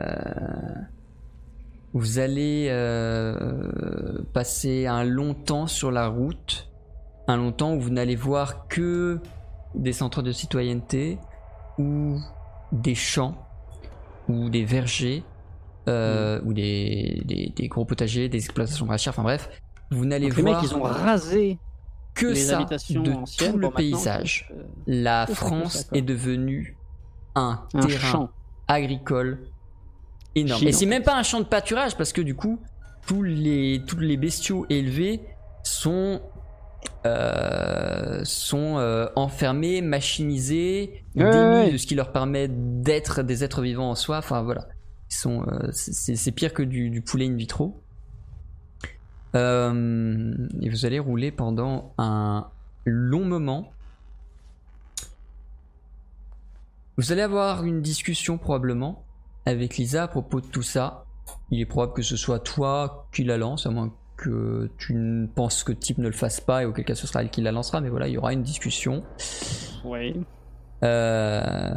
Vous allez euh, passer un long temps sur la route, un long temps où vous n'allez voir que des centres de citoyenneté ou des champs ou des vergers euh, ou des, des, des gros potagers, des exploitations maraîchères, enfin bref, vous n'allez Donc, les voir mecs, ils ont rasé que les ça habitations de anciennes. tout le Bon, maintenant, paysage. euh, La c'est ça que France ça, quoi. est devenue un, un terrain champ. agricole énorme. Chine, Et c'est en même pas un champ de pâturage parce que du coup, tous les, tous les bestiaux élevés sont, euh, sont euh, enfermés, machinisés, Ouais, démis ouais. de ce qui leur permet d'être des êtres vivants en soi. Enfin voilà, ils sont, euh, c'est, c'est pire que du, du poulet in vitro. Euh, et vous allez rouler pendant un long moment. Vous allez avoir une discussion probablement avec Lisa à propos de tout ça. Il est probable que ce soit toi qui la lance, à moins que tu ne penses que Type ne le fasse pas, et auquel cas ce sera elle qui la lancera, mais voilà, il y aura une discussion. Oui. Euh...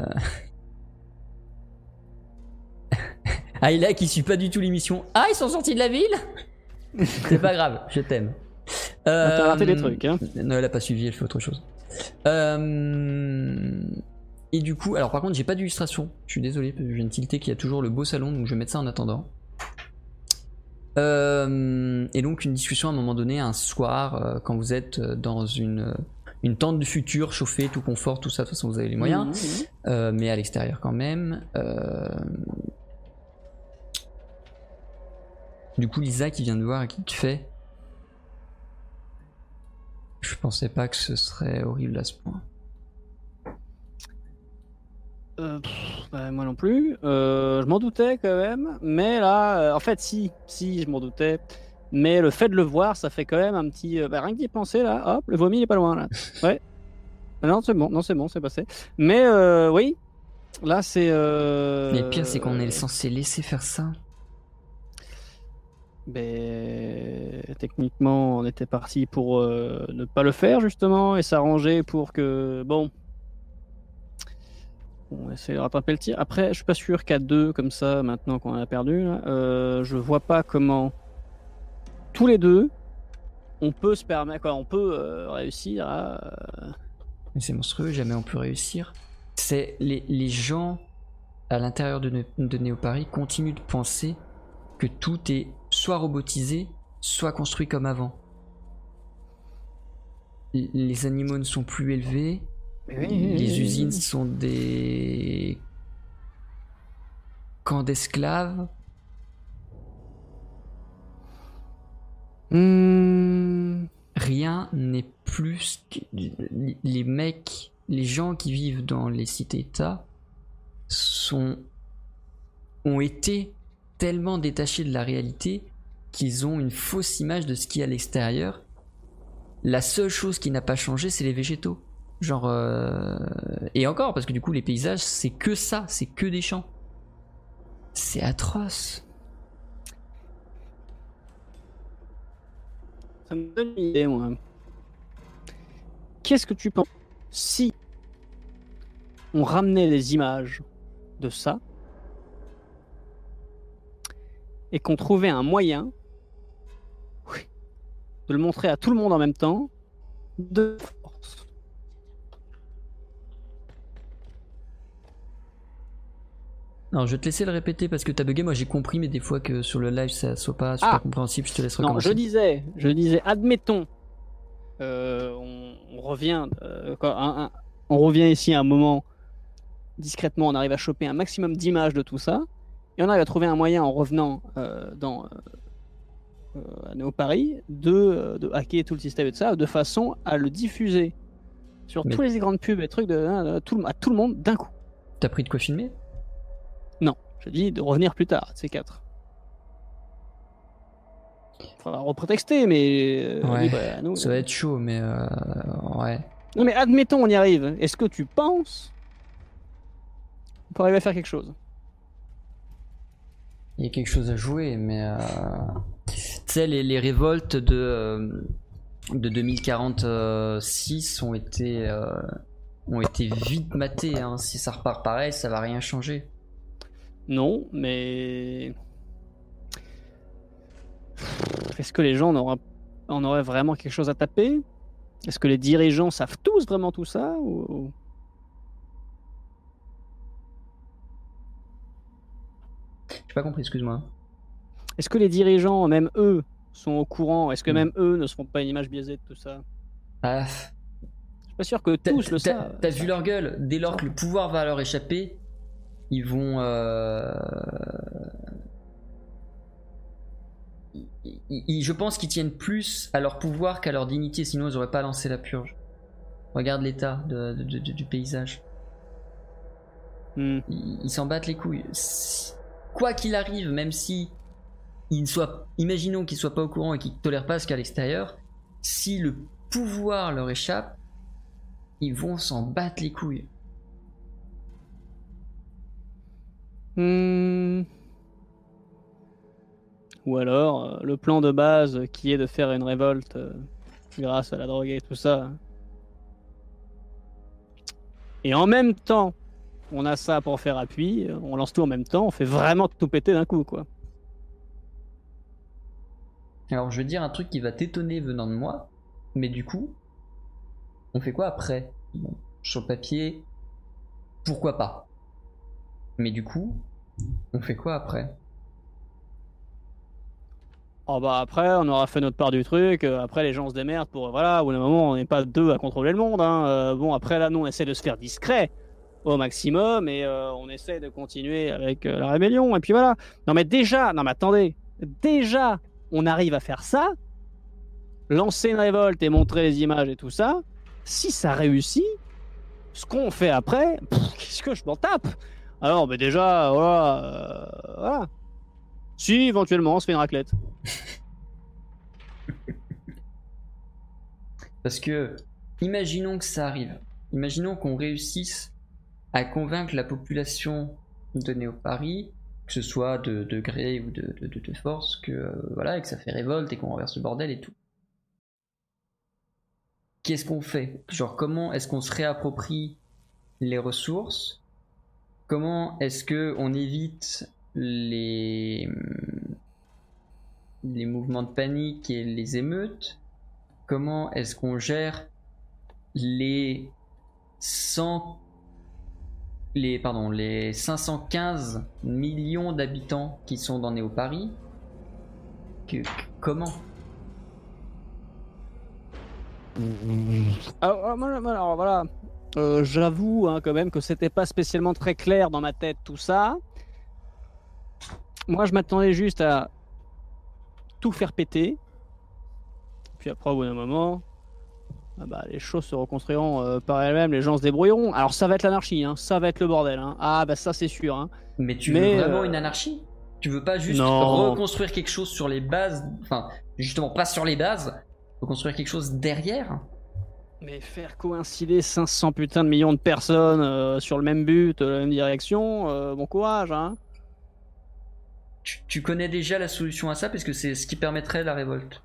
Ayla qui suit pas du tout l'émission. Ah, ils sont sortis de la ville. C'est pas grave, je t'aime. Ah, t'as raté Euh, des trucs, hein. Non, elle a pas suivi, elle fait autre chose. Euh... Et du coup, alors par contre, j'ai pas d'illustration. Je suis désolé, parce que je viens de tilter qu'il y a toujours le beau salon, donc je vais mettre ça en attendant. Euh... Et donc, une discussion à un moment donné, un soir, euh, quand vous êtes dans une, une tente du futur, chauffée, tout confort, tout ça, de toute façon, vous avez les moyens, Mmh, mmh. euh, mais à l'extérieur quand même. Euh... Du coup, Lisa qui vient de voir et qui te fait. Je pensais pas que ce serait horrible à ce point. Euh, pff, bah, moi non plus. Euh, je m'en doutais quand même. Mais là, euh, en fait, si, si, je m'en doutais. Mais le fait de le voir, ça fait quand même un petit. Euh, bah, rien que d'y penser là, hop, le vomi il est pas loin là. Ouais. Ah non, c'est bon, non, c'est bon, c'est passé. Mais euh, oui, là c'est. Euh... Mais le pire, c'est qu'on est censé laisser faire ça. Ben, techniquement, on était parti pour euh, ne pas le faire, justement, et s'arranger pour que... Bon... On essaie de rattraper le tir. Après, je suis pas sûr qu'à deux, comme ça, maintenant qu'on a perdu, là, euh, je vois pas comment... Tous les deux, on peut se permettre... Quoi, on peut euh, réussir à... Mais c'est monstrueux, jamais on peut réussir. C'est les, les gens à l'intérieur de, de Néo-Paris continuent de penser que tout est soit robotisé, soit construit comme avant. Les animaux ne sont plus élevés, les usines sont des camps d'esclaves. Mmh. Rien n'est plus que... Les mecs, les gens qui vivent dans les cités-états sont... ont été tellement détachés de la réalité qu'ils ont une fausse image de ce qu'il y a à l'extérieur. La seule chose qui n'a pas changé, c'est les végétaux. Genre... Euh... Et encore, parce que du coup, les paysages, c'est que ça, c'est que des champs. C'est atroce. Ça me donne une idée, moi. Qu'est-ce que tu penses si on ramenait les images de ça et qu'on trouvait un moyen de le montrer à tout le monde en même temps de force? Non, je vais te laisser le répéter parce que t'as bugué. Moi j'ai compris, mais des fois que sur le live ça soit pas super Ah compréhensible, je te laisse recommencer. Non, je disais, je disais, admettons, euh, on, on revient, euh, quoi, un, un, on revient ici à un moment discrètement, on arrive à choper un maximum d'images de tout ça, et on arrive à trouver un moyen en revenant euh, dans euh, à Néo-Paris de, de hacker tout le système et de ça, de façon à le diffuser sur mais tous les écrans de pub et trucs de, de, de tout, à tout le monde d'un coup. T'as pris de quoi filmer? Non, je dis de revenir plus tard, ces quatre. Faudra reprétexter, mais euh, ouais, libre à nous, ça va être chaud, mais euh, ouais. Non mais admettons on y arrive. Est-ce que tu penses qu'on peut arriver à faire quelque chose? Il y a quelque chose à jouer, mais euh... tu sais les, les révoltes de euh, de deux mille quarante-six ont été euh, ont été vite matées. Hein. Si ça repart pareil, ça va rien changer. Non, mais est-ce que les gens en auraient, en auraient vraiment quelque chose à taper? Est-ce que les dirigeants savent tous vraiment tout ça ou... J'ai pas compris, excuse-moi. Est-ce que les dirigeants, même eux, sont au courant? Est-ce que mmh. même eux ne se font pas une image biaisée de tout ça? Ah. Je suis pas sûr que tous le savent. T'as vu leur gueule? Dès lors que le pouvoir va leur échapper, ils vont... Euh... Ils, ils, je pense qu'ils tiennent plus à leur pouvoir qu'à leur dignité, sinon ils n'auraient pas lancé la purge. Regarde l'état de, de, de, du paysage. Mm. Ils, ils s'en battent les couilles. Quoi qu'il arrive, même si ils ne soient, imaginons qu'ils ne soient pas au courant et qu'ils ne tolèrent pas ce qu'il y a à l'extérieur, si le pouvoir leur échappe, ils vont s'en battre les couilles. Mm. Ou alors, euh, le plan de base qui est de faire une révolte euh, grâce à la drogue et tout ça. Et en même temps, on a ça pour faire appui, on lance tout en même temps, on fait vraiment tout péter d'un coup, quoi. Alors, je vais dire un truc qui va t'étonner venant de moi, mais du coup, on fait quoi après? Bon, sur le papier, pourquoi pas? Mais du coup, on fait quoi après? Oh bah après, on aura fait notre part du truc, euh, après les gens se démerdent pour, voilà, au bout d'un moment, on n'est pas deux à contrôler le monde, hein. Euh, bon, après là, nous, on essaie de se faire discret au maximum, et euh, on essaie de continuer avec euh, la rébellion, et puis voilà. Non mais déjà, non mais attendez, déjà, on arrive à faire ça, lancer une révolte et montrer les images et tout ça, si ça réussit, ce qu'on fait après, pff, qu'est-ce que je m'en tape? Alors, mais déjà, voilà, euh, voilà. Si, éventuellement, on se fait une raclette. Parce que, imaginons que ça arrive. Imaginons qu'on réussisse à convaincre la population de Néo-Paris que ce soit de, de gré ou de, de, de, de force, que euh, voilà, et que ça fait révolte et qu'on renverse le bordel et tout. Qu'est-ce qu'on fait? Genre, comment est-ce qu'on se réapproprie les ressources? Comment est-ce que on évite les les mouvements de panique et les émeutes? Comment est-ce qu'on gère les cent les pardon les cinq cent quinze millions d'habitants qui sont dans Néo-Paris? Que, que- comment? Alors, alors, moi, moi, alors, voilà, Euh, j'avoue hein, quand même que c'était pas spécialement très clair dans ma tête tout ça. Moi, je m'attendais juste à tout faire péter. Puis après, au bout d'un moment, ah bah, les choses se reconstruiront euh, par elles-mêmes, les gens se débrouilleront. Alors, ça va être l'anarchie, hein, ça va être le bordel. Hein. Ah, bah ça, c'est sûr. Hein. Mais tu Mais, veux vraiment euh, une anarchie? Tu veux pas juste Non. reconstruire quelque chose sur les bases, enfin justement pas sur les bases, reconstruire quelque chose derrière? Mais faire coïncider cinq cents putains de millions de personnes euh, sur le même but, euh, la même direction, euh, bon courage, hein. Tu, tu connais déjà la solution à ça parce que c'est ce qui permettrait la révolte.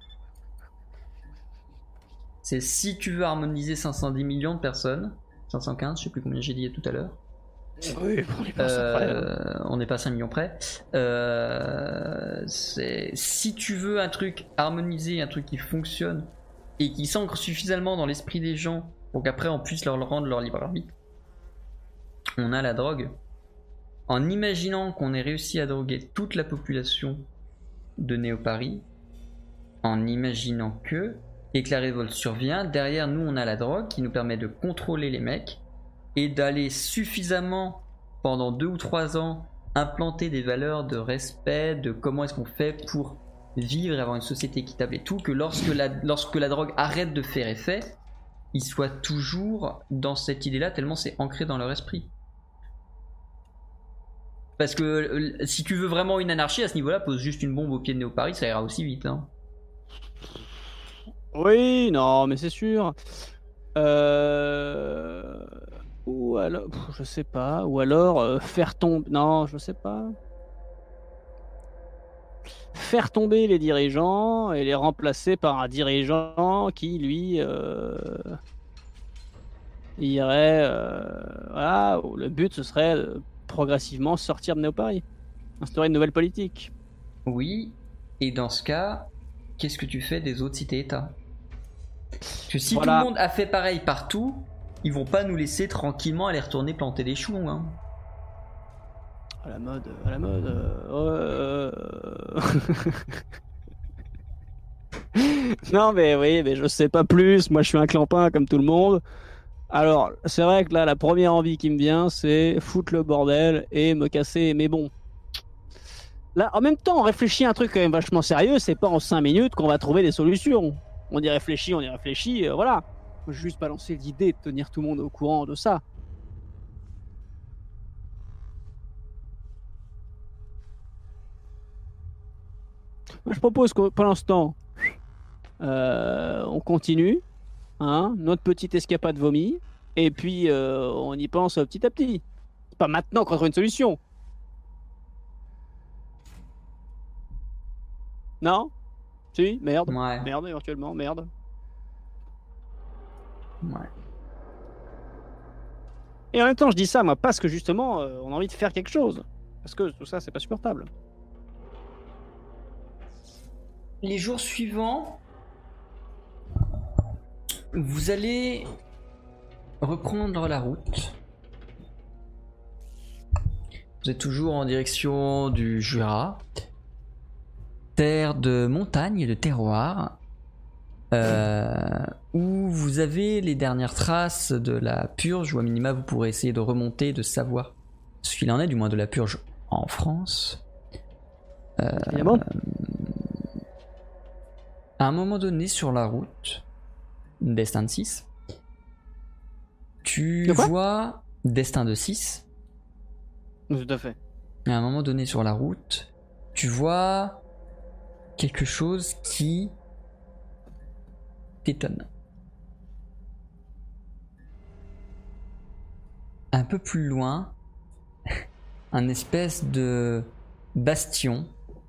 C'est si tu veux harmoniser cinq cent dix millions de personnes, cinq cent quinze, je sais plus combien j'ai dit tout à l'heure. Oui, on est pas ça près, hein. Euh, on n'est pas à cinq millions près. Euh, c'est- si tu veux un truc harmonisé, un truc qui fonctionne et qui s'ancre suffisamment dans l'esprit des gens pour qu'après on puisse leur rendre leur libre arbitre, on a la drogue. En imaginant qu'on ait réussi à droguer toute la population de Néo-Paris, en imaginant que, et que la révolte survient, derrière nous on a la drogue qui nous permet de contrôler les mecs et d'aller suffisamment pendant deux ou trois ans implanter des valeurs de respect, de comment est-ce qu'on fait pour vivre et avoir une société équitable et tout, que lorsque la, lorsque la drogue arrête de faire effet, ils soient toujours dans cette idée-là tellement c'est ancré dans leur esprit. Parce que euh, si tu veux vraiment une anarchie à ce niveau-là, pose juste une bombe au pied de Néo-Paris, ça ira aussi vite. Hein. Oui, non, mais c'est sûr. Euh... Ou alors, pff, je sais pas. Ou alors euh, faire tomber. Non, je sais pas. Faire tomber les dirigeants et les remplacer par un dirigeant qui, lui, euh, irait. euh, Voilà, où le but ce serait de progressivement sortir de Néo-Paris, instaurer une nouvelle politique. Oui, et dans ce cas, qu'est-ce que tu fais des autres cités-États? Parce que si Voilà. tout le monde a fait pareil partout, ils vont pas nous laisser tranquillement aller retourner planter des choux. Hein. À la mode, à la mode. euh, euh, non, mais oui, mais je sais pas plus. Moi, je suis un clampin comme tout le monde. Alors, c'est vrai que là, la première envie qui me vient, c'est foutre le bordel et me casser. Mais bon, là, en même temps, on réfléchit à un truc quand même vachement sérieux. C'est pas en cinq minutes qu'on va trouver des solutions. On y réfléchit, on y réfléchit, euh, voilà. Faut juste balancer l'idée de tenir tout le monde au courant de ça. Moi, je propose que pour l'instant, euh, on continue, hein, notre petite escapade vomi, et puis euh, on y pense petit à petit. C'est pas maintenant qu'on trouve une solution. Non? Si? Merde. Ouais. Merde, éventuellement, merde. Ouais. Et en même temps, je dis ça, moi, parce que justement, euh, on a envie de faire quelque chose. Parce que tout ça, c'est pas supportable. Les jours suivants, vous allez reprendre la route. Vous êtes toujours en direction du Jura, terre de montagne et de terroir, euh, où vous avez les dernières traces de la purge, ou à minima vous pourrez essayer de remonter, de savoir ce qu'il en est, du moins de la purge en France. Euh, Évidemment. À un moment donné sur la route, Destin de six, tu De quoi vois Destin de six. Tout à fait. À un moment donné sur la route, tu vois quelque chose qui t'étonne. Un peu plus loin, un espèce de bastion,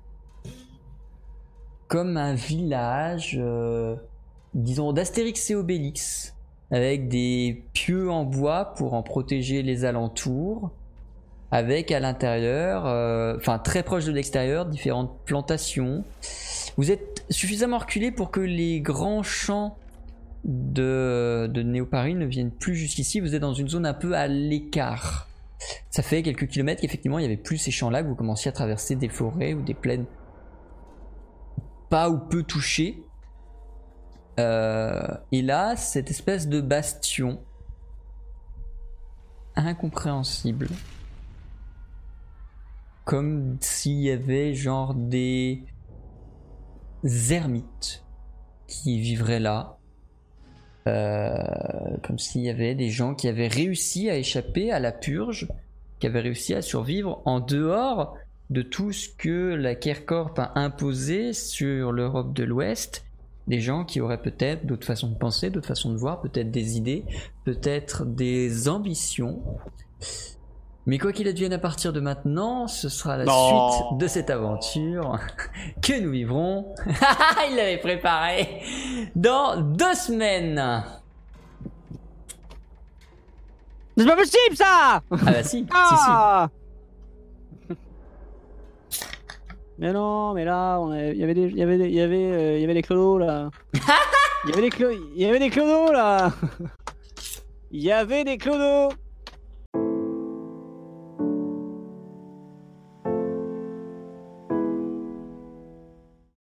comme un village, euh, disons, d'Astérix et Obélix, avec des pieux en bois pour en protéger les alentours, avec à l'intérieur, enfin euh, très proche de l'extérieur, différentes plantations. Vous êtes suffisamment reculé pour que les grands champs de, de Néo-Paris ne viennent plus jusqu'ici. Vous êtes dans une zone un peu à l'écart. Ça fait quelques kilomètres qu'effectivement il n'y avait plus ces champs-là, que vous commenciez à traverser des forêts ou des plaines pas ou peu touchées. Euh, et là, cette espèce de bastion incompréhensible, comme s'il y avait genre des ermites qui vivraient là, euh, comme s'il y avait des gens qui avaient réussi à échapper à la purge, qui avaient réussi à survivre en dehors de tout ce que la Kerkorp a imposé sur l'Europe de l'Ouest. Des gens qui auraient peut-être d'autres façons de penser, d'autres façons de voir, peut-être des idées, peut-être des ambitions. Mais quoi qu'il advienne à partir de maintenant, ce sera la non. suite de cette aventure que nous vivrons. Il l'avait préparé dans deux semaines. C'est pas possible ça. Ah bah si, ah si, si. Mais non, mais là, on a... il y avait des, il y avait, des... il y avait, euh... il y avait des clodos là. Il y avait des clo... il y avait des clodos là. Il y avait des clodos.